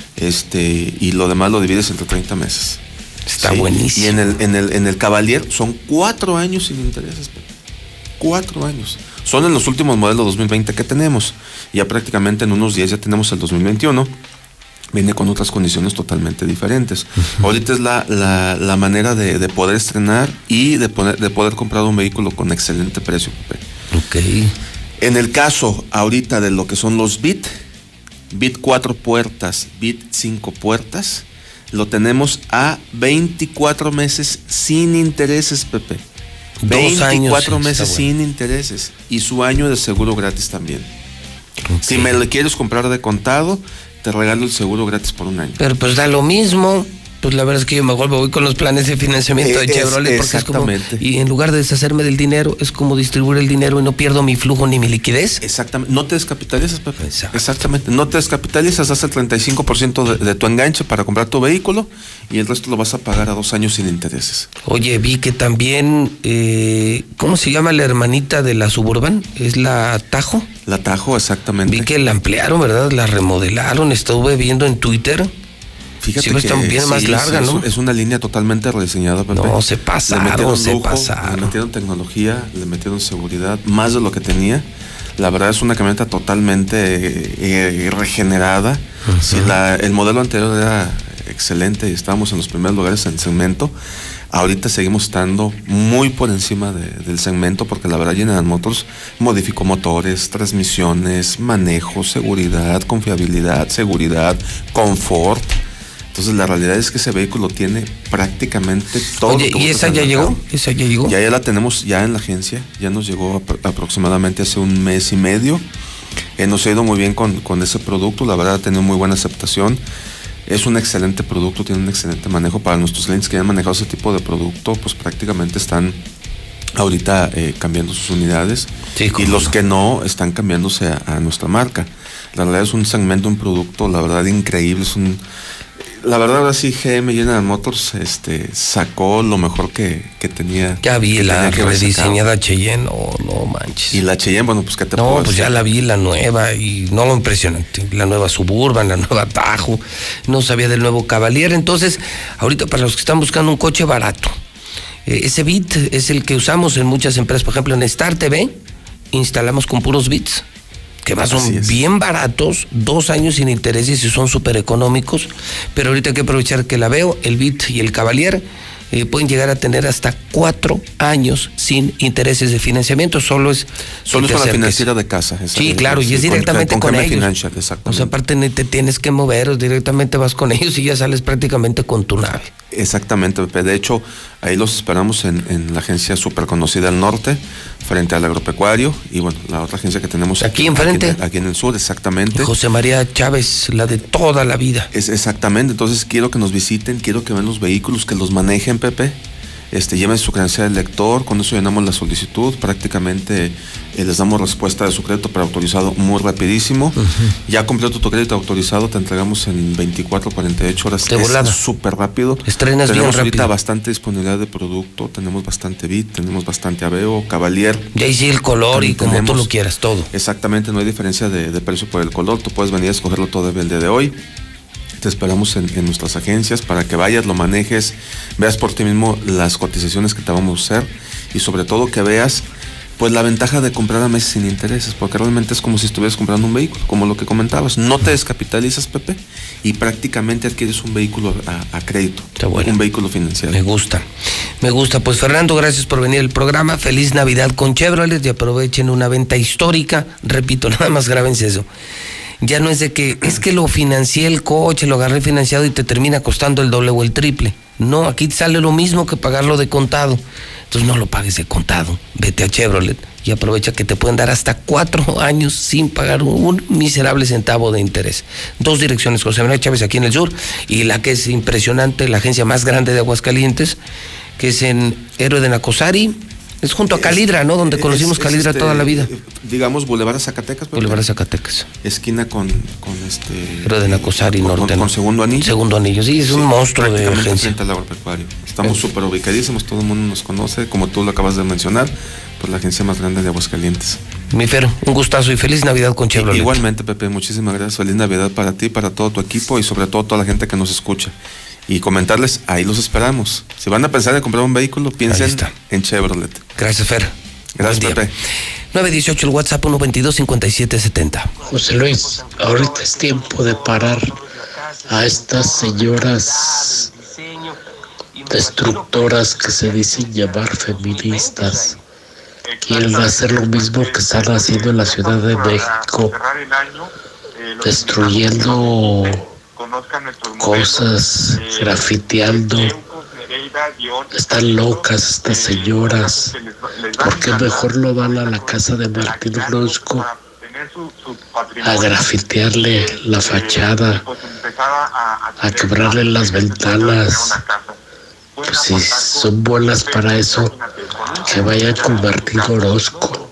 este, y lo demás lo divides entre treinta meses. Está sí. buenísimo. Y en el, en el, en el Cavalier son cuatro años sin intereses, Pepe. Cuatro años. Son en los últimos modelos dos mil veinte que tenemos. Ya prácticamente en unos días ya tenemos el dos mil veintiuno. Viene con otras condiciones totalmente diferentes. Uh-huh. Ahorita es la, la, la manera de, de poder estrenar y de poder, de poder comprar un vehículo con excelente precio, Pepe. Ok. En el caso ahorita de lo que son los Beat, Beat cuatro puertas, Beat cinco puertas, lo tenemos a veinticuatro meses sin intereses, Pepe. Dos años. veinticuatro meses sin intereses y su año de seguro gratis también. Okay. Si me lo quieres comprar de contado, te regalo el seguro gratis por un año. Pero pues da lo mismo. Pues la verdad es que yo mejor me voy con los planes de financiamiento eh, de Chevrolet, es, porque es como, y en lugar de deshacerme del dinero, es como distribuir el dinero y no pierdo mi flujo ni mi liquidez. Exactamente, no te descapitalizas, Pepe. Exacto. Exactamente, no te descapitalizas, das el treinta y cinco por ciento de, de tu enganche para comprar tu vehículo y el resto lo vas a pagar a dos años sin intereses. Oye, vi que también, eh, ¿cómo se llama la hermanita de la Suburban? ¿Es la Tajo? La Tajo, exactamente. Vi que la ampliaron, ¿verdad? La remodelaron, estuve viendo en Twitter. Fíjate sí, que está bien sí, más larga, sí, ¿no? Es una línea totalmente rediseñada, Pepe. No, se pasaron, le metieron se lujo, pasaron. Le metieron tecnología, le metieron seguridad, más de lo que tenía. La verdad es una camioneta totalmente eh, regenerada. Uh-huh. Si la, el modelo anterior era excelente y estábamos en los primeros lugares en segmento, ahorita seguimos estando muy por encima de, del segmento, porque la verdad General Motors modificó motores, transmisiones, manejo, seguridad, confiabilidad, seguridad, confort. Entonces la realidad es que ese vehículo tiene prácticamente todo. Oye, lo que ¿y esa ya llegó? ¿Esa ya llegó? Ya, ya la tenemos ya en la agencia, ya nos llegó ap- aproximadamente hace un mes y medio. Eh, nos ha ido muy bien con, con ese producto, la verdad ha tenido muy buena aceptación. Es un excelente producto, tiene un excelente manejo. Para nuestros clientes que han manejado ese tipo de producto, pues prácticamente están ahorita eh, cambiando sus unidades, sí, y los no. que no están cambiándose a, a nuestra marca. La verdad es un segmento, un producto, la verdad increíble, es un... La verdad, ahora sí, G M General Motors este, sacó lo mejor que, que tenía. Ya vi que la rediseñada Cheyenne, oh, no manches. Y la Cheyenne, bueno, pues ¿qué te No, puedo pues decir? ya la vi, la nueva, y no, impresionante. La nueva Suburban, la nueva Tajo, no sabía del nuevo Cavalier. Entonces, ahorita para los que están buscando un coche barato, eh, ese bit es el que usamos en muchas empresas. Por ejemplo, en Star T V instalamos con puros bits, que más son bien baratos, dos años sin intereses y son súper económicos, pero ahorita hay que aprovechar que la veo, el Bit y el Cavalier eh, pueden llegar a tener hasta cuatro años sin intereses de financiamiento, solo es... Solo es con la financiera de casa. Esa, sí, claro, sí, y es directamente con, con, con ellos. Financial, exactamente. O sea, aparte ni te tienes que mover, directamente vas con ellos y ya sales prácticamente con tu nave. Exactamente, Pepe. De hecho, ahí los esperamos en, en la agencia súper conocida al norte, frente al agropecuario, y bueno, la otra agencia que tenemos aquí, aquí enfrente, aquí, aquí en el sur, exactamente. José María Chávez, la de toda la vida. Es exactamente. Entonces quiero que nos visiten, quiero que vean los vehículos, que los manejen, Pepe. Este, lleven su credencial del lector, con eso llenamos la solicitud, prácticamente eh, les damos respuesta de su crédito preautorizado muy rapidísimo. Uh-huh. Ya completo tu crédito autorizado, te entregamos en veinticuatro, cuarenta y ocho horas. De volada. Es súper rápido. Estrenas tenemos bien ahorita rápido. Bastante disponibilidad de producto, tenemos bastante Bit, tenemos bastante Aveo, Cavalier. Y ahí sí el color y como tenemos, tú lo quieras, todo. Exactamente, no hay diferencia de, de precio por el color, tú puedes venir a escogerlo todavía el día de hoy. Te esperamos en, en nuestras agencias para que vayas, lo manejes, veas por ti mismo las cotizaciones que te vamos a hacer y sobre todo que veas pues la ventaja de comprar a meses sin intereses, porque realmente es como si estuvieras comprando un vehículo, como lo que comentabas, no te descapitalizas, Pepe, y prácticamente adquieres un vehículo a, a crédito, bueno. un vehículo financiado. Me gusta, me gusta. Pues Fernando, gracias por venir al programa, feliz Navidad con Chevrolet y aprovechen una venta histórica, repito, nada más grábense eso. Ya no es de que, es que lo financié el coche, lo agarré financiado y te termina costando el doble o el triple. No, aquí te sale lo mismo que pagarlo de contado. Entonces no lo pagues de contado, vete a Chevrolet y aprovecha que te pueden dar hasta cuatro años sin pagar un miserable centavo de interés. Dos direcciones, José Manuel Chávez aquí en el sur, y la que es impresionante, la agencia más grande de Aguascalientes, que es en Héroe de Nacosari. Es junto a Calidra, ¿no? Donde conocimos es, es Calidra este, toda la vida. Digamos, Boulevard Zacatecas. Boulevard Zacatecas. Esquina con, con este... Pero de Nacosari, con, norte. Con, con Segundo Anillo. Segundo Anillo, sí, es sí, un monstruo de agencia. Frente al agropecuario. Estamos súper ubicadísimos, todo el mundo nos conoce, como tú lo acabas de mencionar, pues la agencia más grande de Aguascalientes. Mi Fer, un gustazo y feliz Navidad con Chevrolet. Igualmente, Pepe, muchísimas gracias. Feliz Navidad para ti, para todo tu equipo y sobre todo toda la gente que nos escucha. Y comentarles, ahí los esperamos. Si van a pensar en comprar un vehículo, piensen en Chevrolet. Gracias, Fer. Gracias, Pepe. nueve dieciocho el WhatsApp uno veintidós cincuenta y siete setenta. José Luis, ahorita es tiempo de parar a estas señoras destructoras que se dicen llamar feministas. Quieren hacer lo mismo que están haciendo en la Ciudad de México, destruyendo cosas, grafiteando. Están locas estas señoras. ¿Por qué mejor no van a la casa de Martín Orozco a grafitearle la fachada, a quebrarle las ventanas. Pues si son buenas para eso, que vaya con Martín Orozco.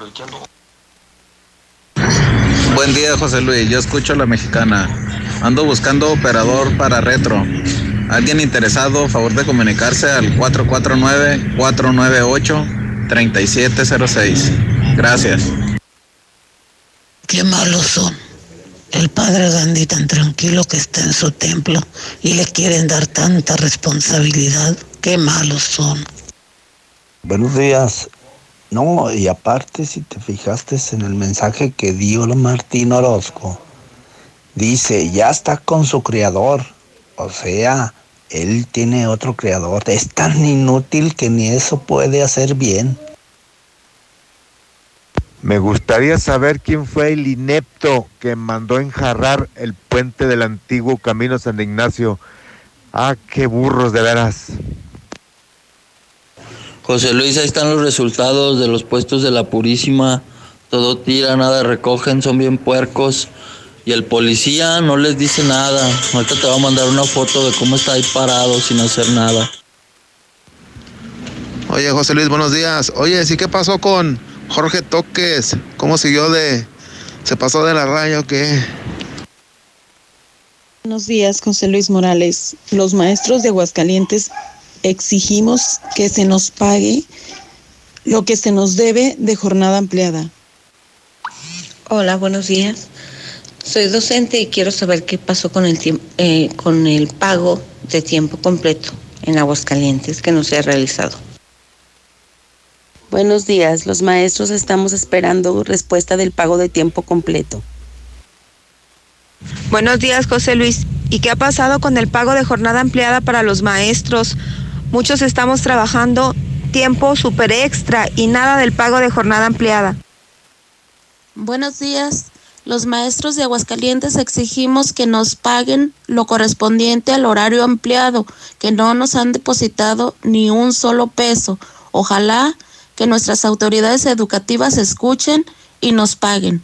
Buen día, José Luis. Yo escucho La Mexicana. Ando buscando operador para retro. ¿Alguien interesado? Favor de comunicarse al cuatro cuatro nueve, cuatro nueve ocho, tres siete cero seis. Gracias. Qué malos son. El padre Gandhi tan tranquilo que está en su templo y le quieren dar tanta responsabilidad. Qué malos son. Buenos días. No, y aparte, si te fijaste en el mensaje que dio Martín Orozco, dice, ya está con su creador. O sea, él tiene otro creador. Es tan inútil que ni eso puede hacer bien. Me gustaría saber quién fue el inepto que mandó enjarrar el puente del antiguo Camino San Ignacio. Ah, qué burros de veras. José Luis, ahí están los resultados de los puestos de la Purísima. Todo tira, nada recogen, son bien puercos. Y el policía no les dice nada. Ahorita te va a mandar una foto de cómo está ahí parado sin hacer nada. Oye, José Luis, buenos días. Oye, ¿sí qué pasó con Jorge Toques? ¿Cómo siguió de... se pasó de la raya o qué? Buenos días, José Luis Morales. Los maestros de Aguascalientes exigimos que se nos pague lo que se nos debe de jornada ampliada. Hola, buenos días. Soy docente y quiero saber qué pasó con el tiempo, eh, con el pago de tiempo completo en Aguascalientes que no se ha realizado. Buenos días, los maestros estamos esperando respuesta del pago de tiempo completo. Buenos días, José Luis. ¿Y qué ha pasado con el pago de jornada ampliada para los maestros? Muchos estamos trabajando tiempo super extra y nada del pago de jornada ampliada. Buenos días. Los maestros de Aguascalientes exigimos que nos paguen lo correspondiente al horario ampliado, que no nos han depositado ni un solo peso. Ojalá que nuestras autoridades educativas escuchen y nos paguen.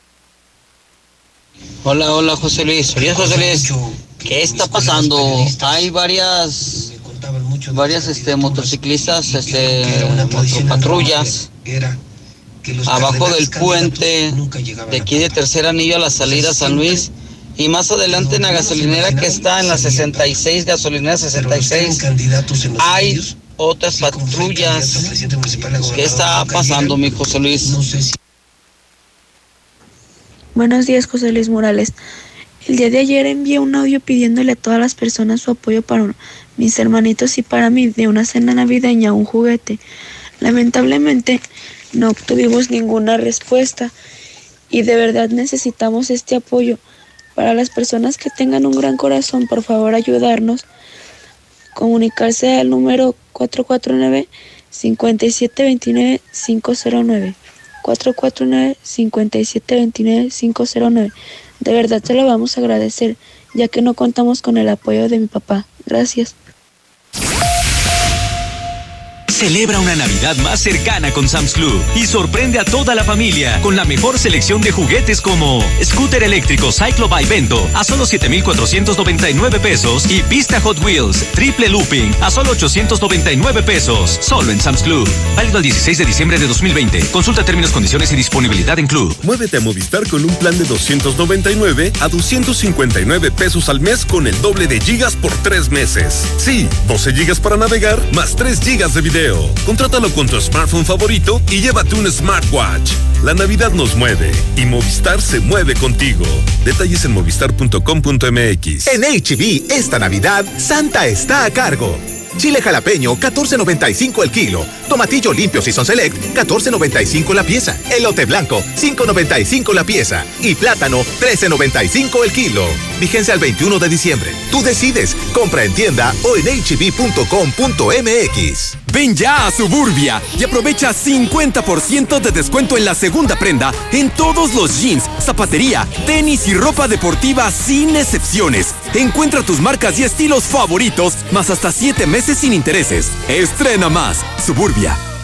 Hola, hola, José Luis. Oye, José Luis, ¿qué está pasando? Hay varias, varias este, motociclistas, este, motopatrullas, abajo del puente de aquí de Tercer Anillo a la salida a San Luis, y más adelante en la gasolinera que está en la sesenta y seis, gasolinera sesenta y seis, hay otras patrullas. ¿Qué está pasando, mi José Luis? Buenos días, José Luis Morales. El día de ayer envié un audio pidiéndole a todas las personas su apoyo para mis hermanitos y para mí de una cena navideña, un juguete. Lamentablemente no obtuvimos ninguna respuesta y de verdad necesitamos este apoyo. Para las personas que tengan un gran corazón, por favor ayudarnos. Comunicarse al número cuatro cuatro nueve, cinco siete dos nueve, cinco cero nueve. cuatro cuatro nueve, cinco siete dos nueve, cinco cero nueve. De verdad te lo vamos a agradecer, ya que no contamos con el apoyo de mi papá. Gracias. Celebra una Navidad más cercana con Sam's Club y sorprende a toda la familia con la mejor selección de juguetes como scooter eléctrico Cyclobike Vento a solo siete mil cuatrocientos noventa y nueve pesos y pista Hot Wheels triple looping a solo ochocientos noventa y nueve pesos. Solo en Sam's Club. Válido el dieciséis de diciembre de dos mil veinte. Consulta términos, condiciones y disponibilidad en Club. Muévete a Movistar con un plan de doscientos noventa y nueve a doscientos cincuenta y nueve pesos al mes con el doble de gigas por tres meses. Sí, doce gigas para navegar más tres gigas de video. Contrátalo con tu smartphone favorito y llévate un smartwatch. La Navidad nos mueve y Movistar se mueve contigo. Detalles en movistar punto com punto m x. En H E B, esta Navidad, Santa está a cargo. Chile jalapeño, catorce noventa y cinco el kilo. Tomatillo limpio Season Select, catorce noventa y cinco la pieza. Elote blanco, cinco noventa y cinco la pieza. Y plátano, trece noventa y cinco el kilo. Vigencia al veintiuno de diciembre. Tú decides. Compra en tienda o en h e b punto com punto m x. Ven ya a Suburbia y aprovecha cincuenta por ciento de descuento en la segunda prenda en todos los jeans, zapatería, tenis y ropa deportiva sin excepciones. Encuentra tus marcas y estilos favoritos, más hasta siete meses sin intereses. Estrena más. Suburbia.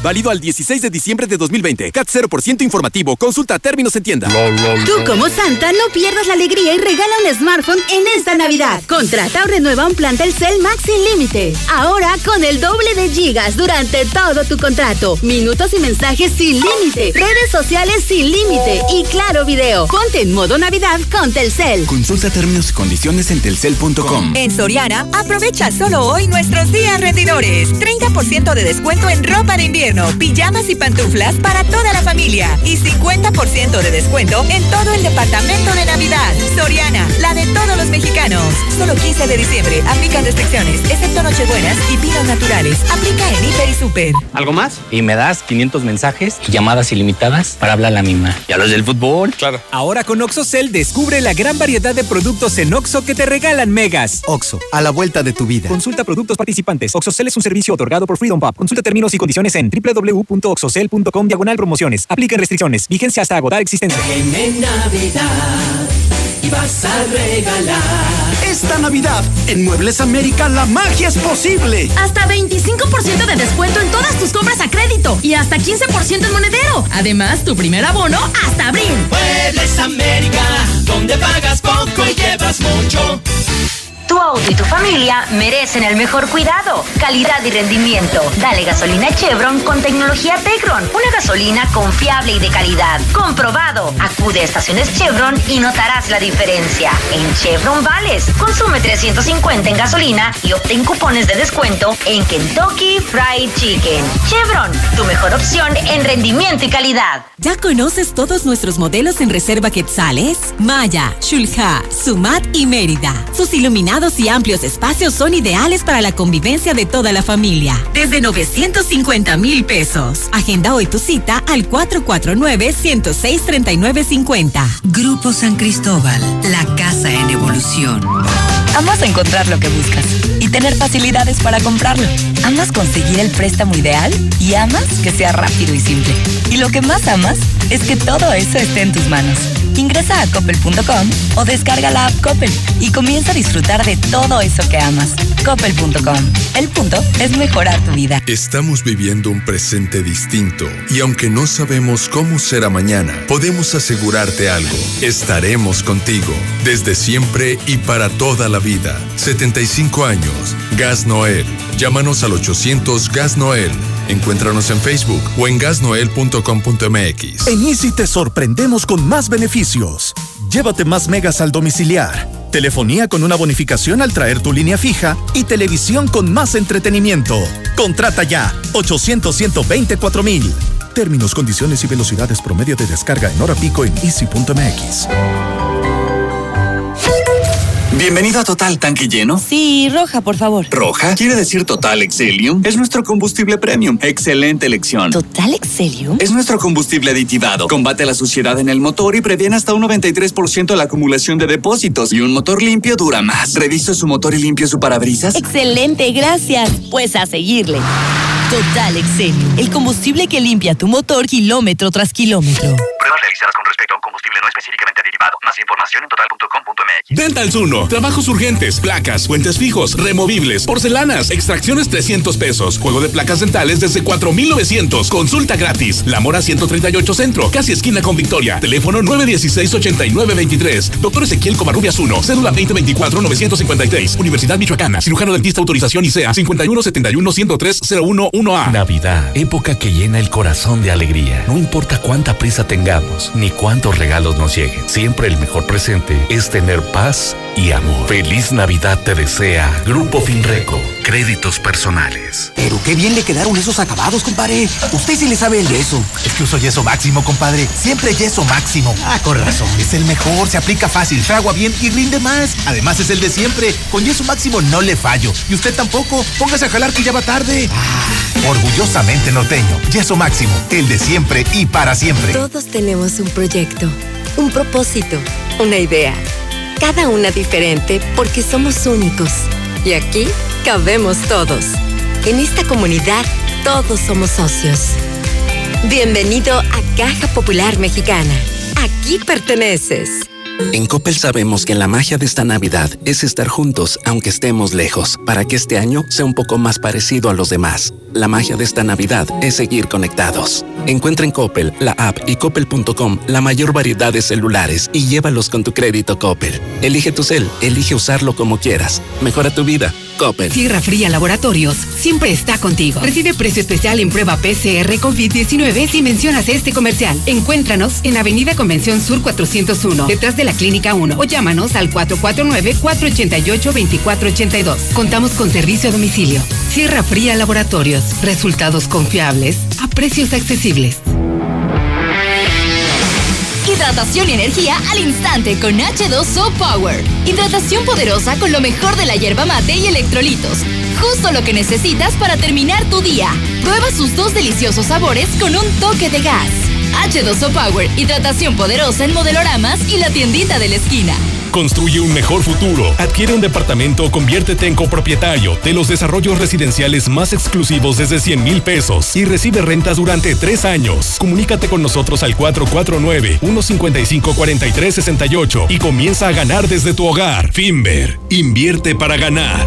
Válido al dieciséis de diciembre de dos mil veinte. C A T cero por ciento informativo. Consulta términos en tienda. Tú como Santa no pierdas la alegría y regala un smartphone en esta Navidad. Contrata o renueva un plan Telcel Max sin límite. Ahora con el doble de gigas durante todo tu contrato. Minutos y mensajes sin límite. Redes sociales sin límite. Y claro video. Ponte en modo Navidad con Telcel. Consulta términos y condiciones en telcel punto com. En Soriana, aprovecha solo hoy nuestros días rendidores. treinta por ciento de descuento en ropa de invierno, pijamas y pantuflas para toda la familia. Y cincuenta por ciento de descuento en todo el departamento de Navidad. Soriana, la de todos los mexicanos. Solo quince de diciembre. Aplican restricciones, excepto Nochebuenas y pinos naturales. Aplica en Hiper y Super. ¿Algo más? Y me das quinientos mensajes y llamadas ilimitadas para hablar a la misma. ¿Y a los del fútbol? Claro. Ahora con OxoCell descubre la gran variedad de productos en Oxo que te regalan megas. Oxo, a la vuelta de tu vida. Consulta productos participantes. OxoCell es un servicio otorgado por Freedom Pub. Consulta términos y condiciones en doble u doble u doble u punto oxocell punto com diagonal promociones. Apliquen restricciones. Vigencia hasta agotar existencia. En Navidad y vas a regalar. Esta Navidad, en Muebles América, la magia es posible. Hasta veinticinco por ciento de descuento en todas tus compras a crédito y hasta quince por ciento en monedero. Además, tu primer abono hasta abril. Muebles América, donde pagas poco y llevas mucho. Tu auto y tu familia merecen el mejor cuidado, calidad y rendimiento. Dale gasolina Chevron con tecnología Tecron. Una gasolina confiable y de calidad. Comprobado. Acude a estaciones Chevron y notarás la diferencia. En Chevron Vales, consume trescientos cincuenta en gasolina y obtén cupones de descuento en Kentucky Fried Chicken. Chevron, tu mejor opción en rendimiento y calidad. ¿Ya conoces todos nuestros modelos en Reserva Quetzales? Maya, Shulha, Sumat y Mérida. Sus iluminados y amplios espacios son ideales para la convivencia de toda la familia. Desde novecientos cincuenta mil pesos. Agenda hoy tu cita al cuatro cuatro nueve, uno cero seis, tres nueve cinco cero. Grupo San Cristóbal, la casa en evolución. Amas encontrar lo que buscas y tener facilidades para comprarlo. Amas conseguir el préstamo ideal y amas que sea rápido y simple. Y lo que más amas es que todo eso esté en tus manos. Ingresa a coppel punto com o descarga la app Coppel y comienza a disfrutar de todo eso que amas. coppel punto com. El punto es mejorar tu vida. Estamos viviendo un presente distinto y aunque no sabemos cómo será mañana, podemos asegurarte algo. Estaremos contigo desde siempre y para toda la vida. setenta y cinco años. Gas Noel. Llámanos al ochocientos Gas Noel. Encuéntranos en Facebook o en gas noel punto com punto m x. En Easy te sorprendemos con más beneficios. Llévate más megas al domiciliar, telefonía con una bonificación al traer tu línea fija y televisión con más entretenimiento. Contrata ya ochocientos, ciento veinticuatro mil. Términos, condiciones y velocidades promedio de descarga en hora pico en easy punto m x. Bienvenido a Total, ¿tanque lleno? Sí, roja, por favor. ¿Roja? Quiere decir Total Exelium. Es nuestro combustible premium. Excelente elección. ¿Total Exelium? Es nuestro combustible aditivado. Combate la suciedad en el motor y previene hasta un noventa y tres por ciento la acumulación de depósitos. Y un motor limpio dura más. ¿Reviso su motor y limpio su parabrisas? Excelente, gracias. Pues a seguirle. Total Exelium, el combustible que limpia tu motor kilómetro tras kilómetro. Pruebas realizadas con respecto a un combustible no específicamente derivado. Más información en total punto com punto m x. Dental Zuno. Trabajos urgentes, placas, puentes fijos, removibles, porcelanas, extracciones trescientos pesos. Juego de placas dentales desde cuatro mil novecientos. Consulta gratis. La Mora ciento treinta y ocho Centro, casi esquina con Victoria. Teléfono nueve uno seis, ocho nueve dos tres. Doctor Ezequiel Covarrubias uno. Cédula veinte veinticuatro, novecientos cincuenta y seis. Universidad Michoacana. Cirujano dentista autorización I C A cincuenta y uno setenta y uno, ciento tres, cero uno uno A. Navidad, época que llena el corazón de alegría. No importa cuánta prisa tengamos, ni cuántos regalos nos lleguen. Siempre el mejor presente es tener paz y amor. Feliz Navidad te desea Grupo Finreco. Créditos personales. Pero qué bien le quedaron esos acabados, compadre. Usted sí le sabe el yeso. Es que uso yeso máximo, compadre. Siempre yeso máximo. Ah, con razón. Es el mejor, se aplica fácil, fragua bien y rinde más. Además es el de siempre. Con yeso máximo no le fallo. Y usted tampoco. Póngase a jalar que ya va tarde. Ah, orgullosamente norteño. Yeso máximo. El de siempre y para siempre. Todos tenemos un proyecto, un propósito, una idea. Cada una diferente porque somos únicos. Y aquí cabemos todos. En esta comunidad todos somos socios. Bienvenido a Caja Popular Mexicana. Aquí perteneces. En Coppel sabemos que la magia de esta Navidad es estar juntos, aunque estemos lejos, para que este año sea un poco más parecido a los demás. La magia de esta Navidad es seguir conectados. Encuentra en Coppel, la app y coppel punto com la mayor variedad de celulares y llévalos con tu crédito Coppel. Elige tu cel, elige usarlo como quieras. Mejora tu vida. Coppel. Sierra Fría Laboratorios siempre está contigo. Recibe precio especial en prueba P C R COVID diecinueve si mencionas este comercial. Encuéntranos en Avenida Convención Sur cuatrocientos uno, detrás de la Clínica uno, o llámanos al cuatro cuatro nueve, cuatro ocho ocho, dos cuatro ocho dos. Contamos con servicio a domicilio. Sierra Fría Laboratorios. Resultados confiables a precios accesibles. Hidratación y energía al instante con hache dos O Power. Hidratación poderosa con lo mejor de la yerba mate y electrolitos. Justo lo que necesitas para terminar tu día. Prueba sus dos deliciosos sabores con un toque de gas. hache dos O Power, hidratación poderosa en modeloramas y la tiendita de la esquina. Construye un mejor futuro. Adquiere un departamento o conviértete en copropietario de los desarrollos residenciales más exclusivos desde cien mil pesos y recibe rentas durante tres años. Comunícate con nosotros al cuatro cuatro nueve, uno cinco cinco, cuatro tres seis ocho y comienza a ganar desde tu hogar. Finver, invierte para ganar.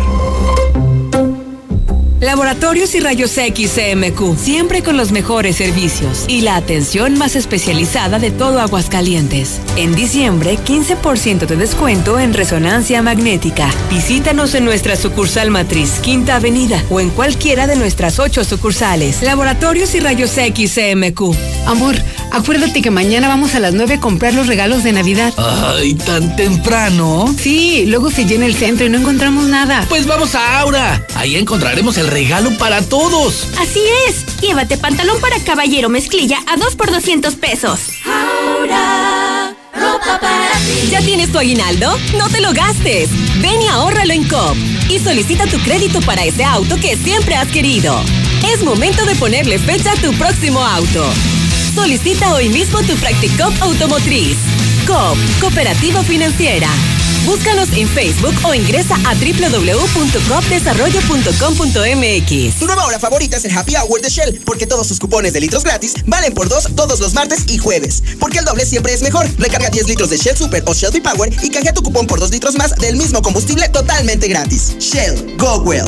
Laboratorios y Rayos X C M Q, siempre con los mejores servicios y la atención más especializada de todo Aguascalientes. En diciembre, quince por ciento de descuento en resonancia magnética. Visítanos en nuestra sucursal matriz, Quinta Avenida, o en cualquiera de nuestras ocho sucursales. Laboratorios y Rayos X C M Q. Amor, acuérdate que mañana vamos a las nueve a comprar los regalos de Navidad. Ay, ¿tan temprano? Sí, luego se llena el centro y no encontramos nada. Pues vamos a Aura. Ahí encontraremos el regalo para todos. Así es. Llévate pantalón para caballero mezclilla a dos por doscientos pesos. Ahora, ropa para ti. ¿Ya tienes tu aguinaldo? No te lo gastes. Ven y ahórralo en Copp y solicita tu crédito para ese auto que siempre has querido. Es momento de ponerle fecha a tu próximo auto. Solicita hoy mismo tu Practicop Automotriz. Copp, Cooperativa Financiera. Búscanos en Facebook o ingresa a doble u doble u doble u punto cop desarrollo punto com punto m x. Tu nueva hora favorita es el Happy Hour de Shell, porque todos sus cupones de litros gratis valen por dos todos los martes y jueves. Porque el doble siempre es mejor. Recarga diez litros de Shell Super o Shell V-Power y canjea tu cupón por dos litros más del mismo combustible totalmente gratis. Shell, go well.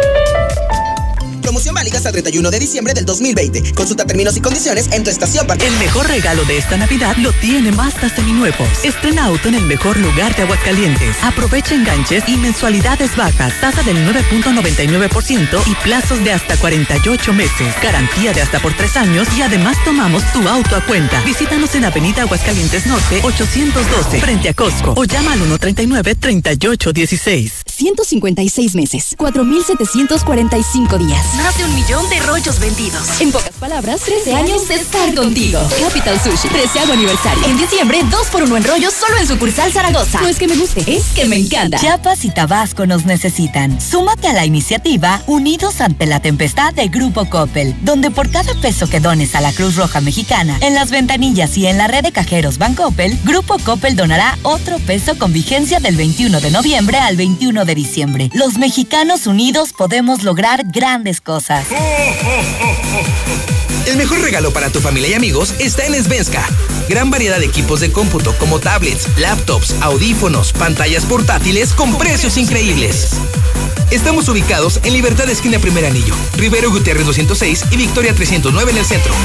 Promoción válida hasta el treinta y uno de diciembre del dos mil veinte. Consulta términos y condiciones en tu estación partida. El mejor regalo de esta Navidad lo tiene Mazda Seminuevos. Estrena auto en el mejor lugar de Aguascalientes. Aprovecha enganches y mensualidades bajas. Tasa del nueve punto noventa y nueve por ciento y plazos de hasta cuarenta y ocho meses. Garantía de hasta por tres años y además tomamos tu auto a cuenta. Visítanos en Avenida Aguascalientes Norte ochocientos doce, frente a Costco, o llama al uno treinta y nueve, treinta y ocho dieciséis. ciento cincuenta y seis meses, cuatro mil setecientos cuarenta y cinco días. Más de un millón de rollos vendidos. En pocas palabras, trece años de estar contigo. Capital Sushi, treceavo aniversario. En diciembre, dos por uno en rollos solo en sucursal Zaragoza. No es que me guste, es que me encanta. Chiapas y Tabasco nos necesitan. Súmate a la iniciativa Unidos ante la Tempestad de Grupo Coppel, donde por cada peso que dones a la Cruz Roja Mexicana, en las ventanillas y en la red de cajeros Bancoppel, Grupo Coppel donará otro peso con vigencia del veintiuno de noviembre al veintiuno de diciembre. Los mexicanos unidos podemos lograr grandes cosas. El mejor regalo para tu familia y amigos está en Svenska. Gran variedad de equipos de cómputo como tablets, laptops, audífonos, pantallas portátiles con precios increíbles. Estamos ubicados en Libertad esquina Primer Anillo, Rivero Gutiérrez doscientos seis y Victoria trescientos nueve en el centro.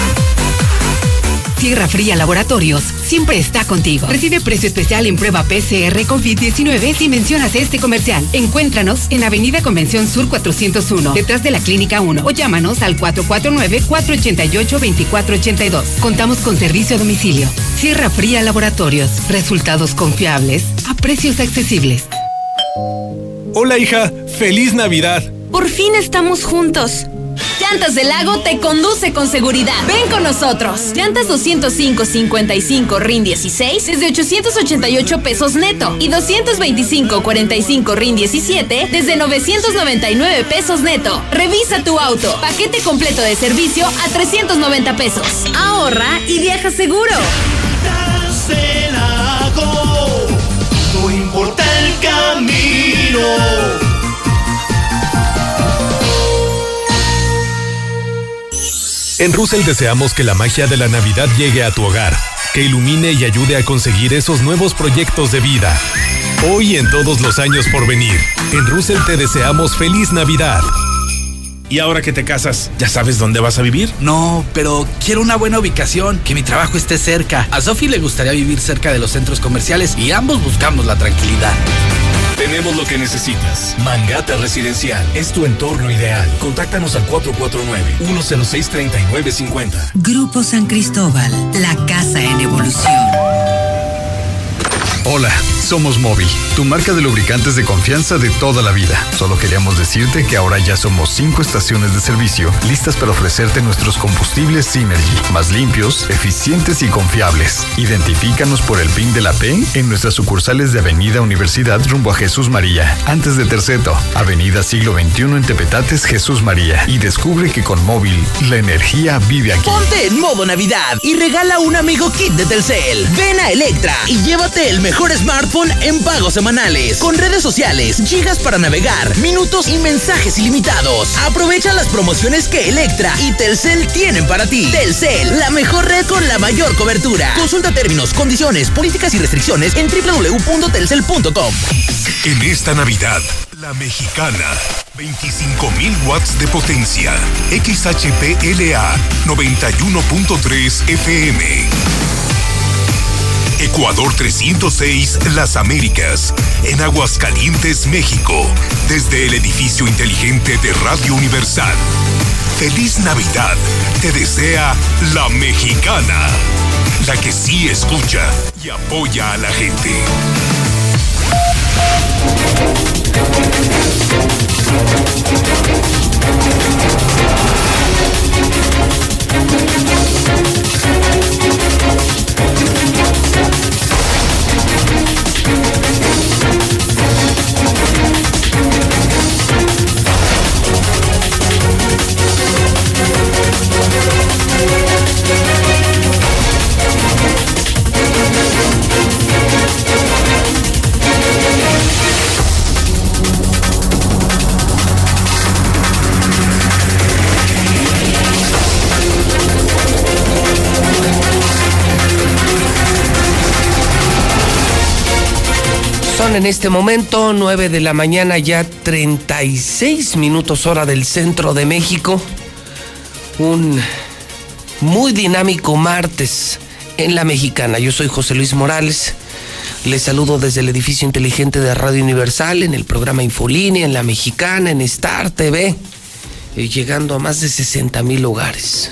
Sierra Fría Laboratorios siempre está contigo. Recibe precio especial en prueba P C R COVID diecinueve si mencionas este comercial. Encuéntranos en Avenida Convención Sur cuatrocientos uno, detrás de la Clínica uno, o llámanos al cuatro cuatro nueve, cuatro ocho ocho, dos cuatro ocho dos. Contamos con servicio a domicilio. Sierra Fría Laboratorios. Resultados confiables a precios accesibles. Hola, hija. ¡Feliz Navidad! Por fin estamos juntos. Llantas del Lago te conduce con seguridad. Ven con nosotros. Llantas doscientos cinco cincuenta y cinco R I N dieciséis desde ochocientos ochenta y ocho pesos neto y doscientos veinticinco cuarenta y cinco R I N diecisiete desde novecientos noventa y nueve pesos neto. Revisa tu auto. Paquete completo de servicio a trescientos noventa pesos. Ahorra y viaja seguro. Llantas del Lago, no importa el camino. En Russell deseamos que la magia de la Navidad llegue a tu hogar. que ilumine y ayude a conseguir esos nuevos proyectos de vida. Hoy y en todos los años por venir, en Russell te deseamos feliz Navidad. ¿Y ahora que te casas, ya sabes dónde vas a vivir? No, pero quiero una buena ubicación, que mi trabajo esté cerca. A Sofi le gustaría vivir cerca de los centros comerciales y ambos buscamos la tranquilidad. Tenemos lo que necesitas. Mangata Residencial es tu entorno ideal. Contáctanos al cuatro cuatro nueve, uno cero seis, tres nueve cinco cero. Grupo San Cristóbal, la casa en evolución. Hola, somos Móvil, tu marca de lubricantes de confianza de toda la vida. Solo queríamos decirte que ahora ya somos cinco estaciones de servicio listas para ofrecerte nuestros combustibles Synergy, más limpios, eficientes y confiables. Identifícanos por el PIN de la P en nuestras sucursales de Avenida Universidad rumbo a Jesús María, antes de Terceto, Avenida Siglo veintiuno en Tepetates, Jesús María. Y descubre que con Móvil, la energía vive aquí. Ponte en modo Navidad y regala un amigo kit de Telcel. Ven a Electra y llévate el mejor smartphone en pagos semanales, con redes sociales, gigas para navegar, minutos y mensajes ilimitados. Aprovecha las promociones que Electra y Telcel tienen para ti. Telcel, la mejor red con la mayor cobertura. Consulta términos, condiciones, políticas y restricciones en doble u doble u doble u punto telcel punto com. En esta Navidad, La Mexicana, veinticinco mil watts de potencia, X H P L A noventa y uno punto tres F M. Ecuador trescientos seis, Las Américas, en Aguascalientes, México, desde el edificio inteligente de Radio Universal. Feliz Navidad, te desea La Mexicana, la que sí escucha y apoya a la gente. Son en este momento nueve de la mañana, ya treinta y seis minutos hora del centro de México. Un muy dinámico martes en La Mexicana. Yo soy José Luis Morales. Les saludo desde el edificio inteligente de Radio Universal, en el programa Infolínea, en La Mexicana, en Star T V, eh, llegando a más de sesenta mil hogares.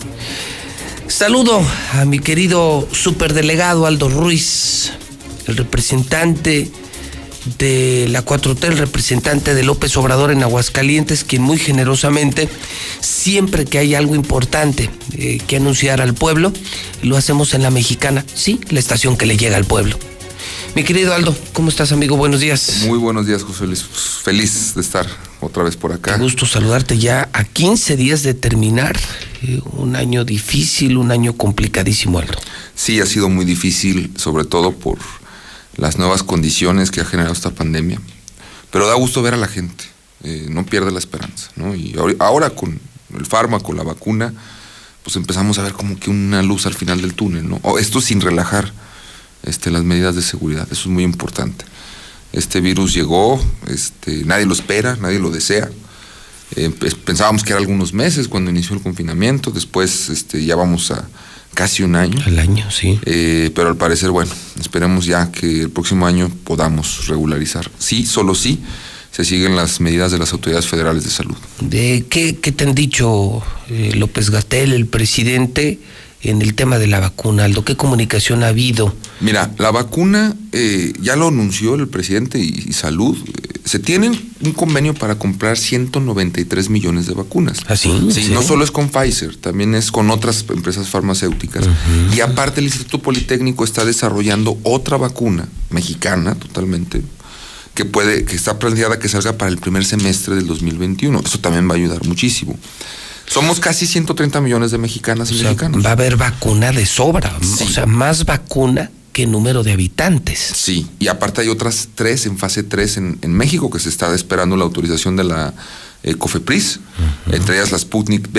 Saludo a mi querido superdelegado Aldo Ruiz, el representante de la cuatro T, el representante de López Obrador en Aguascalientes, quien muy generosamente, siempre que hay algo importante eh, que anunciar al pueblo, lo hacemos en La Mexicana, sí, la estación que le llega al pueblo. Mi querido Aldo, ¿cómo estás, amigo? Buenos días. Muy buenos días, José Luis. Pues, feliz de estar otra vez por acá. Qué gusto saludarte ya a quince días de terminar eh, un año difícil, un año complicadísimo, Aldo. Sí, ha sido muy difícil, sobre todo por las nuevas condiciones que ha generado esta pandemia, pero da gusto ver a la gente, eh, no pierde la esperanza, ¿no? Y ahora con el fármaco, la vacuna, pues empezamos a ver como que una luz al final del túnel, ¿no? O esto sin relajar este, las medidas de seguridad, eso es muy importante. Este virus llegó, este, nadie lo espera, nadie lo desea. Eh, pensábamos que era algunos meses cuando inició el confinamiento, después este, ya vamos a casi un año. El año, sí. Eh, pero al parecer, bueno, esperemos ya que el próximo año podamos regularizar. Sí, solo sí, se siguen las medidas de las autoridades federales de salud. ¿De qué, qué te han dicho eh, López-Gatell, el presidente, en el tema de la vacuna, Aldo? ¿Qué comunicación ha habido? Mira, la vacuna, eh, ya lo anunció el presidente y, y Salud, eh, se tiene un convenio para comprar ciento noventa y tres millones de vacunas. ¿Ah, sí? Sí, ¿Sí? No solo es con Pfizer, también es con otras empresas farmacéuticas. Uh-huh. Y aparte el Instituto Politécnico está desarrollando otra vacuna, mexicana totalmente, que puede, que está planteada que salga para el primer semestre del dos mil veintiuno. Eso también va a ayudar muchísimo. Somos casi ciento treinta millones de mexicanas y o sea, mexicanos. Va a haber vacuna de sobra, sí. O sea, más vacuna que número de habitantes. Sí, y aparte hay otras tres en fase tres en, en México que se está esperando la autorización de la eh, COFEPRIS, uh-huh. Entre ellas la Sputnik V,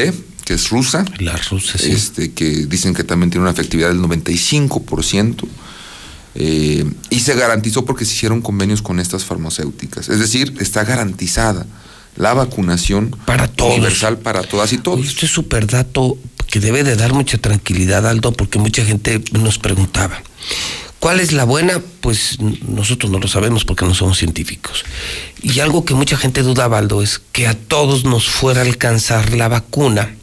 que es rusa. La rusa, sí. Este, que dicen que también tiene una efectividad del noventa y cinco por ciento. Eh, y se garantizó porque se hicieron convenios con estas farmacéuticas. Es decir, está garantizada la vacunación para todos, universal para todas y todos. Este es súper dato que debe de dar mucha tranquilidad, Aldo, porque mucha gente nos preguntaba, ¿cuál es la buena? Pues nosotros no lo sabemos porque no somos científicos. Y algo que mucha gente dudaba, Aldo, es que a todos nos fuera a alcanzar la vacuna,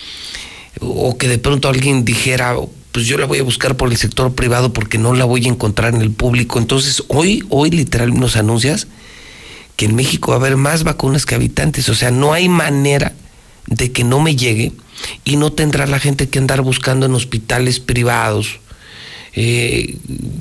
o que de pronto alguien dijera, pues yo la voy a buscar por el sector privado porque no la voy a encontrar en el público. Entonces, hoy, hoy literal nos anuncias que en México va a haber más vacunas que habitantes. O sea, no hay manera de que no me llegue y no tendrá la gente que andar buscando en hospitales privados eh,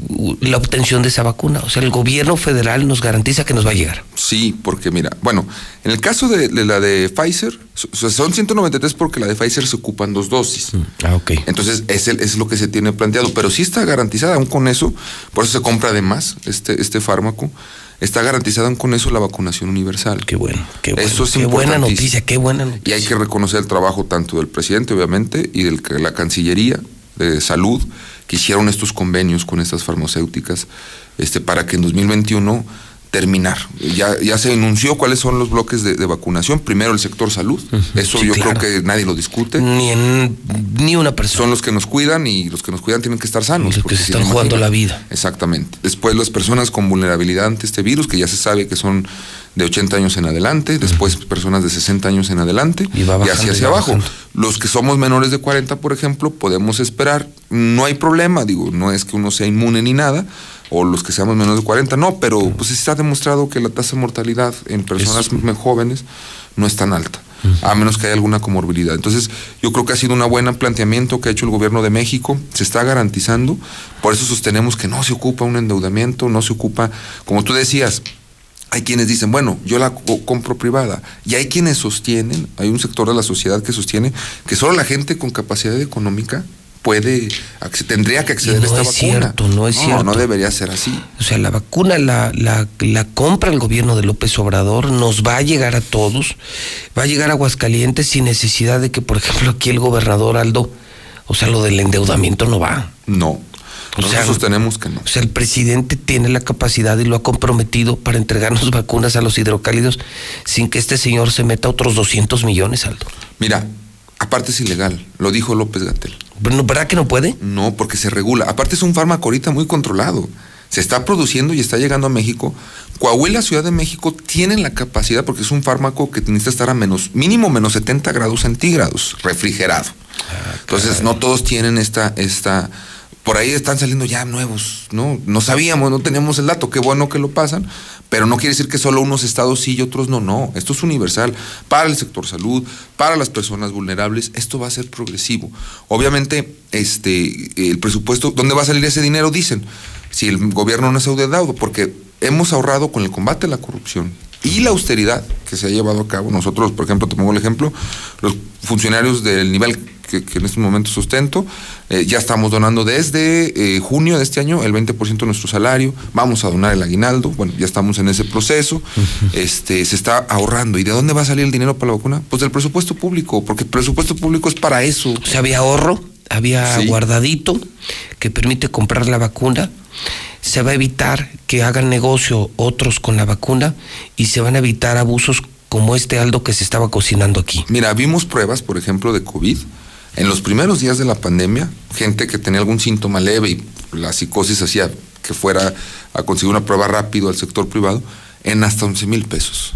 la obtención de esa vacuna. O sea, el gobierno federal nos garantiza que nos va a llegar. Sí, porque mira, bueno, en el caso de, de la de Pfizer, o sea, son ciento noventa y tres porque la de Pfizer se ocupan dos dosis. Ah, ok. Entonces, es, el, es lo que se tiene planteado, pero sí está garantizada, aún con eso, por eso se compra además este, este fármaco. Está garantizada aún con eso la vacunación universal. Qué bueno, qué bueno. Eso es qué buena noticia, qué buena noticia. Y hay que reconocer el trabajo tanto del presidente, obviamente, y de la Cancillería de Salud, que hicieron estos convenios con estas farmacéuticas, este, para que en dos mil veintiuno terminar. Ya, ya se anunció cuáles son los bloques de, de vacunación. Primero el sector salud. Uh-huh. Eso sí, yo claro. creo que nadie lo discute. Ni en, ni una persona. Son los que nos cuidan y los que nos cuidan tienen que estar sanos. Y los que se están jugando la vida. Exactamente. Después las personas con vulnerabilidad ante este virus, que ya se sabe que son de ochenta años en adelante. Después uh-huh. personas de sesenta años en adelante. Y, va bajando, y así hacia abajo. Bajando. Los que somos menores de cuarenta, por ejemplo, podemos esperar. No hay problema. Digo, no es que uno sea inmune ni nada. O los que seamos menos de cuarenta, no, pero pues está demostrado que la tasa de mortalidad en personas es... jóvenes no es tan alta, uh-huh. a menos que haya alguna comorbilidad. Entonces, yo creo que ha sido un buen planteamiento que ha hecho el gobierno de México, se está garantizando, por eso sostenemos que no se ocupa un endeudamiento, no se ocupa, como tú decías, hay quienes dicen, bueno, yo la co- compro privada, y hay quienes sostienen, hay un sector de la sociedad que sostiene que solo la gente con capacidad económica puede, tendría que acceder no a esta es vacuna. Cierto, no es no, cierto. No debería ser así. O sea, la vacuna la, la, la compra el gobierno de López Obrador, nos va a llegar a todos, va a llegar a Aguascalientes sin necesidad de que, por ejemplo, aquí el gobernador Aldo, o sea, lo del endeudamiento no va. No. Nosotros o sea, sostenemos que no. O sea, el presidente tiene la capacidad y lo ha comprometido para entregarnos vacunas a los hidrocálidos sin que este señor se meta otros doscientos millones, Aldo. Mira, aparte es ilegal, lo dijo López-Gatell. ¿Verdad que no puede? No, porque se regula. Aparte es un fármaco ahorita muy controlado. Se está produciendo y está llegando a México. Coahuila, Ciudad de México, tienen la capacidad, porque es un fármaco que necesita estar a menos, mínimo menos setenta grados centígrados, refrigerado. Ah, Entonces, no todos tienen esta, esta, por ahí están saliendo ya nuevos, ¿no? No sabíamos, no teníamos el dato, qué bueno que lo pasan, pero no quiere decir que solo unos estados sí y otros no, no. Esto es universal para el sector salud, para las personas vulnerables, esto va a ser progresivo. Obviamente, este, el presupuesto, ¿dónde va a salir ese dinero? Dicen, si el gobierno no es endeudado, porque hemos ahorrado con el combate a la corrupción y la austeridad que se ha llevado a cabo. Nosotros, por ejemplo, te pongo el ejemplo, los funcionarios del nivel que, que en este momento sustento, eh, ya estamos donando desde eh, junio de este año el veinte por ciento de nuestro salario, vamos a donar el aguinaldo, bueno, ya estamos en ese proceso, uh-huh. este, se está ahorrando. ¿Y de dónde va a salir el dinero para la vacuna? Pues del presupuesto público, porque el presupuesto público es para eso. O sea, había ahorro, había sí. guardadito que permite comprar la vacuna. Se va a evitar que hagan negocio otros con la vacuna y se van a evitar abusos como este, Aldo, que se estaba cocinando aquí. Mira, vimos pruebas, por ejemplo, de COVID. En los primeros días de la pandemia, gente que tenía algún síntoma leve y la psicosis hacía que fuera a conseguir una prueba rápido al sector privado, en hasta once mil pesos.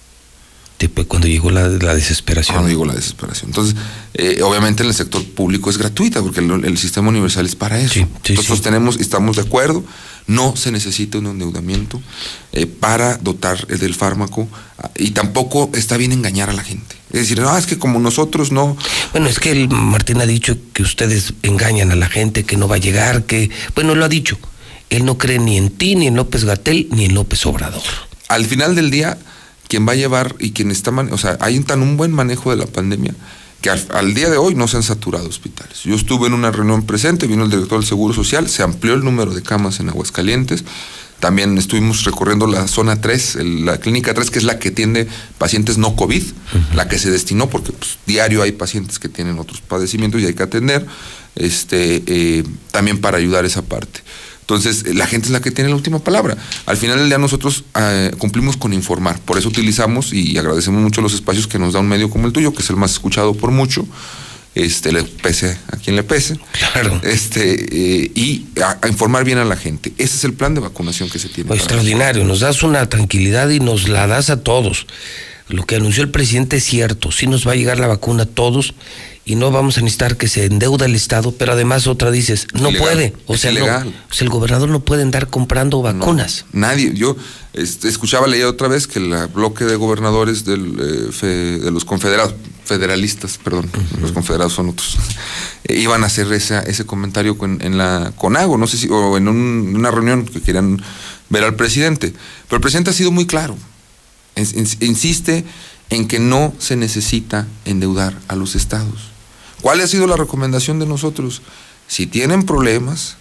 Después, cuando llegó la, la desesperación. Cuando llegó la desesperación. Entonces, eh, obviamente en el sector público es gratuita, porque el, el sistema universal es para eso. Sí, sí, Nosotros sí. tenemos, estamos de acuerdo, no se necesita un endeudamiento eh, para dotar el del fármaco, y tampoco está bien engañar a la gente. Es decir, no, es que como nosotros no... Bueno, es que el Martín ha dicho que ustedes engañan a la gente, que no va a llegar, que... Bueno, lo ha dicho. Él no cree ni en ti, ni en López-Gatell, ni en López Obrador. Al final del día, quien va a llevar y quien está... Man... O sea, hay un tan un buen manejo de la pandemia que al, al día de hoy no se han saturado hospitales. Yo estuve en una reunión presente, vino el director del Seguro Social, se amplió el número de camas en Aguascalientes, También estuvimos recorriendo la zona tres, el, la clínica tres, que es la que atiende pacientes no COVID, uh-huh. la que se destinó, porque pues, diario hay pacientes que tienen otros padecimientos y hay que atender, este, eh, también para ayudar esa parte. Entonces, la gente es la que tiene la última palabra. Al final del día nosotros eh, cumplimos con informar, por eso utilizamos y agradecemos mucho los espacios que nos da un medio como el tuyo, que es el más escuchado por mucho, este, le pese a quien le pese, claro. este, eh, y a, a informar bien a la gente. Ese es el plan de vacunación que se tiene. Pues extraordinario, nos das una tranquilidad y nos la das a todos. Lo que anunció el presidente es cierto, sí nos va a llegar la vacuna a todos y no vamos a necesitar que se endeuda el Estado, pero además otra dices, no ilegal, puede, o sea, no, o sea, el gobernador no puede andar comprando vacunas. No, nadie, yo este, escuchaba, leía otra vez que el bloque de gobernadores del, eh, fe, de los confederados, federalistas, perdón, uh-huh. los confederados son otros, eh, iban a hacer esa, ese comentario con, en la CONAGO, no sé si, o en un, una reunión que querían ver al presidente, pero el presidente ha sido muy claro, es, es, insiste en que no se necesita endeudar a los estados. ¿Cuál ha sido la recomendación de nosotros? Si tienen problemas,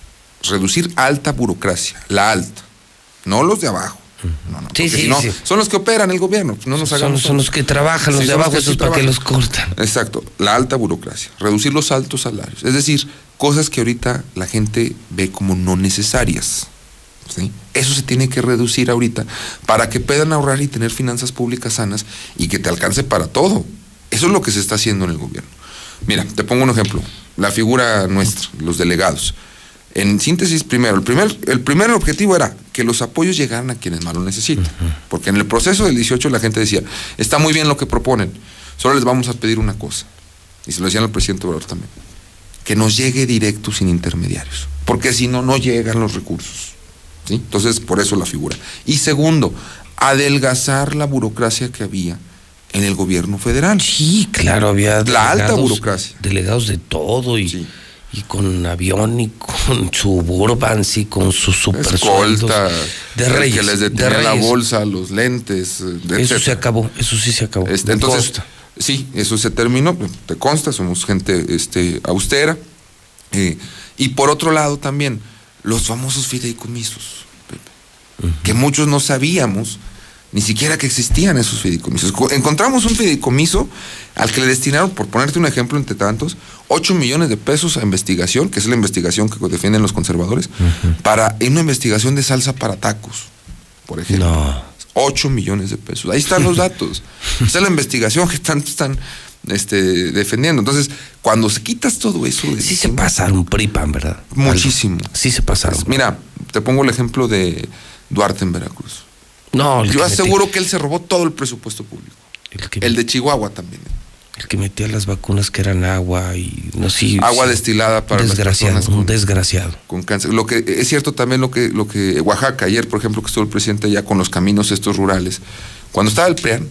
reducir alta burocracia, la alta, no los de abajo. No, no, sí, sí, si no, sí. Son los que operan el gobierno, no nos son, hagamos. Son los que trabajan, los sí, de abajo, esos para que los cortan. Exacto, la alta burocracia, reducir los altos salarios, es decir, cosas que ahorita la gente ve como no necesarias. ¿Sí? Eso se tiene que reducir ahorita para que puedan ahorrar y tener finanzas públicas sanas y que te alcance para todo. Eso es lo que se está haciendo en el gobierno. Mira, te pongo un ejemplo, la figura nuestra, los delegados. En síntesis, primero, el primer, el primer objetivo era que los apoyos llegaran a quienes más lo necesitan, uh-huh. porque en el proceso del dieciocho la gente decía, está muy bien lo que proponen, solo les vamos a pedir una cosa, y se lo decían al presidente Obrador también, que nos llegue directo sin intermediarios, porque si no, no llegan los recursos. ¿Sí? Entonces, por eso la figura. Y segundo, adelgazar la burocracia que había en el gobierno federal. Sí, claro, había la alta burocracia. Delegados de todo y, sí. y con avión y con Suburbans y con sus super escolta, de Reyes, que les detenía de la bolsa, los lentes. Eso etcétera. Se acabó, eso sí se acabó. Este, entonces, consta. Sí, eso se terminó, te consta, somos gente este, austera. Eh, y por otro lado también, los famosos fideicomisos, Pepe, uh-huh. que muchos no sabíamos ni siquiera que existían esos fideicomisos. Encontramos un fideicomiso al que le destinaron, por ponerte un ejemplo entre tantos, ocho millones de pesos a investigación, que es la investigación que defienden los conservadores, uh-huh. para una investigación de salsa para tacos, por ejemplo. No. ocho millones de pesos. Ahí están los datos. Esa es la investigación que tanto están este, defendiendo. Entonces, cuando se quitas todo eso... Sí encima, se pasaron pripan, ¿verdad? Muchísimo. Sí se pasaron. Pues, mira, te pongo el ejemplo de Duarte en Veracruz. No, yo aseguro metí... que él se robó todo el presupuesto público. El, que... el de Chihuahua también. El que metía las vacunas que eran agua y no sé. Agua sí, destilada para desgraciado, las personas un con, desgraciado. Con cáncer. Lo que es cierto también lo que lo que Oaxaca ayer, por ejemplo, que estuvo el presidente allá con los caminos estos rurales. Cuando estaba el PRIAN,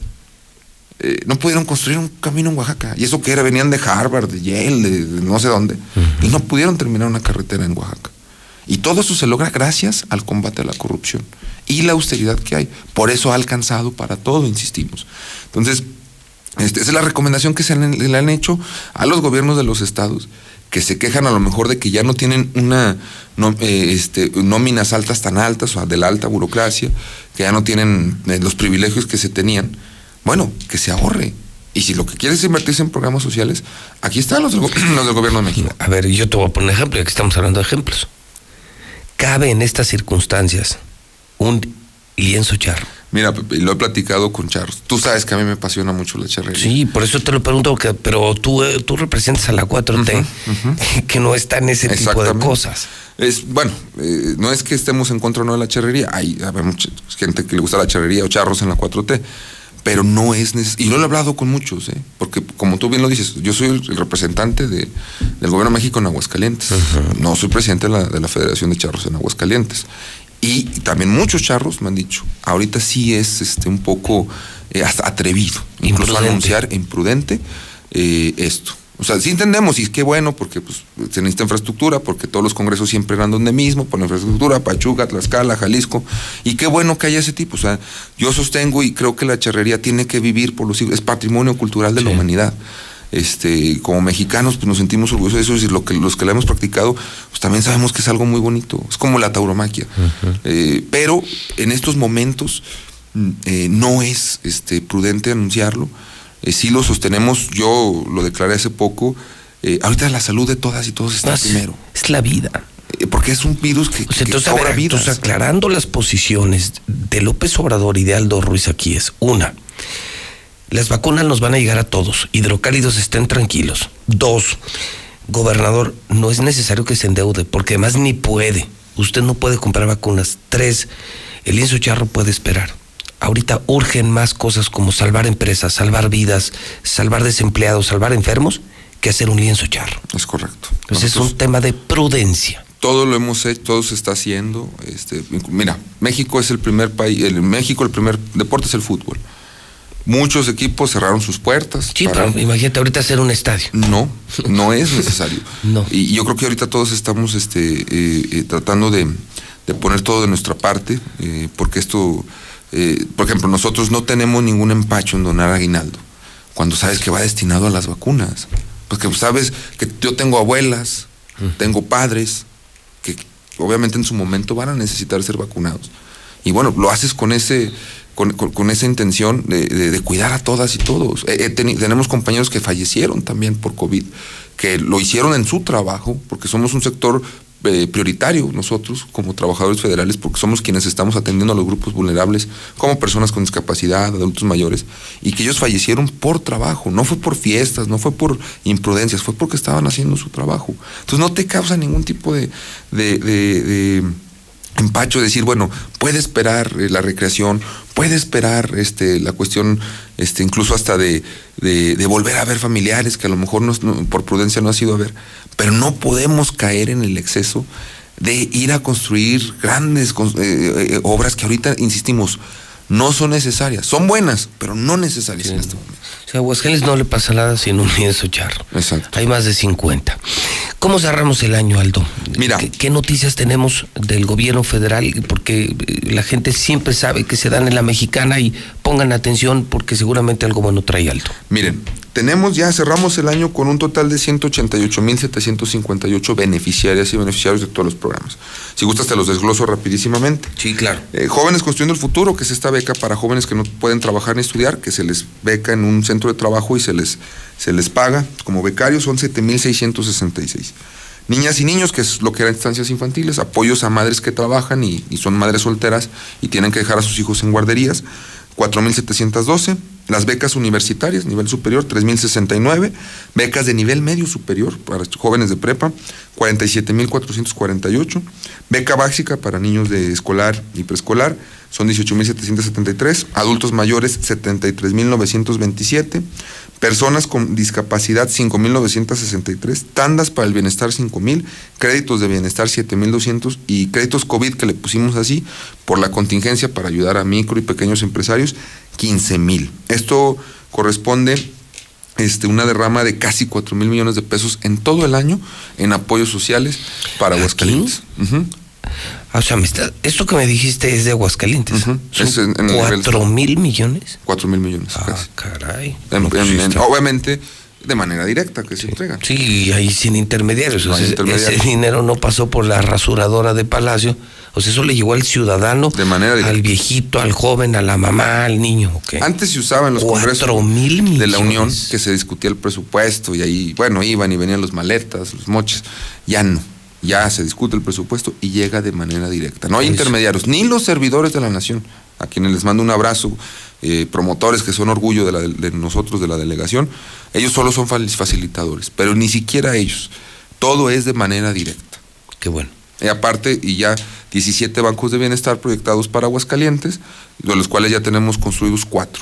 eh, no pudieron construir un camino en Oaxaca. Y eso que era, venían de Harvard, de Yale, de, de no sé dónde, uh-huh. y no pudieron terminar una carretera en Oaxaca. Y todo eso se logra gracias al combate a la corrupción y la austeridad que hay. Por eso ha alcanzado para todo, insistimos. Entonces, este, esa es la recomendación que se le, le han hecho a los gobiernos de los estados, que se quejan a lo mejor de que ya no tienen una no, eh, este, nóminas altas tan altas, o de la alta burocracia, que ya no tienen eh, los privilegios que se tenían. Bueno, que se ahorre. Y si lo que quieres es invertirse en programas sociales, aquí están los del, los del gobierno de México. A ver, yo te voy a poner un ejemplo, ya que estamos hablando de ejemplos. ¿Cabe en estas circunstancias un lienzo charro? Mira, Pepe, lo he platicado con charros. Tú sabes que a mí me apasiona mucho la charrería. Sí, por eso te lo pregunto, que, pero tú, tú representas a la cuatro T, uh-huh, uh-huh. que no está en ese tipo de cosas. Es, bueno, eh, no es que estemos en contra o no de la charrería. Hay, hay mucha gente que le gusta la charrería o charros en la cuatro T, pero no es necesario. Y lo he hablado con muchos, ¿eh? Porque como tú bien lo dices, yo soy el representante de, del Gobierno de México en Aguascalientes. Uh-huh. No soy presidente de la, de la Federación de Charros en Aguascalientes. Y también muchos charros me han dicho, ahorita sí es este un poco eh, hasta atrevido, incluso imprudente. anunciar imprudente eh, esto. O sea, sí entendemos, y es que bueno, porque pues, se necesita infraestructura, porque todos los congresos siempre eran donde mismo, por la infraestructura, Pachuca, Tlaxcala, Jalisco, y qué bueno que haya ese tipo. O sea, yo sostengo y creo que la charrería tiene que vivir por los siglos, es patrimonio cultural de sí. la humanidad. este, como mexicanos, pues nos sentimos orgullosos de eso, y lo que, los que la hemos practicado, pues también sabemos que es algo muy bonito, es como la tauromaquia. Uh-huh. Eh, pero en estos momentos eh, no es este, prudente anunciarlo, eh, sí lo sostenemos, yo lo declaré hace poco, eh, ahorita la salud de todas y todos está es, primero. Es la vida. Eh, porque es un virus que, pues que entonces, cobra a ver, vidas. Entonces, aclarando las posiciones de López Obrador y de Aldo Ruiz aquí es, una, las vacunas nos van a llegar a todos. Hidrocálidos, estén tranquilos. Dos, gobernador, no es necesario que se endeude, porque además ni puede. Usted no puede comprar vacunas. Tres, el lienzo charro puede esperar. Ahorita urgen más cosas como salvar empresas, salvar vidas, salvar desempleados, salvar enfermos, que hacer un lienzo charro. Es correcto. Entonces Nosotros, es un tema de prudencia. Todo lo hemos hecho, todo se está haciendo. Este, mira, México es el primer país, el México el primer deporte es el fútbol. Muchos equipos cerraron sus puertas. Sí, para... pero imagínate ahorita hacer un estadio. No, no es necesario. No. Y yo creo que ahorita todos estamos este, eh, eh, tratando de, de poner todo de nuestra parte, eh, porque esto, eh, por ejemplo, nosotros no tenemos ningún empacho en donar aguinaldo, cuando sabes que va destinado a las vacunas. Porque sabes que yo tengo abuelas, uh-huh. tengo padres, que obviamente en su momento van a necesitar ser vacunados. Y bueno, lo haces con ese... Con, con, con esa intención de, de, de cuidar a todas y todos. Eh, eh, ten, tenemos compañeros que fallecieron también por COVID, que lo hicieron en su trabajo, porque somos un sector eh, prioritario nosotros como trabajadores federales, porque somos quienes estamos atendiendo a los grupos vulnerables, como personas con discapacidad, adultos mayores, y que ellos fallecieron por trabajo, no fue por fiestas, no fue por imprudencias, fue porque estaban haciendo su trabajo. Entonces no te causa ningún tipo de... de, de, de empacho, decir, bueno, puede esperar eh, la recreación, puede esperar este, la cuestión, este, incluso hasta de, de, de volver a ver familiares que a lo mejor no, no, por prudencia no ha sido a ver, pero no podemos caer en el exceso de ir a construir grandes eh, eh, obras que ahorita, insistimos, no son necesarias, son buenas, pero no necesarias sí. en este momento. O sea, a Aguascalientes no le pasa nada sin un lienzo charro. Exacto. Hay más de cincuenta. ¿Cómo cerramos el año, Aldo? Mira. ¿Qué, qué noticias tenemos del gobierno federal? Porque la gente siempre sabe que se dan en la mexicana y pongan atención porque seguramente algo bueno trae Aldo. Miren, tenemos ya, cerramos el año con un total de ciento ochenta y ocho mil setecientos cincuenta y ocho beneficiarias y beneficiarios de todos los programas. Si gustas te los desgloso rapidísimamente. Sí, claro. Eh, Jóvenes Construyendo el Futuro, que es esta beca para jóvenes que no pueden trabajar ni estudiar, que se les beca en un centro de trabajo y se les, se les paga como becarios, son siete mil seiscientos sesenta y seis. Niñas y niños, que es lo que eran estancias infantiles, apoyos a madres que trabajan y, y son madres solteras y tienen que dejar a sus hijos en guarderías, cuatro mil setecientos doce. Las becas universitarias, nivel superior, tres mil sesenta y nueve. Becas de nivel medio superior para jóvenes de prepa, cuarenta y siete mil cuatrocientos cuarenta y ocho. Beca básica para niños de escolar y preescolar, son dieciocho mil setecientos setenta y tres. Adultos mayores, setenta y tres mil novecientos veintisiete. Personas con discapacidad, cinco mil novecientos sesenta y tres. Tandas para el bienestar, cinco mil. Créditos de bienestar, siete mil doscientos. Y créditos COVID, que le pusimos así, por la contingencia para ayudar a micro y pequeños empresarios, quince mil. Esto corresponde este, una derrama de casi cuatro mil millones de pesos en todo el año en apoyos sociales para Aguascalientes. Uh-huh. O sea, me está, esto que me dijiste es de Aguascalientes. Uh-huh. Es en, en ¿Cuatro mil millones? Cuatro mil millones. Ah, casi. caray. En, no, pues en, sí en, obviamente, de manera directa que sí. se entrega. Sí, ahí sin intermediarios. No o sea, intermediarios. Ese dinero no pasó por la rasuradora de Palacio. O sea, eso le llegó al ciudadano, de manera directa. Al viejito, al joven, a la mamá, al niño. Okay. Antes se usaba en los congresos mil de la Unión que se discutía el presupuesto y ahí, bueno, iban y venían los maletas, los moches. Ya no. Ya se discute el presupuesto y llega de manera directa. No hay Eso. intermediarios, ni los servidores de la nación, a quienes les mando un abrazo, eh, promotores que son orgullo de, la, de nosotros, de la delegación, ellos solo son facilitadores, pero ni siquiera ellos. Todo es de manera directa. Qué bueno. Y aparte, y ya diecisiete bancos de bienestar proyectados para Aguascalientes, de los cuales ya tenemos construidos cuatro.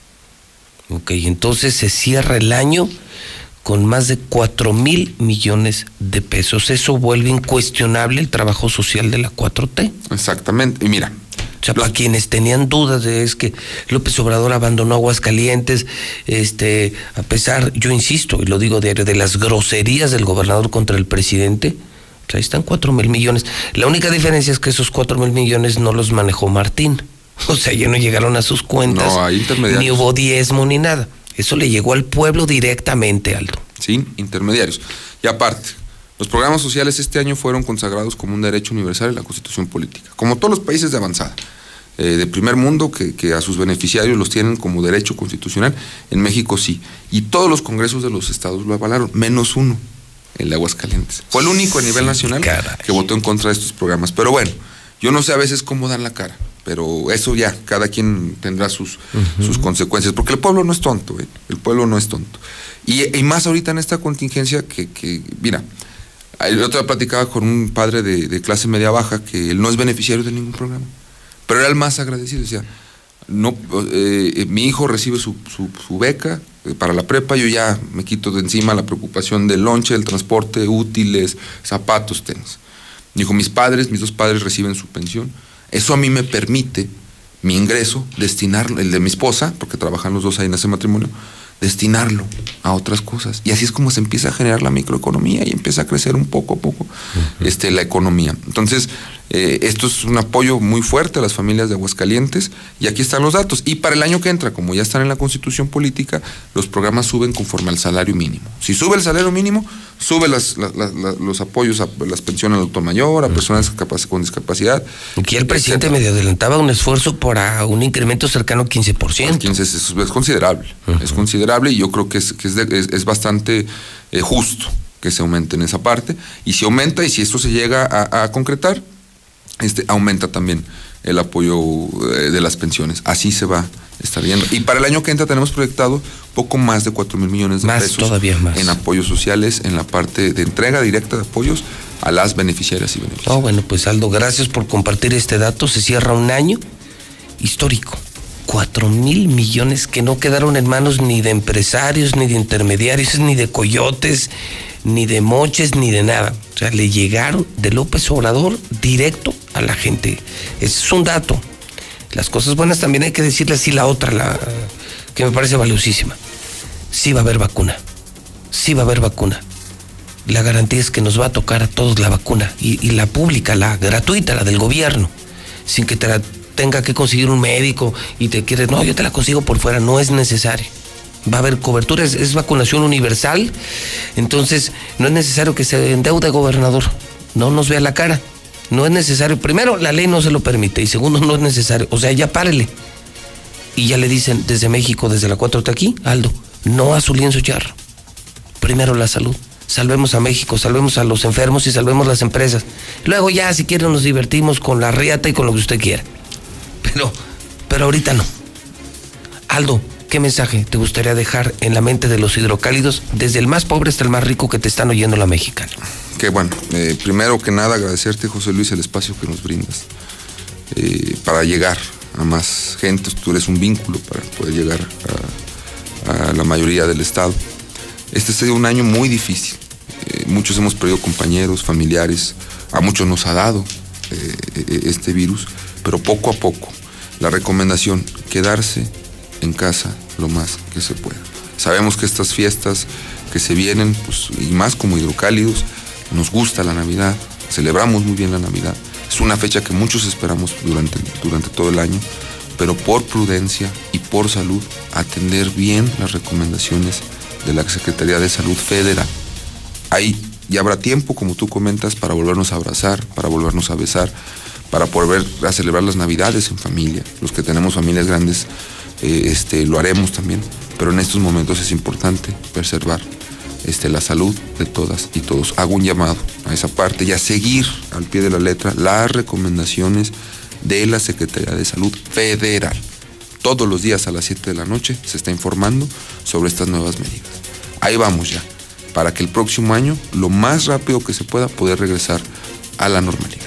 Ok, entonces se cierra el año con más de cuatro mil millones de pesos. Eso vuelve incuestionable el trabajo social de la cuatro T. Exactamente. Y mira, o sea, los... para quienes tenían dudas de es que López Obrador abandonó Aguascalientes, este, a pesar, yo insisto, y lo digo diario, de las groserías del gobernador contra el presidente, pues ahí están cuatro mil millones. La única diferencia es que esos cuatro mil millones no los manejó Martín. O sea, ya no llegaron a sus cuentas, no, hay intermediarios. ni hubo diezmo ni nada. Eso le llegó al pueblo directamente, Aldo. Sin intermediarios. Y aparte, los programas sociales este año fueron consagrados como un derecho universal en la Constitución Política, como todos los países de avanzada, eh, de primer mundo, que, que a sus beneficiarios los tienen como derecho constitucional. En México sí. Y todos los congresos de los estados lo avalaron, menos uno, el de Aguascalientes. Fue el único a nivel nacional Caray. que votó en contra de estos programas. Pero bueno, yo no sé a veces cómo dan la cara, pero eso ya, cada quien tendrá sus, uh-huh. sus consecuencias, porque el pueblo no es tonto, ¿eh? El pueblo no es tonto. Y, y más ahorita en esta contingencia que, que mira, el otro día platicaba con un padre de, de clase media baja que él no es beneficiario de ningún programa, pero era el más agradecido. Decía, no, eh, mi hijo recibe su, su, su beca eh, para la prepa, yo ya me quito de encima la preocupación del lonche, del transporte, útiles, zapatos, tenis. Dijo, mis padres, mis dos padres reciben su pensión, eso a mí me permite mi ingreso, destinarlo, el de mi esposa, porque trabajan los dos ahí en ese matrimonio, destinarlo a otras cosas. Y así es como se empieza a generar la microeconomía y empieza a crecer un poco a poco uh-huh. este, la economía. Entonces, eh, esto es un apoyo muy fuerte a las familias de Aguascalientes, y aquí están los datos. Y para el año que entra, como ya están en la Constitución Política, los programas suben conforme al salario mínimo. Si sube el salario mínimo, sube las, la, la, la, los apoyos a las pensiones al adulto mayor, a personas uh-huh. con discapacidad. Aquí el presidente medio adelantaba un esfuerzo para un incremento cercano al quince por ciento. quince, es, es considerable, uh-huh. es considerable, y yo creo que es, que es, de, es, es bastante eh, justo que se aumente en esa parte. Y si aumenta, y si esto se llega a, a concretar, este aumenta también el apoyo eh, de las pensiones. Así se va a estar viendo. Y para el año que entra tenemos proyectado poco más de cuatro mil millones de más, pesos todavía más. en apoyos sociales, en la parte de entrega directa de apoyos a las beneficiarias y beneficiarios. Oh, bueno, pues Aldo, gracias por compartir este dato. Se cierra un año histórico. Cuatro mil millones que no quedaron en manos ni de empresarios, ni de intermediarios, ni de coyotes, ni de moches, ni de nada. O sea, le llegaron de López Obrador directo a la gente. Ese es un dato. Las cosas buenas también hay que decirle así la otra, la que me parece valiosísima. Sí va a haber vacuna. Sí va a haber vacuna. La garantía es que nos va a tocar a todos la vacuna. Y, y la pública, la gratuita, la del gobierno. Sin que te la tenga que conseguir un médico y te quieres, no, yo te la consigo por fuera. No es necesario. Va a haber cobertura, es, es vacunación universal. Entonces, no es necesario que se endeude, gobernador. No nos vea la cara. No es necesario. Primero, la ley no se lo permite. Y segundo, no es necesario. O sea, ya párele. Y ya le dicen desde México, desde la cuatro T aquí, Aldo, no a su lienzo charro. Primero la salud. Salvemos a México, salvemos a los enfermos y salvemos las empresas. Luego ya, si quieren, nos divertimos con la riata y con lo que usted quiera. Pero, pero ahorita no. Aldo, ¿qué mensaje te gustaría dejar en la mente de los hidrocálidos, desde el más pobre hasta el más rico que te están oyendo la mexicana? Que bueno, eh, primero que nada agradecerte, José Luis, el espacio que nos brindas eh, para llegar a más gente. Tú eres un vínculo para poder llegar a, a la mayoría del estado. Este ha sido un año muy difícil. Eh, muchos hemos perdido compañeros, familiares, a muchos nos ha dado eh, este virus, pero poco a poco la recomendación, quedarse en casa lo más que se pueda. Sabemos que estas fiestas que se vienen, pues, y más como hidrocálidos, nos gusta la Navidad, celebramos muy bien la Navidad. Es una fecha que muchos esperamos durante, durante todo el año, pero por prudencia y por salud, atender bien las recomendaciones de la Secretaría de Salud Federal. Ahí ya habrá tiempo, como tú comentas, para volvernos a abrazar, para volvernos a besar, para volver a celebrar las Navidades en familia. Los que tenemos familias grandes, eh, este, lo haremos también, pero en estos momentos es importante preservar este, la salud de todas y todos. Hago un llamado a esa parte y a seguir al pie de la letra las recomendaciones de la Secretaría de Salud Federal. Todos los días a las siete de la noche se está informando sobre estas nuevas medidas. Ahí vamos ya, para que el próximo año, lo más rápido que se pueda, poder regresar a la normalidad.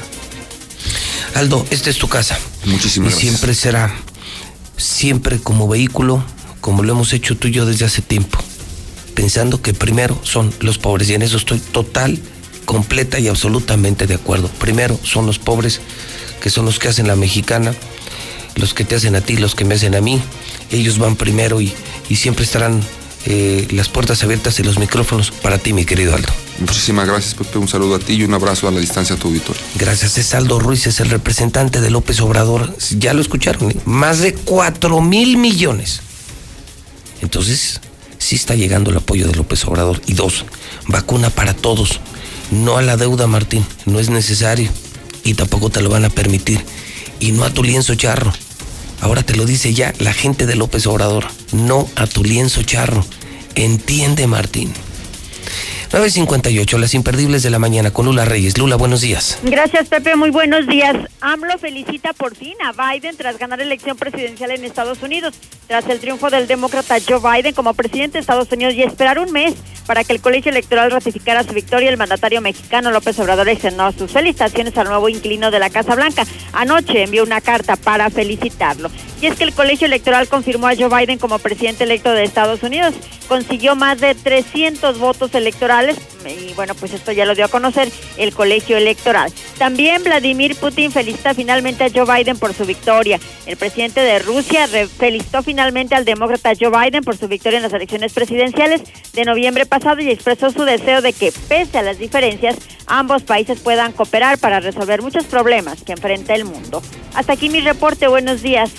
Aldo, esta es tu casa. Muchísimas y gracias. Siempre será, siempre como vehículo, como lo hemos hecho tú y yo desde hace tiempo, pensando que primero son los pobres, y en eso estoy total, completa y absolutamente de acuerdo. Primero son los pobres, que son los que hacen la mexicana, los que te hacen a ti, los que me hacen a mí. Ellos van primero y, y siempre estarán eh, las puertas abiertas y los micrófonos para ti, mi querido Aldo. Muchísimas gracias, Pepe. Un saludo a ti y un abrazo a la distancia a tu auditorio. Gracias. Es Aldo Ruiz, es el representante de López Obrador. Ya lo escucharon, ¿eh? Más de cuatro mil millones Entonces, sí está llegando el apoyo de López Obrador. Y dos, vacuna para todos. No a la deuda, Martín, no es necesario. Y tampoco te lo van a permitir. Y no a tu lienzo charro. Ahora te lo dice ya la gente de López Obrador. No a tu lienzo charro. Entiende, Martín. nueve cincuenta y ocho, las imperdibles de la mañana con Lula Reyes. Lula, buenos días. Gracias, Pepe, muy buenos días. AMLO felicita por fin a Biden tras ganar la elección presidencial en Estados Unidos. Tras el triunfo del demócrata Joe Biden como presidente de Estados Unidos y esperar un mes para que el colegio electoral ratificara su victoria, el mandatario mexicano López Obrador externó sus felicitaciones al nuevo inquilino de la Casa Blanca. Anoche envió una carta para felicitarlo. Y es que el colegio electoral confirmó a Joe Biden como presidente electo de Estados Unidos. Consiguió más de trescientos votos electorales y bueno, pues esto ya lo dio a conocer el colegio electoral. También Vladimir Putin felicita finalmente a Joe Biden por su victoria. El presidente de Rusia felicitó finalmente al demócrata Joe Biden por su victoria en las elecciones presidenciales de noviembre pasado y expresó su deseo de que, pese a las diferencias, ambos países puedan cooperar para resolver muchos problemas que enfrenta el mundo. Hasta aquí mi reporte, buenos días.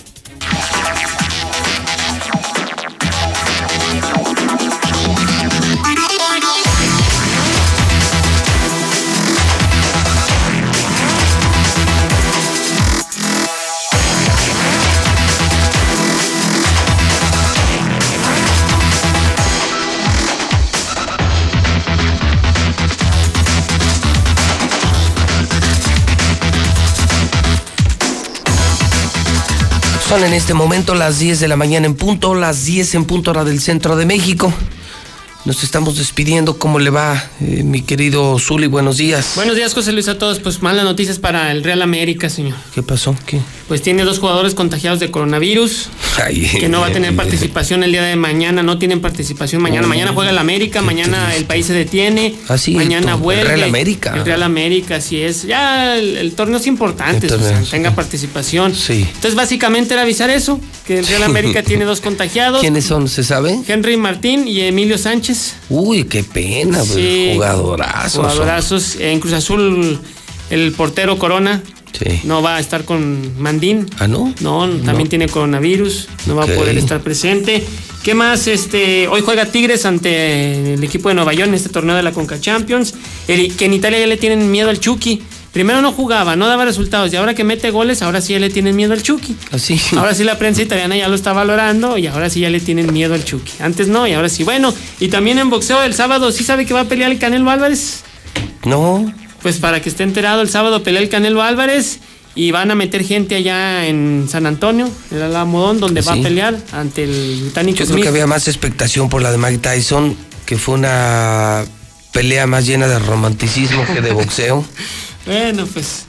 Son en este momento las diez de la mañana en punto, las diez en punto hora del centro de México. Nos estamos despidiendo. ¿Cómo le va, eh, mi querido Zuli? Buenos días. Buenos días, José Luis, a todos. Pues malas noticias para el Real América, señor. ¿Qué pasó? ¿Qué? Pues tiene dos jugadores contagiados de coronavirus. Ay, que no va a tener participación el día de mañana. No tienen participación mañana. Oh, mañana juega el América, mañana el país se detiene. Ah, sí, mañana vuelve. El Real América. El Real América, así es. Ya el, el torneo es importante, entonces, o sea, tenga participación. Sí. Entonces, básicamente era avisar eso, que el Real América tiene dos contagiados. ¿Quiénes son? ¿Se sabe? Henry Martín y Emilio Sánchez. Uy, qué pena, sí, jugadorazos. Jugadorazos. En Cruz Azul, el portero Corona. Sí. No va a estar con Mandín. ¿Ah, no? No, también no. Tiene coronavirus. No okay. Va a poder estar presente. ¿Qué más? Este, hoy juega Tigres ante el equipo de Nueva York en este torneo de la Conca Champions. El, que en Italia ya le tienen miedo al Chucky. Primero no jugaba, no daba resultados, y ahora que mete goles, ahora sí ya le tienen miedo al Chucky. Así. Ahora sí la prensa italiana ya lo está valorando y ahora sí ya le tienen miedo al Chucky. Antes no, y ahora sí. Bueno, y también en boxeo el sábado, ¿sí sabe que va a pelear el Canelo Álvarez? No. Pues para que esté enterado, el sábado pelea el Canelo Álvarez y van a meter gente allá en San Antonio, en el Alamodón, donde ¿sí? va a pelear ante el británico Yo Smith. Creo que había más expectación por la de Mike Tyson, que fue una pelea más llena de romanticismo que de boxeo. Bueno, pues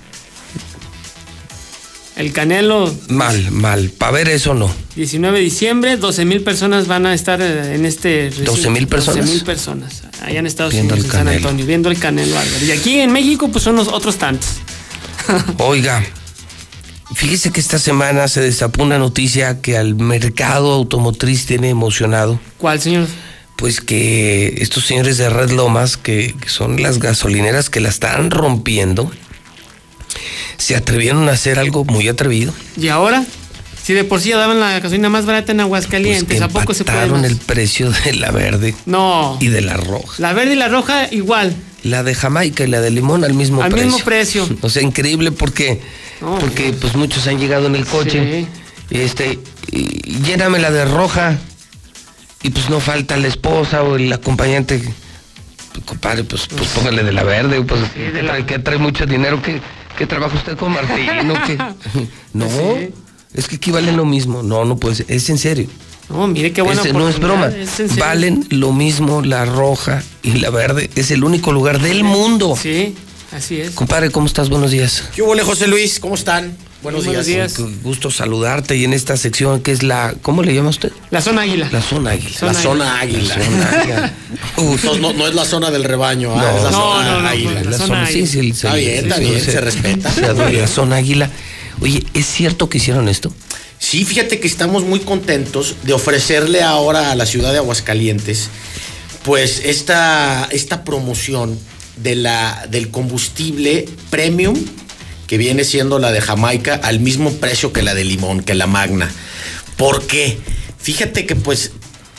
el Canelo. Mal, mal. Para ver eso no. diecinueve de diciembre, doce mil personas van a estar en este. ¿doce mil personas? doce mil personas. Allá en Estados viendo Unidos, en San Antonio, viendo el Canelo Álvarez. Y aquí en México, pues son los otros tantos. Oiga, fíjese que esta semana se destapó una noticia que al mercado automotriz tiene emocionado. ¿Cuál, señor? Pues que estos señores de Red Lomas, que, que son las gasolineras que la están rompiendo, se atrevieron a hacer algo muy atrevido. ¿Y ahora? Si de por sí ya daban la gasolina más barata en Aguascalientes, pues ¿a poco se puede más? El precio de la verde. No. Y de la roja. La verde y la roja igual. La de Jamaica y la de limón al mismo al precio. Al mismo precio. O sea, increíble porque, no, porque pues muchos han llegado en el coche. Sí. Y este, y, lléname la de roja. Y pues no falta la esposa o el acompañante. Pues, compadre, pues, pues póngale de la verde. Pues, sí, de la... que trae mucho dinero. ¿Qué, qué trabaja usted con Martín? ¿No? ¿Qué? No, sí. Es que aquí valen lo mismo. No, no puede ser. Es en serio. No, mire qué buena es, no es broma. Es valen lo mismo la roja y la verde. Es el único lugar del mundo. Sí, así es. Compadre, ¿cómo estás? Buenos días. ¿Qué hubo, José Luis? ¿Cómo están? Buenos, Buenos días. días. Gusto saludarte y en esta sección que es la... ¿Cómo le llama usted? La zona águila. La zona águila. La zona águila. La zona águila. no, no, no es la zona del rebaño, no, ¿eh? Es la no, zona no, no, águila. La, la zona, zona águila. Sí, sí, está sí, bien, sí, está sí, bien, se, se respeta. Se la zona águila. Oye, ¿es cierto que hicieron esto? Sí, fíjate que estamos muy contentos de ofrecerle ahora a la ciudad de Aguascalientes pues esta, esta promoción de la, del combustible premium que viene siendo la de Jamaica al mismo precio que la de limón, que la Magna. ¿Por qué? Fíjate que pues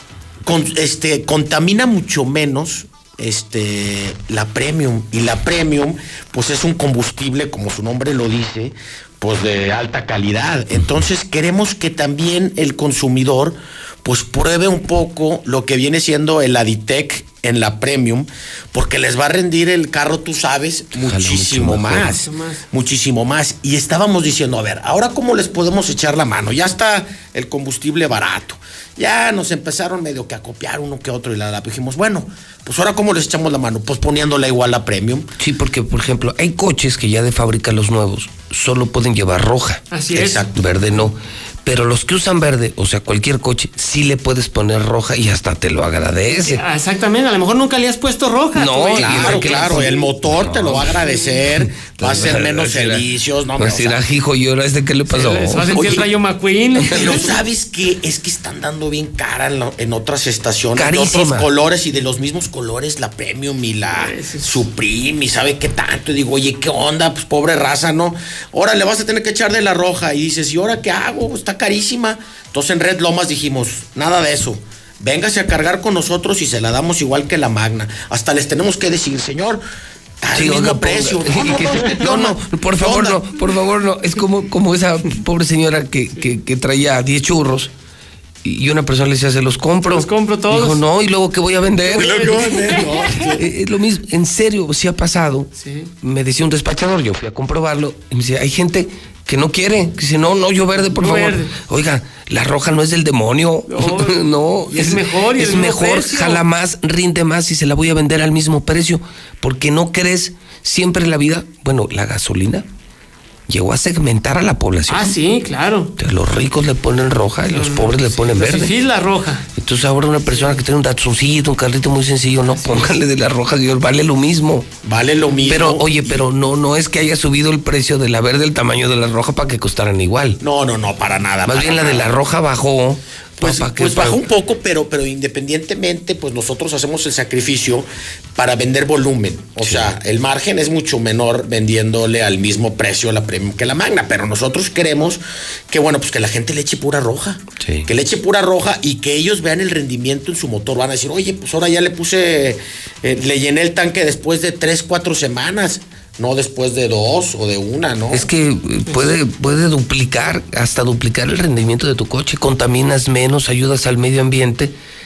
con, este, contamina mucho menos este, la Premium. Y la Premium, pues es un combustible, como su nombre lo dice, pues de alta calidad. Entonces queremos que también el consumidor pues pruebe un poco lo que viene siendo el Aditec en la Premium, porque les va a rendir el carro, tú sabes, muchísimo más, más, muchísimo más. Y estábamos diciendo, a ver, ahora cómo les podemos echar la mano, ya está el combustible barato, ya nos empezaron medio que a copiar uno que otro y la, la dijimos, bueno, pues ahora cómo les echamos la mano, pues poniéndola igual a Premium. Sí, porque por ejemplo, hay coches que ya de fábrica los nuevos solo pueden llevar roja. Así es. Exacto. Verde no. Pero los que usan verde, o sea, cualquier coche, sí le puedes poner roja y hasta te lo agradece. Exactamente, a lo mejor nunca le has puesto roja. No, tú, claro, claro, el motor no, te lo va a agradecer, va a hacer menos servicios. No, pues dirá, hijo, ¿y ahora este qué le pasó? Se va a sentir el Rayo McQueen. Pero ¿sabes qué? Es que están dando bien cara en, lo, en otras estaciones. Carísima. De otros colores y de los mismos colores, la Premium y la es... Supreme y sabe qué tanto. Y digo, oye, ¿qué onda? Pues pobre raza, ¿no? Ahora le vas a tener que echar de la roja. Y dices, ¿y ahora qué hago? Está carísima. Entonces en Red Lomas dijimos, nada de eso, véngase a cargar con nosotros y se la damos igual que la Magna. Hasta les tenemos que decir, señor, al sí, mismo oiga, precio. No, no, no, no, no, no, por favor no, por favor no. Es como, como esa pobre señora que, que, que traía diez churros y una persona le decía, se los compro. Los compro todos. Dijo, no, y luego ¿qué voy a vender? ¿Y luego qué voy a vender? No, es lo mismo, en serio, sí ha pasado. Sí. Me decía un despachador, yo fui a comprobarlo, y me decía, hay gente que no quiere, que dice, no, no, yo verde, por no favor. Verde. Oiga, la roja no es del demonio. No, no es, es mejor. Y es mejor, precio. Jala más, rinde más y se la voy a vender al mismo precio. Porque no crees siempre en la vida, bueno, la gasolina llegó a segmentar a la población. Ah, sí, claro. Entonces, los ricos le ponen roja y los mm, pobres sí, le ponen verde. Sí, la roja. Entonces ahora una persona que tiene un Datsuncito, un carrito muy sencillo, no, póngale de la roja, Dios, vale lo mismo. Vale lo mismo. Pero, oye, pero no, no es que haya subido el precio de la verde el tamaño de la roja para que costaran igual. No, no, no, para nada. Más para bien nada. La de la roja bajó. Pues, pues bajó un poco, pero, pero independientemente, pues nosotros hacemos el sacrificio para vender volumen. O sí. sea, el margen es mucho menor vendiéndole al mismo precio la Premium que la Magna, pero nosotros queremos que, bueno, pues que la gente le eche pura roja. Sí. Que le eche pura roja y que ellos vean el rendimiento en su motor. Van a decir, oye, pues ahora ya le puse, eh, le llené el tanque después de tres, cuatro semanas. No después de dos o de una, ¿no? Es que puede, puede duplicar, hasta duplicar el rendimiento de tu coche. Contaminas menos, ayudas al medio ambiente.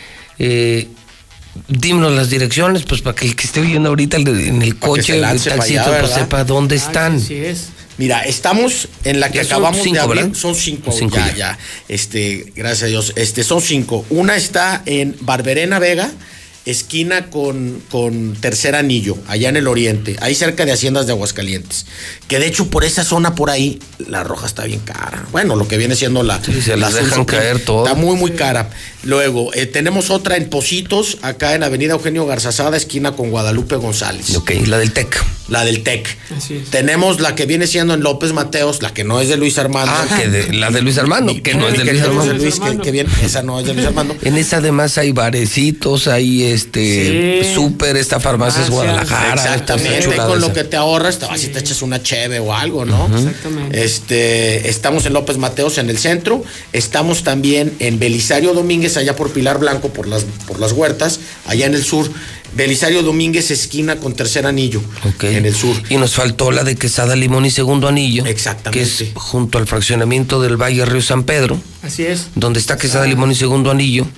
Eh, dímonos las direcciones, pues para que el que esté oyendo ahorita en el coche, el taxito, allá, pues sepa dónde están. Ay, sí es. Mira, estamos en la que ya acabamos cinco, de abrir. ¿verdad? Son cinco, cinco ya, ya. ya. Este, gracias a Dios. Este, son cinco. Una está en Barberena Vega, esquina con, con Tercer Anillo, allá en el oriente, ahí cerca de Haciendas de Aguascalientes, que de hecho por esa zona por ahí la roja está bien cara. Bueno, lo que viene siendo la... Sí, se la les dejan caer todo. Está muy, muy cara. Luego, eh, tenemos otra en Pocitos, acá en Avenida Eugenio Garzazada, esquina con Guadalupe González. Ok, la del TEC. La del TEC. Así es. Tenemos la que viene siendo en López Mateos, la que no es de Luis Armando. Ah, que de, la de Luis Armando, que no es de Luis Armando. Luis, que, que bien, esa no es de Luis Armando. En esa además hay barecitos, hay este sí. súper, esta farmacia es Guadalajara. Exactamente, con lo que te ahorras, te vas sí. y te echas una cheve o algo, ¿no? Uh-huh. Exactamente. Este, estamos en López Mateos, en el centro. Estamos también en Belisario Domínguez, allá por Pilar Blanco, por las, por las huertas, allá en el sur. Belisario Domínguez, esquina con Tercer Anillo, okay. en el sur. Y nos faltó la de Quesada, Limón y Segundo Anillo. Exactamente. Que es junto al fraccionamiento del Valle Río San Pedro. Así es. Donde está Quesada, ah. Limón y Segundo Anillo.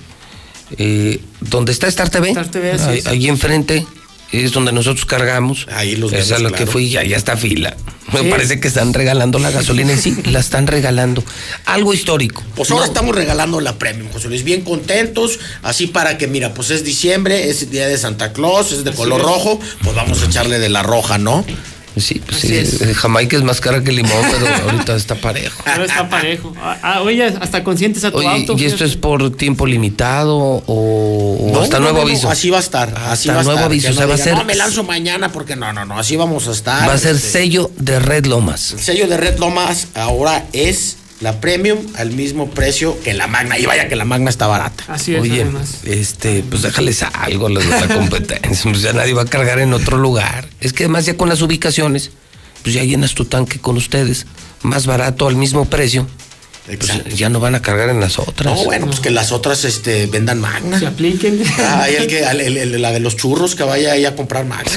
Eh, donde está Star T V. Star T V, así ahí, es. Ahí enfrente es donde nosotros cargamos. Ahí los Esa es la claro. que fui, ya, ya está fila. Me sí. parece que están regalando la gasolina en sí, la están regalando. Algo histórico. Pues ahora no. estamos regalando la Premium, José Luis, bien contentos, así para que, mira, pues es diciembre, es día de Santa Claus, es de así color es. rojo, pues vamos a echarle de la roja, ¿no? Sí, pues sí, es. Jamaica es más cara que el limón, pero ahorita está parejo. Pero está parejo. Ah, oye, hasta consientes a tu oye, auto. ¿Y esto es por tiempo limitado o no, hasta no, nuevo no, aviso? No, así va a estar, así hasta va a nuevo estar. aviso, o sea, no va diga, a ser. No, me lanzo mañana porque no, no, no, así vamos a estar. Va a ser este, sello de Red Lomas. El sello de Red Lomas ahora es la Premium al mismo precio que la Magna. Y vaya que la Magna está barata. Así es. Oye, además. este, pues déjales algo a los de la competencia. Pues ya nadie va a cargar en otro lugar. Es que además ya con las ubicaciones, pues ya llenas tu tanque con ustedes, más barato, al mismo precio, Pues ya no van a cargar en las otras. No, bueno, pues que las otras este, vendan Magna. Se apliquen. Ah, y el que, el, el, el, la de los churros que vaya ahí a comprar Magna.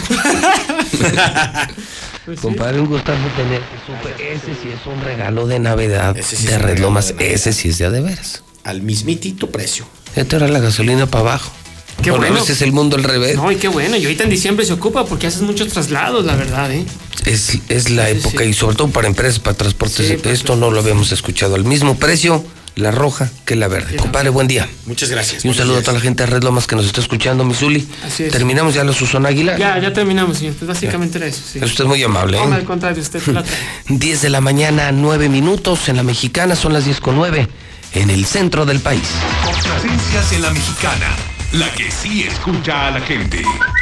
Pues sí. Compadre, un gustazo tenerte. Super. Ese sí es un regalo de Navidad sí de Red Lomas. Ese sí es de a de veras. Al mismitito precio. Esta era la gasolina para abajo. Qué bueno. A veces es el mundo al revés. No, y qué bueno. Y ahorita en diciembre se ocupa porque haces muchos traslados, la verdad, ¿eh? Es, es la sí, época sí. Y sobre todo para empresas, para transportes. Sí, pues, esto no lo habíamos escuchado. Al mismo precio, la roja que la verde. Sí, compadre, buen día. Muchas gracias. Y un saludo días. A toda la gente de Red Lomas que nos está escuchando, Misuli. Así es. Terminamos ya la Susana Águila. Ya, ya terminamos, señor. Pues básicamente ya. Era eso. Sí. Es usted muy amable, ¿eh? No, al contrario, usted la trae. diez de la mañana, nueve minutos. En la Mexicana son las diez con nueve. En el centro del país. Complacencias en la Mexicana. La que sí escucha a la gente.